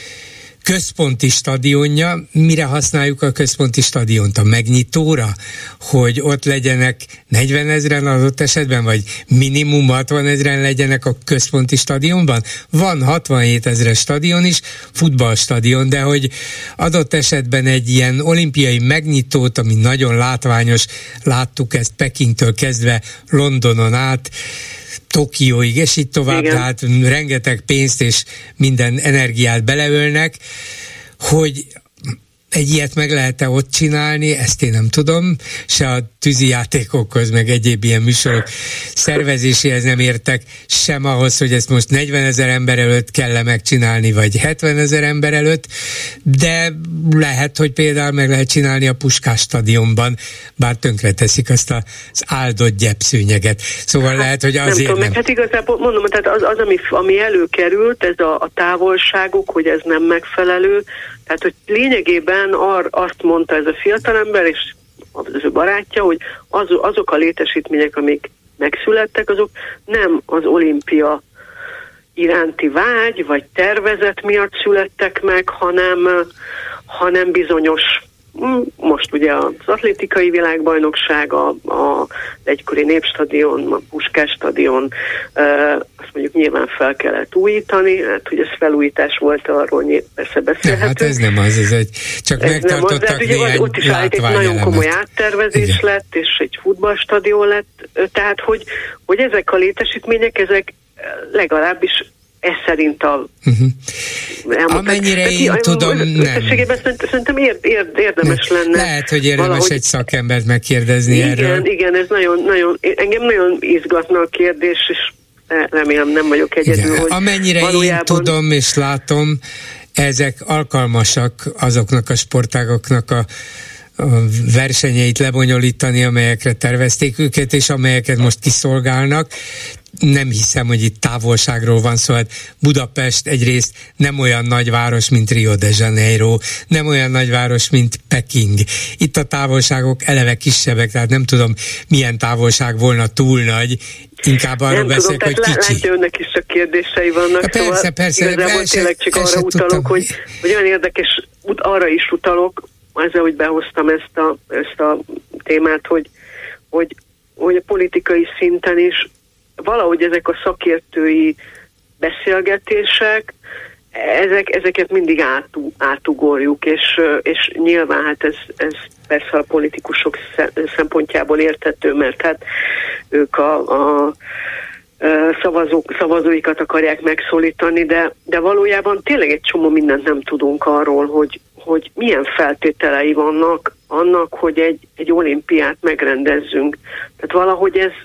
központi stadionja, mire használjuk a központi stadiont? A megnyitóra? Hogy ott legyenek negyvenezren adott esetben, vagy minimum hatvanezren legyenek a központi stadionban? Van hatvanhét ezres stadion is, futballstadion, de hogy adott esetben egy ilyen olimpiai megnyitót, ami nagyon látványos, láttuk ezt Pekingtől kezdve Londonon át, Tokióig, és így tovább, igen. tehát rengeteg pénzt és minden energiát beleölnek, hogy egy ilyet meg lehet-e ott csinálni, ezt én nem tudom, se a tűzijátékokhoz, meg egyéb ilyen műsorok szervezéséhez nem értek, sem ahhoz, hogy ezt most negyvenezer ember előtt kell megcsinálni, vagy hetvenezer ember előtt, de lehet, hogy például meg lehet csinálni a Puskás stadionban, bár tönkreteszik azt az áldott gyepszőnyeget. Szóval hát, lehet, hogy azért nem. nem. Hát igazából mondom, tehát az, az ami, ami előkerült, ez a, a távolságok, hogy ez nem megfelelő, tehát, hogy lényegében ar, azt mondta ez a fiatalember, és az ő barátja, hogy az, azok a létesítmények, amik megszülettek, azok nem az olimpia iránti vágy, vagy tervezet miatt születtek meg, hanem, hanem bizonyos, most ugye az atlétikai világbajnokság, a, a egykori Népstadion, a Puskás stadion, azt mondjuk nyilván fel kellett újítani, hát hogy ez felújítás volt, arról persze beszélhetünk. Ja, hát ez nem az, ez egy, csak ez megtartottak az, néhány ott is egy nagyon komoly áttervezés igen. lett, és egy futballstadion lett, tehát hogy, hogy ezek a létesítmények, ezek legalábbis ez szerint a... Uh-huh. Amennyire de, én de, tudom, nem. Összességében szerintem ér, ér, érdemes nem. lenne. Lehet, hogy érdemes valahogy... egy szakembert megkérdezni igen, erről. Igen, igen, ez nagyon, nagyon, engem nagyon izgatna a kérdés, és remélem nem vagyok egyedül, igen. hogy amennyire valójában... én tudom és látom, ezek alkalmasak azoknak a sportágoknak a a versenyeit lebonyolítani, amelyekre tervezték őket, és amelyeket most kiszolgálnak. Nem hiszem, hogy itt távolságról van szó, hát Budapest egyrészt nem olyan nagyváros, mint Rio de Janeiro, nem olyan nagyváros, mint Peking. Itt a távolságok eleve kisebbek, tehát nem tudom, milyen távolság volna túl nagy, inkább arról beszélek, hogy kicsi. Látja, önnek is csak kérdései vannak, ja, persze, szóval persze, igazából persze, tényleg csak arra utalok, hogy, hogy olyan érdekes, arra is utalok, ezzel, hogy behoztam ezt a, ezt a témát, hogy, hogy, hogy a politikai szinten is valahogy ezek a szakértői beszélgetések, ezek, ezeket mindig átú, átugorjuk, és, és nyilván hát ez, ez persze a politikusok szempontjából érthető, mert hát ők a, a szavazók, szavazóikat akarják megszólítani, de, de valójában tényleg egy csomó mindent nem tudunk arról, hogy, hogy milyen feltételei vannak annak, hogy egy, egy olimpiát megrendezzünk. Tehát valahogy ez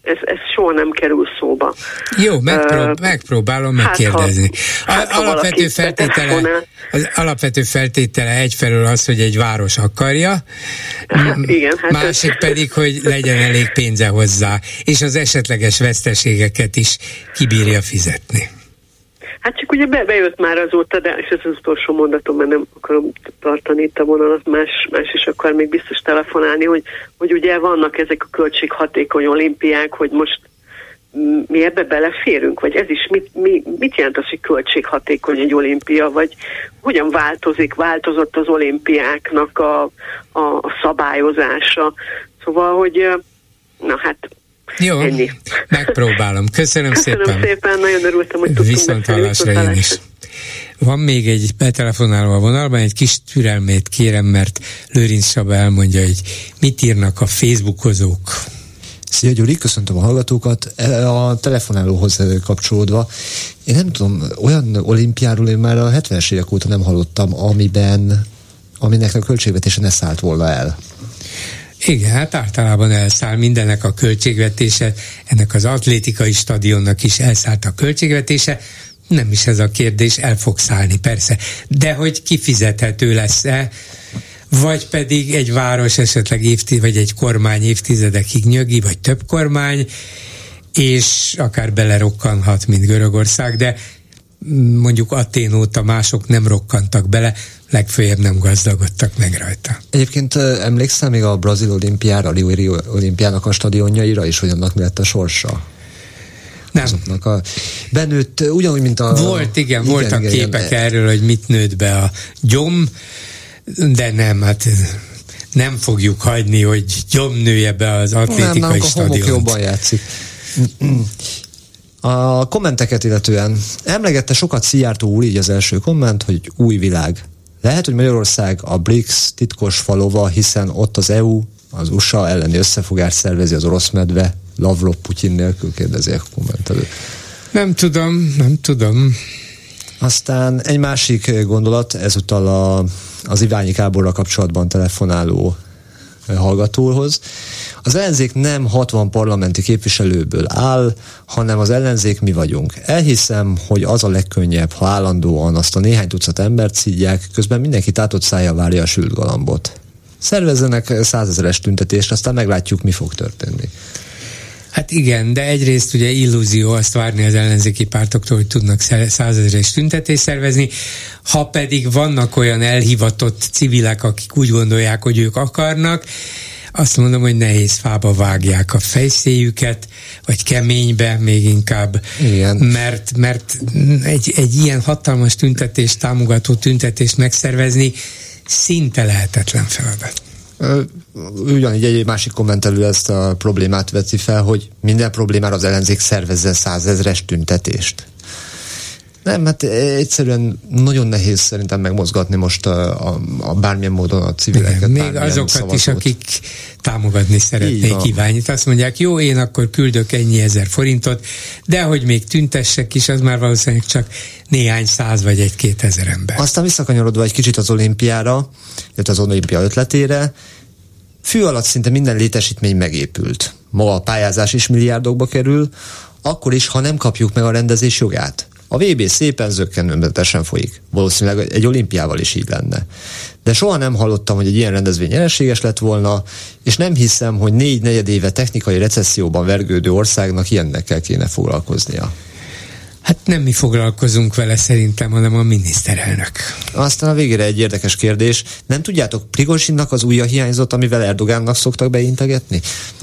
Ez, ez soha nem kerül szóba. Jó, megprób- uh, megpróbálom megkérdezni. Hát, ha, alapvető, feltétele, az alapvető feltétele egyfelől az, hogy egy város akarja, hát, igen, hát másik ez... pedig, hogy legyen elég pénze hozzá, és az esetleges veszteségeket is kibírja fizetni. Hát csak ugye be, bejött már azóta, de és ez az utolsó mondatom, mert nem akarom tartani itt a vonalat, más, más is akar még biztos telefonálni, hogy, hogy ugye vannak ezek a költséghatékony olimpiák, hogy most mi ebbe beleférünk, vagy ez is mit, mi, mit jelent az, hogy költséghatékony egy olimpia, vagy hogyan változik, változott az olimpiáknak a, a, a szabályozása. Szóval, hogy na hát jó, ennyi. Megpróbálom. Köszönöm, Köszönöm szépen. szépen, nagyon örültem, hogy tudtunk Viszont hallásra én is. Van még egy betelefonáló a vonalban, egy kis türelmét kérem, mert Lőrinc Csaba elmondja, hogy mit írnak a Facebookozók. Szia Gyuri, köszöntöm a hallgatókat. A telefonálóhoz kapcsolódva, én nem tudom, olyan olimpiáról én már a hetvenes évek óta nem hallottam, amiben, aminek a költségvetése ne szállt volna el. Igen, hát általában elszáll mindennek a költségvetése, ennek az atlétikai stadionnak is elszállt a költségvetése, nem is ez a kérdés, el fog szállni persze, de hogy kifizethető lesz-e, vagy pedig egy város esetleg évtized, vagy egy kormány évtizedekig nyögi, vagy több kormány, és akár belerokkanhat, mint Görögország, de mondjuk Athén óta mások nem rokkantak bele, legfőjebb nem gazdagodtak meg rajta. Egyébként emlékszel még a brazil olimpiára, a Rio olimpiának a stadionjaira, és hogy annak mi lett a sorsa? Nem. A, benőtt, ugyanúgy, mint a... Volt, igen, igen voltak igen, képek igen. erről, hogy mit nőtt be a gyom, de nem, hát nem fogjuk hagyni, hogy gyom nője be az atlétikai nem, stadiont. Nem, a jobban játszik. A kommenteket illetően emlegette sokat Szijjártó úr, így az első komment, hogy új világ. Lehet, hogy Magyarország a bé er i cé es titkos falova, hiszen ott az é u, az u es á elleni összefogást szervezi az orosz medve, Lavrov Putyin nélkül, kérdezi a kommentelő. Nem tudom, nem tudom. Aztán egy másik gondolat, ezúttal a, az Iványi Káborral kapcsolatban telefonáló hallgatóhoz. Az ellenzék nem hatvan parlamenti képviselőből áll, hanem az ellenzék mi vagyunk. Elhiszem, hogy az a legkönnyebb, ha állandóan azt a néhány tucat embert szídják, közben mindenki tátott szájjal várja a sült galambot. Szervezzenek százezeres tüntetést, aztán meglátjuk, mi fog történni. Hát igen, de egyrészt ugye illúzió azt várni az ellenzéki pártoktól, hogy tudnak százezeres tüntetést szervezni, ha pedig vannak olyan elhivatott civilek, akik úgy gondolják, hogy ők akarnak, azt mondom, hogy nehéz fába vágják a fejszéjüket, vagy keménybe még inkább, igen. mert, mert egy, egy ilyen hatalmas tüntetést, támogató tüntetést megszervezni szinte lehetetlen feladat. Ugyanígy egy másik kommentelő ezt a problémát veszi fel, hogy minden problémára az ellenzék szervezzen százezres tüntetést. Nem, hát egyszerűen nagyon nehéz szerintem megmozgatni most a, a, a bármilyen módon a civileket. Igen, még azokat szavazót. Is, akik támogatni szeretnék Iványit. Azt mondják, jó, én akkor küldök ennyi ezer forintot, de hogy még tüntessek is, az már valószínűleg csak néhány száz vagy egy-két ezer ember. Aztán visszakanyarodva egy kicsit az olimpiára, illetve az olimpia ötletére, fű alatt szinte minden létesítmény megépült. Maga a pályázás is milliárdokba kerül, akkor is, ha nem kapjuk meg a rendezés jogát. A vé bé szépen zökkenőmentesen folyik. Valószínűleg egy olimpiával is így lenne. De soha nem hallottam, hogy egy ilyen rendezvény nyereséges lett volna, és nem hiszem, hogy négy negyed éve technikai recesszióban vergődő országnak ilyennekkel kéne foglalkoznia. Hát nem mi foglalkozunk vele szerintem, hanem a miniszterelnök. Aztán a végére egy érdekes kérdés. Nem tudjátok, Prigozsinnak az ujja hiányzott, amivel Erdogánnak szoktak beintegetni?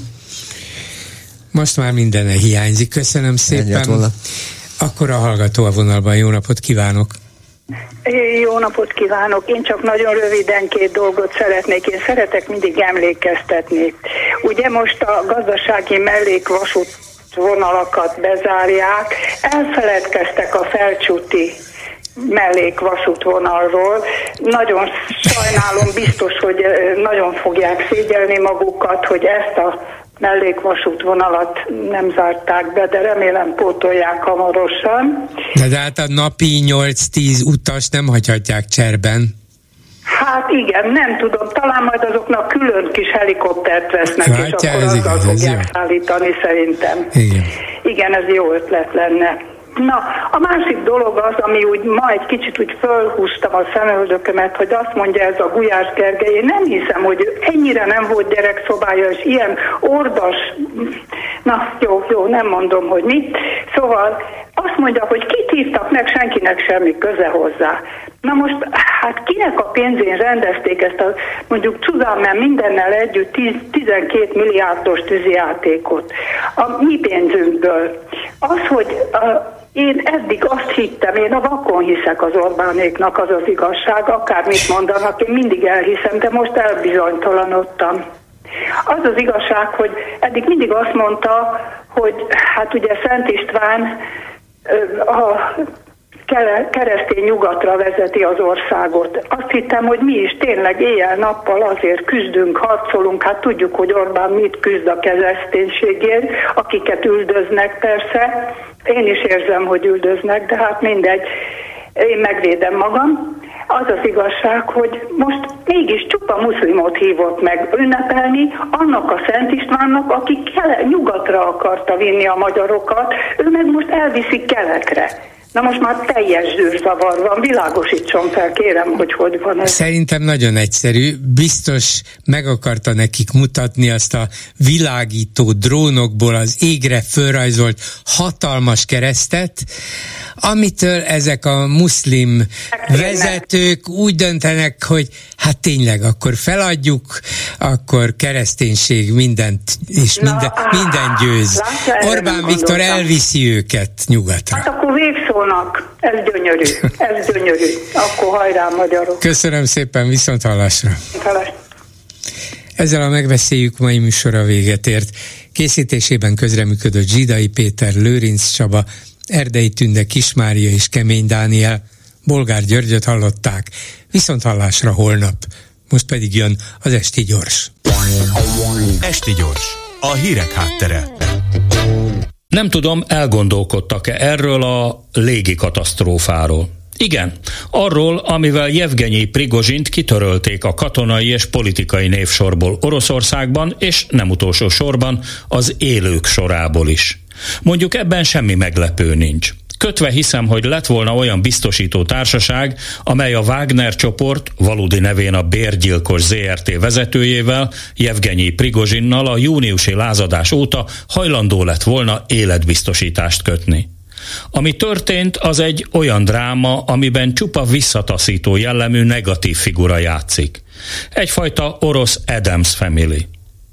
Most már mindenne hiányzik. Köszönöm szépen. Akkor a hallgató a vonalban. Jó napot kívánok! Jó napot kívánok! Én csak nagyon röviden két dolgot szeretnék. Én szeretek mindig emlékeztetni. Ugye most a gazdasági mellékvasút vonalakat bezárják, elfeledkeztek a felcsúti mellékvasútvonalról. Nagyon sajnálom, biztos, hogy nagyon fogják szégyelni magukat, hogy ezt a mellékvasútvonalat nem zárták be, de remélem pótolják hamarosan. De, de hát a napi nyolc-tíz utas nem hagyhatják cserben. Hát igen, nem tudom, talán majd azoknak külön kis helikoptert vesznek, Látja, és akkor azzal igaz, fogják szállítani szerintem. Igen. Igen, ez jó ötlet lenne. Na, a másik dolog az, ami úgy ma egy kicsit úgy fölhúztam a szemöldökömet, hogy azt mondja ez a Gulyás Gergely, én nem hiszem, hogy ennyire nem volt gyerekszobája, és ilyen ordas, na jó, jó, nem mondom, hogy mit. Szóval azt mondja, hogy kit hívtak meg, senkinek semmi köze hozzá. Na most, hát kinek a pénzén rendezték ezt a, mondjuk Csudámán mindennel együtt tizenkét milliárdos tűzijátékot? A mi pénzünkből. Az, hogy a, én eddig azt hittem, én a vakon hiszek az Orbánéknak, az az igazság, akármit mondanak, én mindig elhiszem, de most elbizonytalanodtam. Az az igazság, hogy eddig mindig azt mondta, hogy hát ugye Szent István a keresztény nyugatra vezeti az országot. Azt hittem, hogy mi is tényleg éjjel-nappal azért küzdünk, harcolunk, hát tudjuk, hogy Orbán mit küzd a kereszténységért, akiket üldöznek persze. Én is érzem, hogy üldöznek, de hát mindegy. Én megvédem magam. Az az igazság, hogy most mégis csupa muszlimot hívott meg ünnepelni annak a Szent Istvánnak, aki kele- nyugatra akarta vinni a magyarokat, ő meg most elviszi keletre. Na most már teljes zűrzavar van, világosítson fel, kérem, hogy hogy van ez. Szerintem nagyon egyszerű, biztos meg akarta nekik mutatni azt a világító drónokból az égre fölrajzolt hatalmas keresztet, amitől ezek a muszlim vezetők úgy döntenek, hogy hát tényleg, akkor feladjuk, akkor kereszténység mindent, és Na, minden, á, minden győz. Látja, Orbán Viktor elviszi őket nyugatra. Hát akkor végszónak, ez gyönyörű, ez gyönyörű. Akkor hajrá, magyarok. Köszönöm szépen, viszont hallásra. Hallás. Ezzel a megbeszéljük mai műsora véget ért. Készítésében közreműködött Zsidai Péter, Lőrinc Csaba, Erdei Tünde, Kismária és Kemény Dániel. Bolgár Györgyöt hallották. Viszont hallásra holnap. Most pedig jön az Esti Gyors. Esti Gyors, a hírek háttere. Nem tudom, elgondolkodtak-e erről a légikatasztrófáról. Igen, arról, amivel Jevgenyi Prigozsint kitörölték a katonai és politikai névsorból Oroszországban, és nem utolsó sorban az élők sorából is. Mondjuk ebben semmi meglepő nincs. Kötve hiszem, hogy lett volna olyan biztosító társaság, amely a Wagner csoport, valódi nevén a Bérgyilkos zé er té vezetőjével, Jevgenyi Prigozsinnal a júniusi lázadás óta hajlandó lett volna életbiztosítást kötni. Ami történt, az egy olyan dráma, amiben csupa visszataszító jellemű negatív figura játszik. Egyfajta orosz Addams Family.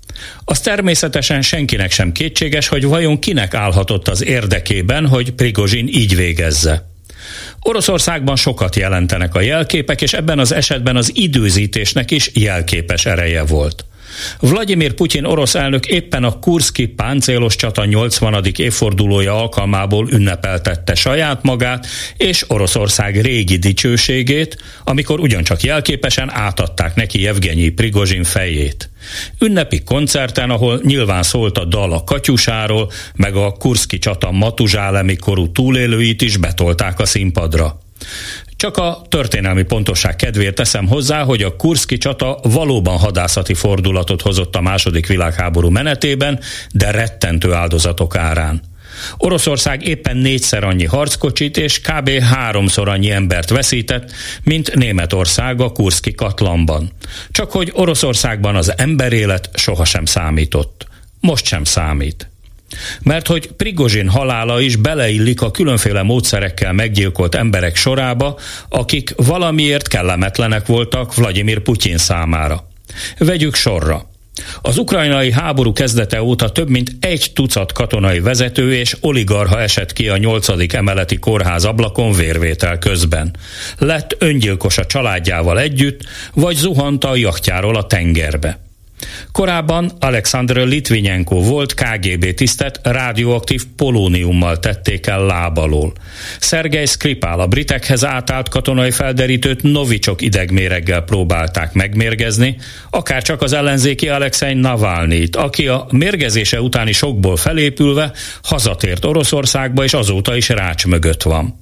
Az természetesen senkinek sem kétséges, hogy vajon kinek állhatott az érdekében, hogy Prigozsin így végezze. Oroszországban sokat jelentenek a jelképek, és ebben az esetben az időzítésnek is jelképes ereje volt. Vladimir Putyin orosz elnök éppen a kurszki páncélos csata nyolcvanadik évfordulója alkalmából ünnepeltette saját magát és Oroszország régi dicsőségét, amikor ugyancsak jelképesen átadták neki Jevgenyi Prigozsin fejét. Ünnepi koncerten, ahol nyilván szólt a dal a Katyusáról, meg a kurszki csata matuzsálemi korú túlélőit is betolták a színpadra. Csak a történelmi pontosság kedvéért teszem hozzá, hogy a kurszki csata valóban hadászati fordulatot hozott a második világháború menetében, de rettentő áldozatok árán. Oroszország éppen négyszer annyi harckocsit és kb. háromszor annyi embert veszített, mint Németország a kurszki katlanban. Csak hogy Oroszországban az emberélet sohasem számított. Most sem számít. Mert hogy Prigozsin halála is beleillik a különféle módszerekkel meggyilkolt emberek sorába, akik valamiért kellemetlenek voltak Vladimir Putyin számára. Vegyük sorra. Az ukrajnai háború kezdete óta több mint egy tucat katonai vezető és oligarcha esett ki a nyolcadik emeleti kórház ablakon vérvétel közben. Lett öngyilkos a családjával együtt, vagy zuhant a jachtjáról a tengerbe. Korábban Alexandr Litvinenko volt ká gé bé tisztet rádióaktív polóniummal tették el láb alól. Szergej Skripal, a britekhez átállt katonai felderítőt novicsok idegméreggel próbálták megmérgezni, akárcsak az ellenzéki Alexej Navalnyit, aki a mérgezése utáni sokból felépülve hazatért Oroszországba és azóta is rács mögött van.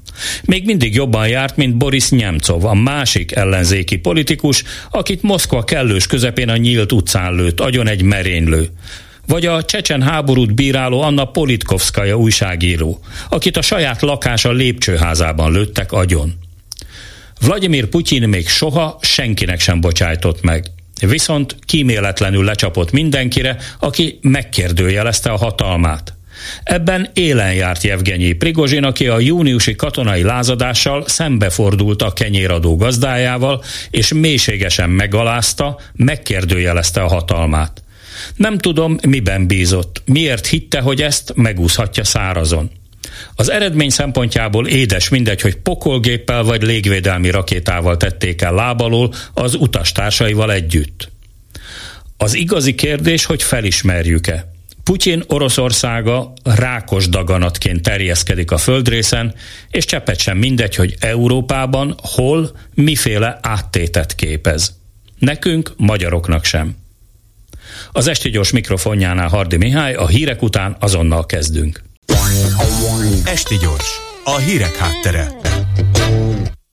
Még mindig jobban járt, mint Boris Nemcov, a másik ellenzéki politikus, akit Moszkva kellős közepén a nyílt utcán lőtt, agyon egy merénylő. Vagy a csecsen háborút bíráló Anna Politkovszkaja újságíró, akit a saját lakása lépcsőházában lőttek agyon. Vladimir Putyin még soha senkinek sem bocsájtott meg. Viszont kíméletlenül lecsapott mindenkire, aki megkérdőjelezte a hatalmát. Ebben élen járt Jevgenyi Prigozsin, aki a júniusi katonai lázadással szembefordult a kenyéradó gazdájával, és mélységesen megalázta, megkérdőjelezte a hatalmát. Nem tudom, miben bízott, miért hitte, hogy ezt megúszhatja szárazon. Az eredmény szempontjából édes mindegy, hogy pokolgéppel vagy légvédelmi rakétával tették el láb alól az utastársaival együtt. Az igazi kérdés, hogy felismerjük-e. Putyin Oroszországa rákos daganatként terjeszkedik a földrészen, és cseppet sem mindegy, hogy Európában hol, miféle áttétet képez. Nekünk, magyaroknak sem. Az Esti Gyors mikrofonjánál Hardy Mihály, a hírek után azonnal kezdünk. Esti Gyors, a hírek háttere.